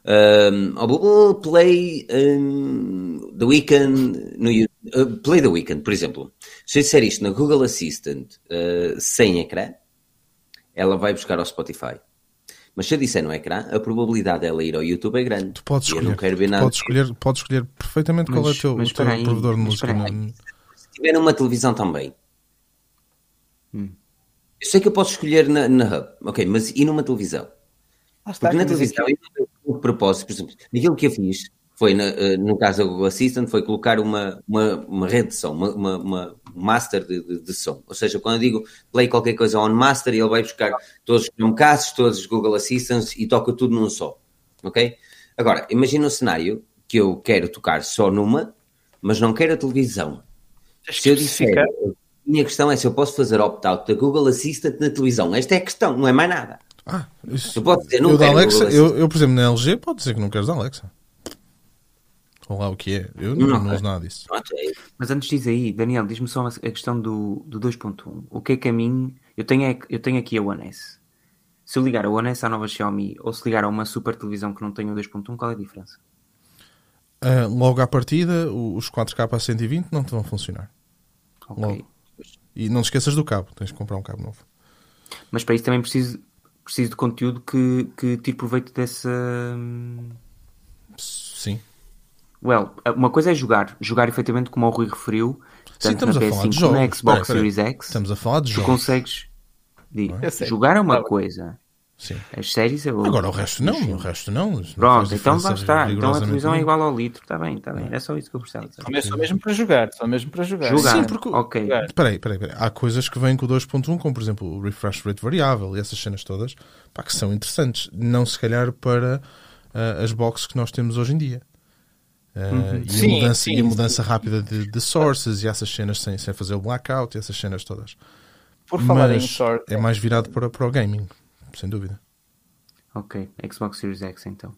play The Weeknd no YouTube, play The Weeknd, por exemplo. Se eu disser isto na Google Assistant sem ecrã, ela vai buscar ao Spotify. Mas se eu disser no ecrã, a probabilidade dela ir ao YouTube é grande. Tu podes escolher, eu não quero ver nada. Podes escolher perfeitamente qual é o teu provedor de música. Se tiver numa televisão também. Eu sei que eu posso escolher na Hub. Ok, mas e numa televisão? Porque na televisão, eu de propósito, por exemplo, aquilo que eu fiz foi, no caso da Google Assistant, foi colocar uma rede de som, uma master de som. Ou seja, quando eu digo play qualquer coisa on master, ele vai buscar todos os Chromecast, todos os Google Assistants e toca tudo num só. Ok? Agora, imagina um cenário que eu quero tocar só numa, mas não quero a televisão. Se eu disser, a minha questão é se eu posso fazer opt-out da Google Assistant na televisão. Esta é a questão, não é mais nada. Isso. Eu posso dizer, não eu quero Alexa, eu, por exemplo, na LG, pode dizer que não queres da Alexa. Ou lá o que é. Eu não uso nada disso. Mas antes diz aí, Daniel, diz-me só a questão do 2.1. O que é que a mim... Eu tenho aqui a One S. Se eu ligar a One S à nova Xiaomi ou se ligar a uma super televisão que não tem o 2.1, qual é a diferença? Logo à partida, os 4K a 120 não te vão funcionar. Ok. Logo. E não te esqueças do cabo. Tens de comprar um cabo novo. Mas para isso também preciso de conteúdo que tire proveito dessa... Sim. Well, uma coisa é jogar efetivamente como o Rui referiu, Sim, tanto na PS5 como na Xbox Series X. Estamos a falar de tu jogos. consegues... Jogar é uma coisa. Sim. As séries é outra. Agora o resto não. Pronto, então lá está. Então a televisão é igual ao litro. Está bem. É só isso que eu precisava dizer. Só mesmo para jogar. Jogar. Sim, porque... Ok. Espera aí. Há coisas que vêm com o 2.1, como por exemplo o refresh rate variável e essas cenas todas, pá, que são interessantes. Não se calhar para as boxes que nós temos hoje em dia. E a mudança rápida de sources e essas cenas sem fazer o blackout e essas cenas todas. Por falar em source... é mais virado para o gaming, sem dúvida. Ok, Xbox Series X então.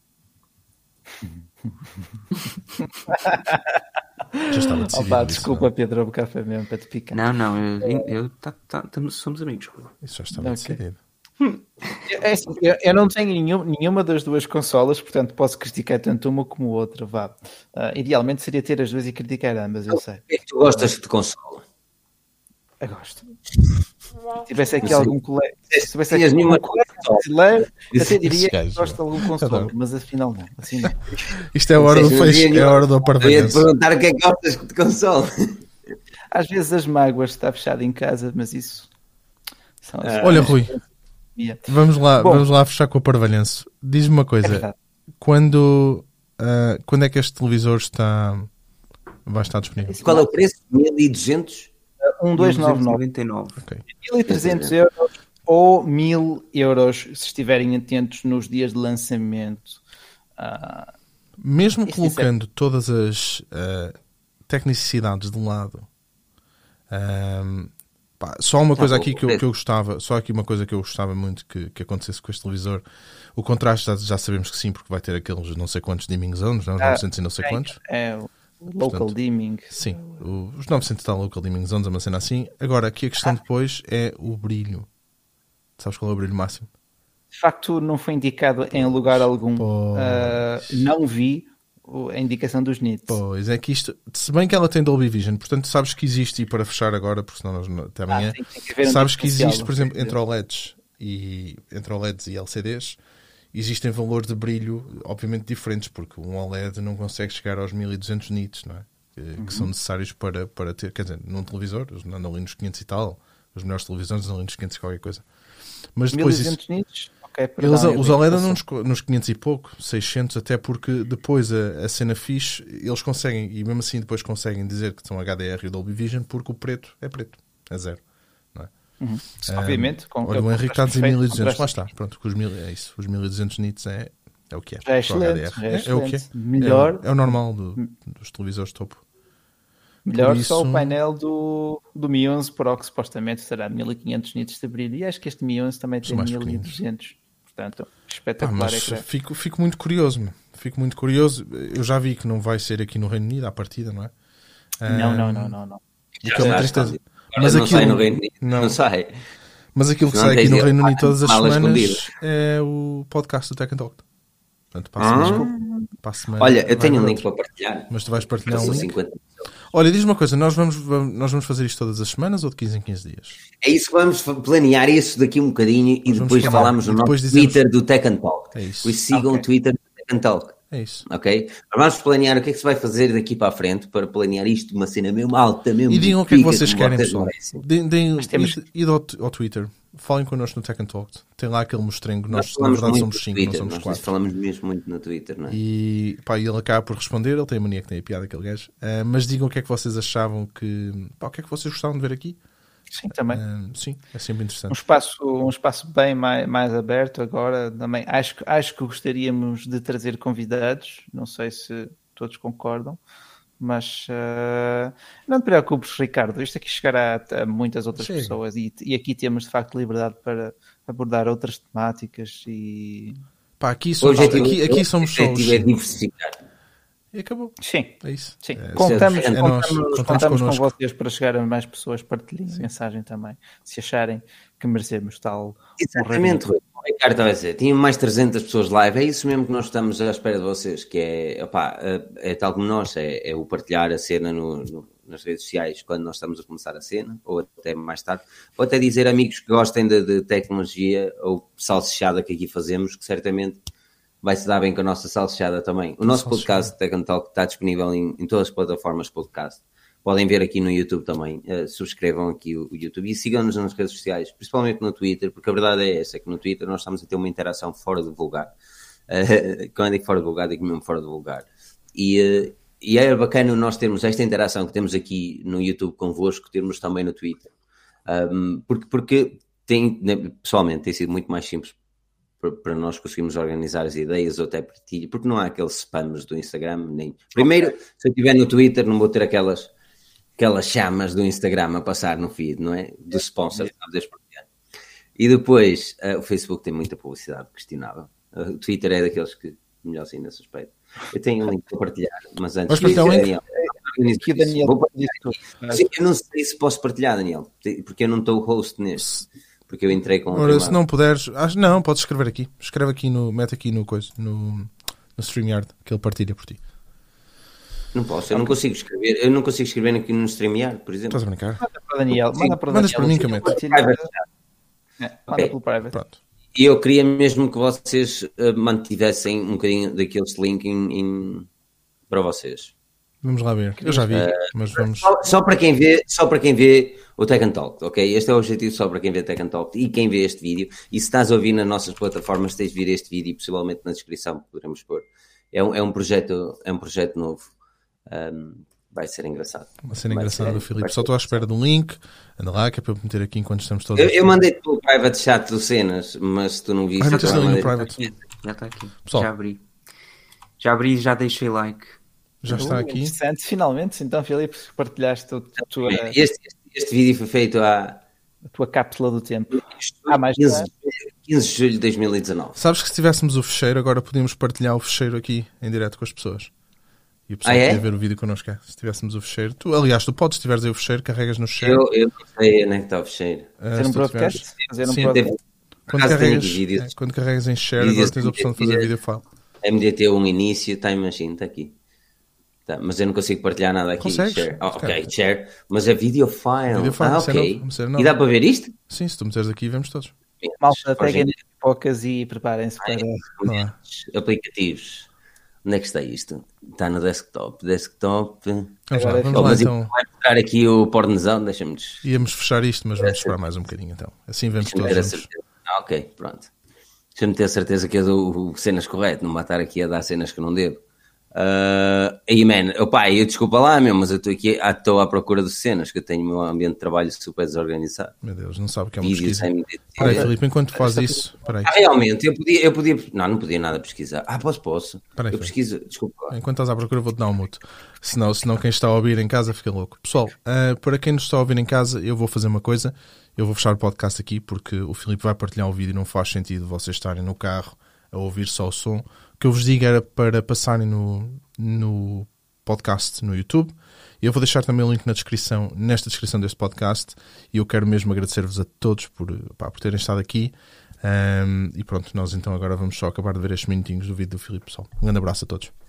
Já estava decidido. Desculpa, Pedro, o café mesmo para te picar. Somos amigos. Isso já estava decidido. Eu não tenho nenhuma das duas consolas, portanto posso criticar tanto uma como outra. Vá. Idealmente seria ter as duas e criticar ambas, eu sei. O que é que tu gostas de consola? Eu gosto. Se tivesse aqui algum colega, se tivesse aqui nenhuma brasileiro, até diria que gosto de algum console, mas afinal não. Assim não. Isto é a hora do fecho, é a hora do apartamento. Eu ia te perguntar o que é que gostas de console. Às vezes as mágoas está fechado em casa, mas isso são Olha, Rui, vamos lá fechar com o parvalhanço. Diz-me uma coisa, quando é que este televisor vai estar disponível? Qual é o preço? 1.200? 1.299. Okay. 1.300 euros ou 1.000 euros se estiverem atentos nos dias de lançamento. Mesmo colocando todas as tecnicidades de lado, só uma coisa aqui que eu gostava, muito que acontecesse com este televisor. O contraste já sabemos que sim, porque vai ter aqueles não sei quantos dimming zones, não? 900 e não sei quantos. Local dimming. Sim, os 900 tal local dimming zones, uma cena assim. Agora, aqui a questão depois é o brilho. Sabes qual é o brilho máximo? De facto, não foi indicado em lugar algum. Não vi a indicação dos nits. Pois, é que isto, se bem que ela tem Dolby Vision, portanto sabes que existe, e para fechar agora, porque senão nós até amanhã, sabes que existe, por exemplo, entre OLEDs e LCDs, existem valores de brilho obviamente diferentes, porque um OLED não consegue chegar aos 1200 nits, não é? Que são necessários para ter, quer dizer, num televisor, eles andam ali nos 500 e tal, os melhores televisores andam ali nos 500 e qualquer coisa. Mas depois 1200 nits? Os OLED andam nos 500 e pouco, 600, até porque depois a cena fixe, eles conseguem, e mesmo assim depois conseguem dizer que são HDR e Dolby Vision, porque o preto, é zero. Não é? Obviamente. Olha, o Henrique está a dizer 1200, lá está, pronto, é isso, os 1200 nits é o que é. É excelente, é o que é. Melhor, é o normal dos televisores de topo. Melhor só o painel do Mi 11 Pro, que supostamente será 1500 nits de brilho, e acho que este Mi 11 também tem 1200. Portanto, espetacular. Mas fico muito curioso. Fico muito curioso. Eu já vi que não vai ser aqui no Reino Unido à partida, não é? Não. O que é uma tristeza. Mas não sai no Reino Unido. Não sai. Mas aquilo que sai aqui no Reino Unido todas as semanas é o podcast do Tech and Talk. Portanto, para a semana. Olha, eu tenho um link para partilhar. Mas tu vais partilhar um link? Olha, diz uma coisa, nós vamos fazer isto todas as semanas ou de 15 em 15 dias? É isso, vamos planear isso daqui um bocadinho e depois falamos no nosso Twitter do Tech and Talk. É isso. Por isso sigam o Twitter do Tech and Talk. É isso. Ok? Vamos planear o que é que se vai fazer daqui para a frente para planear isto de uma cena mesmo alta, mesmo. E digam o que é que vocês querem, pessoal. E ao Twitter. Falem connosco no Tech and Talk. Tem lá aquele mostrengo. Nós na verdade somos 5, não somos 4. Nós falamos mesmo muito no Twitter, não é? E ele acaba por responder. Ele tem a mania que tem a piada, aquele gajo. Mas digam o que é que vocês achavam o que é que vocês gostavam de ver aqui. Sim, também. Sim, é sempre interessante. Um espaço bem mais aberto agora. Também acho que gostaríamos de trazer convidados. Não sei se todos concordam. Mas não te preocupes, Ricardo, isto aqui chegará a muitas outras pessoas e aqui temos de facto liberdade para abordar outras temáticas e... Aqui somos só é diversificar. e acabou. Sim. É isso. Sim. É, Contamos com vocês para chegar a mais pessoas, partilhem a mensagem também, se acharem que merecemos tal. Exatamente, Rui. O Ricardo estava a dizer, tinha mais 300 pessoas live, é isso mesmo que nós estamos à espera de vocês, que é tal como nós, é o partilhar a cena nas redes sociais quando nós estamos a começar a cena, ou até mais tarde, ou até dizer amigos que gostem de tecnologia ou salsichada que aqui fazemos, que certamente vai-se dar bem com a nossa salsichada também. O nosso podcast Tech and Talk está disponível em todas as plataformas de podcast. Podem ver aqui no YouTube também. Subscrevam aqui o YouTube e sigam-nos nas redes sociais, principalmente no Twitter, porque a verdade é essa, que no Twitter nós estamos a ter uma interação fora do vulgar. Quando digo fora do vulgar, digo mesmo fora do vulgar. E é bacana nós termos esta interação que temos aqui no YouTube convosco, termos também no Twitter. Porque pessoalmente tem sido muito mais simples para nós conseguirmos organizar as ideias ou até partilha, porque não há aqueles spams do Instagram. Primeiro, se eu estiver no Twitter, não vou ter aquelas chamas do Instagram a passar no feed, não é? Do sponsor. E depois, o Facebook tem muita publicidade questionável. O Twitter é daqueles que melhorzinho nesse aspecto. Eu tenho um link para partilhar, mas antes disso, Daniel, eu não sei se posso partilhar, Daniel, porque eu não estou host neste. Porque eu entrei com... Ora, se não puderes... não, podes escrever aqui. Escreve aqui mete aqui no StreamYard, que ele partilha por ti. Não posso, eu não consigo escrever. Eu não consigo escrever aqui no StreamYard, por exemplo. Estás a brincar? Manda para Daniel. Mandas para mim que eu meto. Manda pelo private. Pronto. E eu queria mesmo que vocês mantivessem um bocadinho daqueles links para vocês. Vamos lá ver. Eu já vi, mas vamos... Só para quem vê o Tech and Talk, ok? Este é o objetivo só para quem vê Tech and Talk e quem vê este vídeo. E se estás a ouvir nas nossas plataformas, tens de vir este vídeo e possivelmente na descrição poderemos pôr. É um projeto novo. Vai ser engraçado. Vai ser engraçado, Filipe. Só estou à espera de um link. Anda lá, que é para eu meter aqui enquanto estamos todos... Eu mandei-te pelo private chat do Cenas, mas se tu não viste... no private. Já está aqui. Pessoal. Já abri e já deixei like. Já está aqui. Interessante, finalmente. Então, Filipe, partilhaste a tua... Este vídeo foi feito a tua cápsula do tempo. Há mais 15 de julho de 2019. Sabes que se tivéssemos o fecheiro, agora podíamos partilhar o fecheiro aqui em direto com as pessoas. E o pessoal podia ver o vídeo connosco. Se tivéssemos o fecheiro. Aliás, tu podes, se tiveres aí o fecheiro, carregas no fecheiro. Eu não sei onde é que está o fecheiro. Fazer um broadcast? Fazer um podcast. Quando carregas em share, agora tens a opção de fazer vídeo file. MDT um início, Time Machine, está aqui. Tá, mas eu não consigo partilhar nada aqui. Share. Ok, share. Mas é video file. Ok. E dá para ver isto? Sim, se tu meteres aqui, vemos todos. Malta, peguem as pipocas e preparem-se para... Aplicativos. Onde é que está isto? Está no desktop. Vamos lá então. Vai pegar aqui o pornozão, deixa-me... Íamos fechar isto, mas vamos esperar mais um bocadinho então. Assim vemos todos. Ok, pronto. Deixa-me ter a certeza que eu dou cenas correto, não matar aqui a dar cenas que não devo. Eu desculpa lá, mas eu estou à procura de cenas, que eu tenho o meu ambiente de trabalho super desorganizado. Meu Deus, não sabe o que é uma pesquisa. Peraí, Filipe, enquanto fazes isso... realmente, eu podia... Não podia nada pesquisar. Posso. Peraí, eu pesquiso, desculpa lá. Enquanto estás à procura, vou-te dar um mute. Senão quem está a ouvir em casa fica louco. Pessoal, para quem nos está a ouvir em casa, eu vou fazer uma coisa. Eu vou fechar o podcast aqui, porque o Filipe vai partilhar o vídeo e não faz sentido vocês estarem no carro a ouvir só o som. O que eu vos digo era para passarem no podcast no YouTube. Eu vou deixar também o link nesta descrição deste podcast, e eu quero mesmo agradecer-vos a todos por terem estado aqui. E pronto, nós então agora vamos só acabar de ver estes minutinhos do vídeo do Filipe, pessoal. Um grande abraço a todos.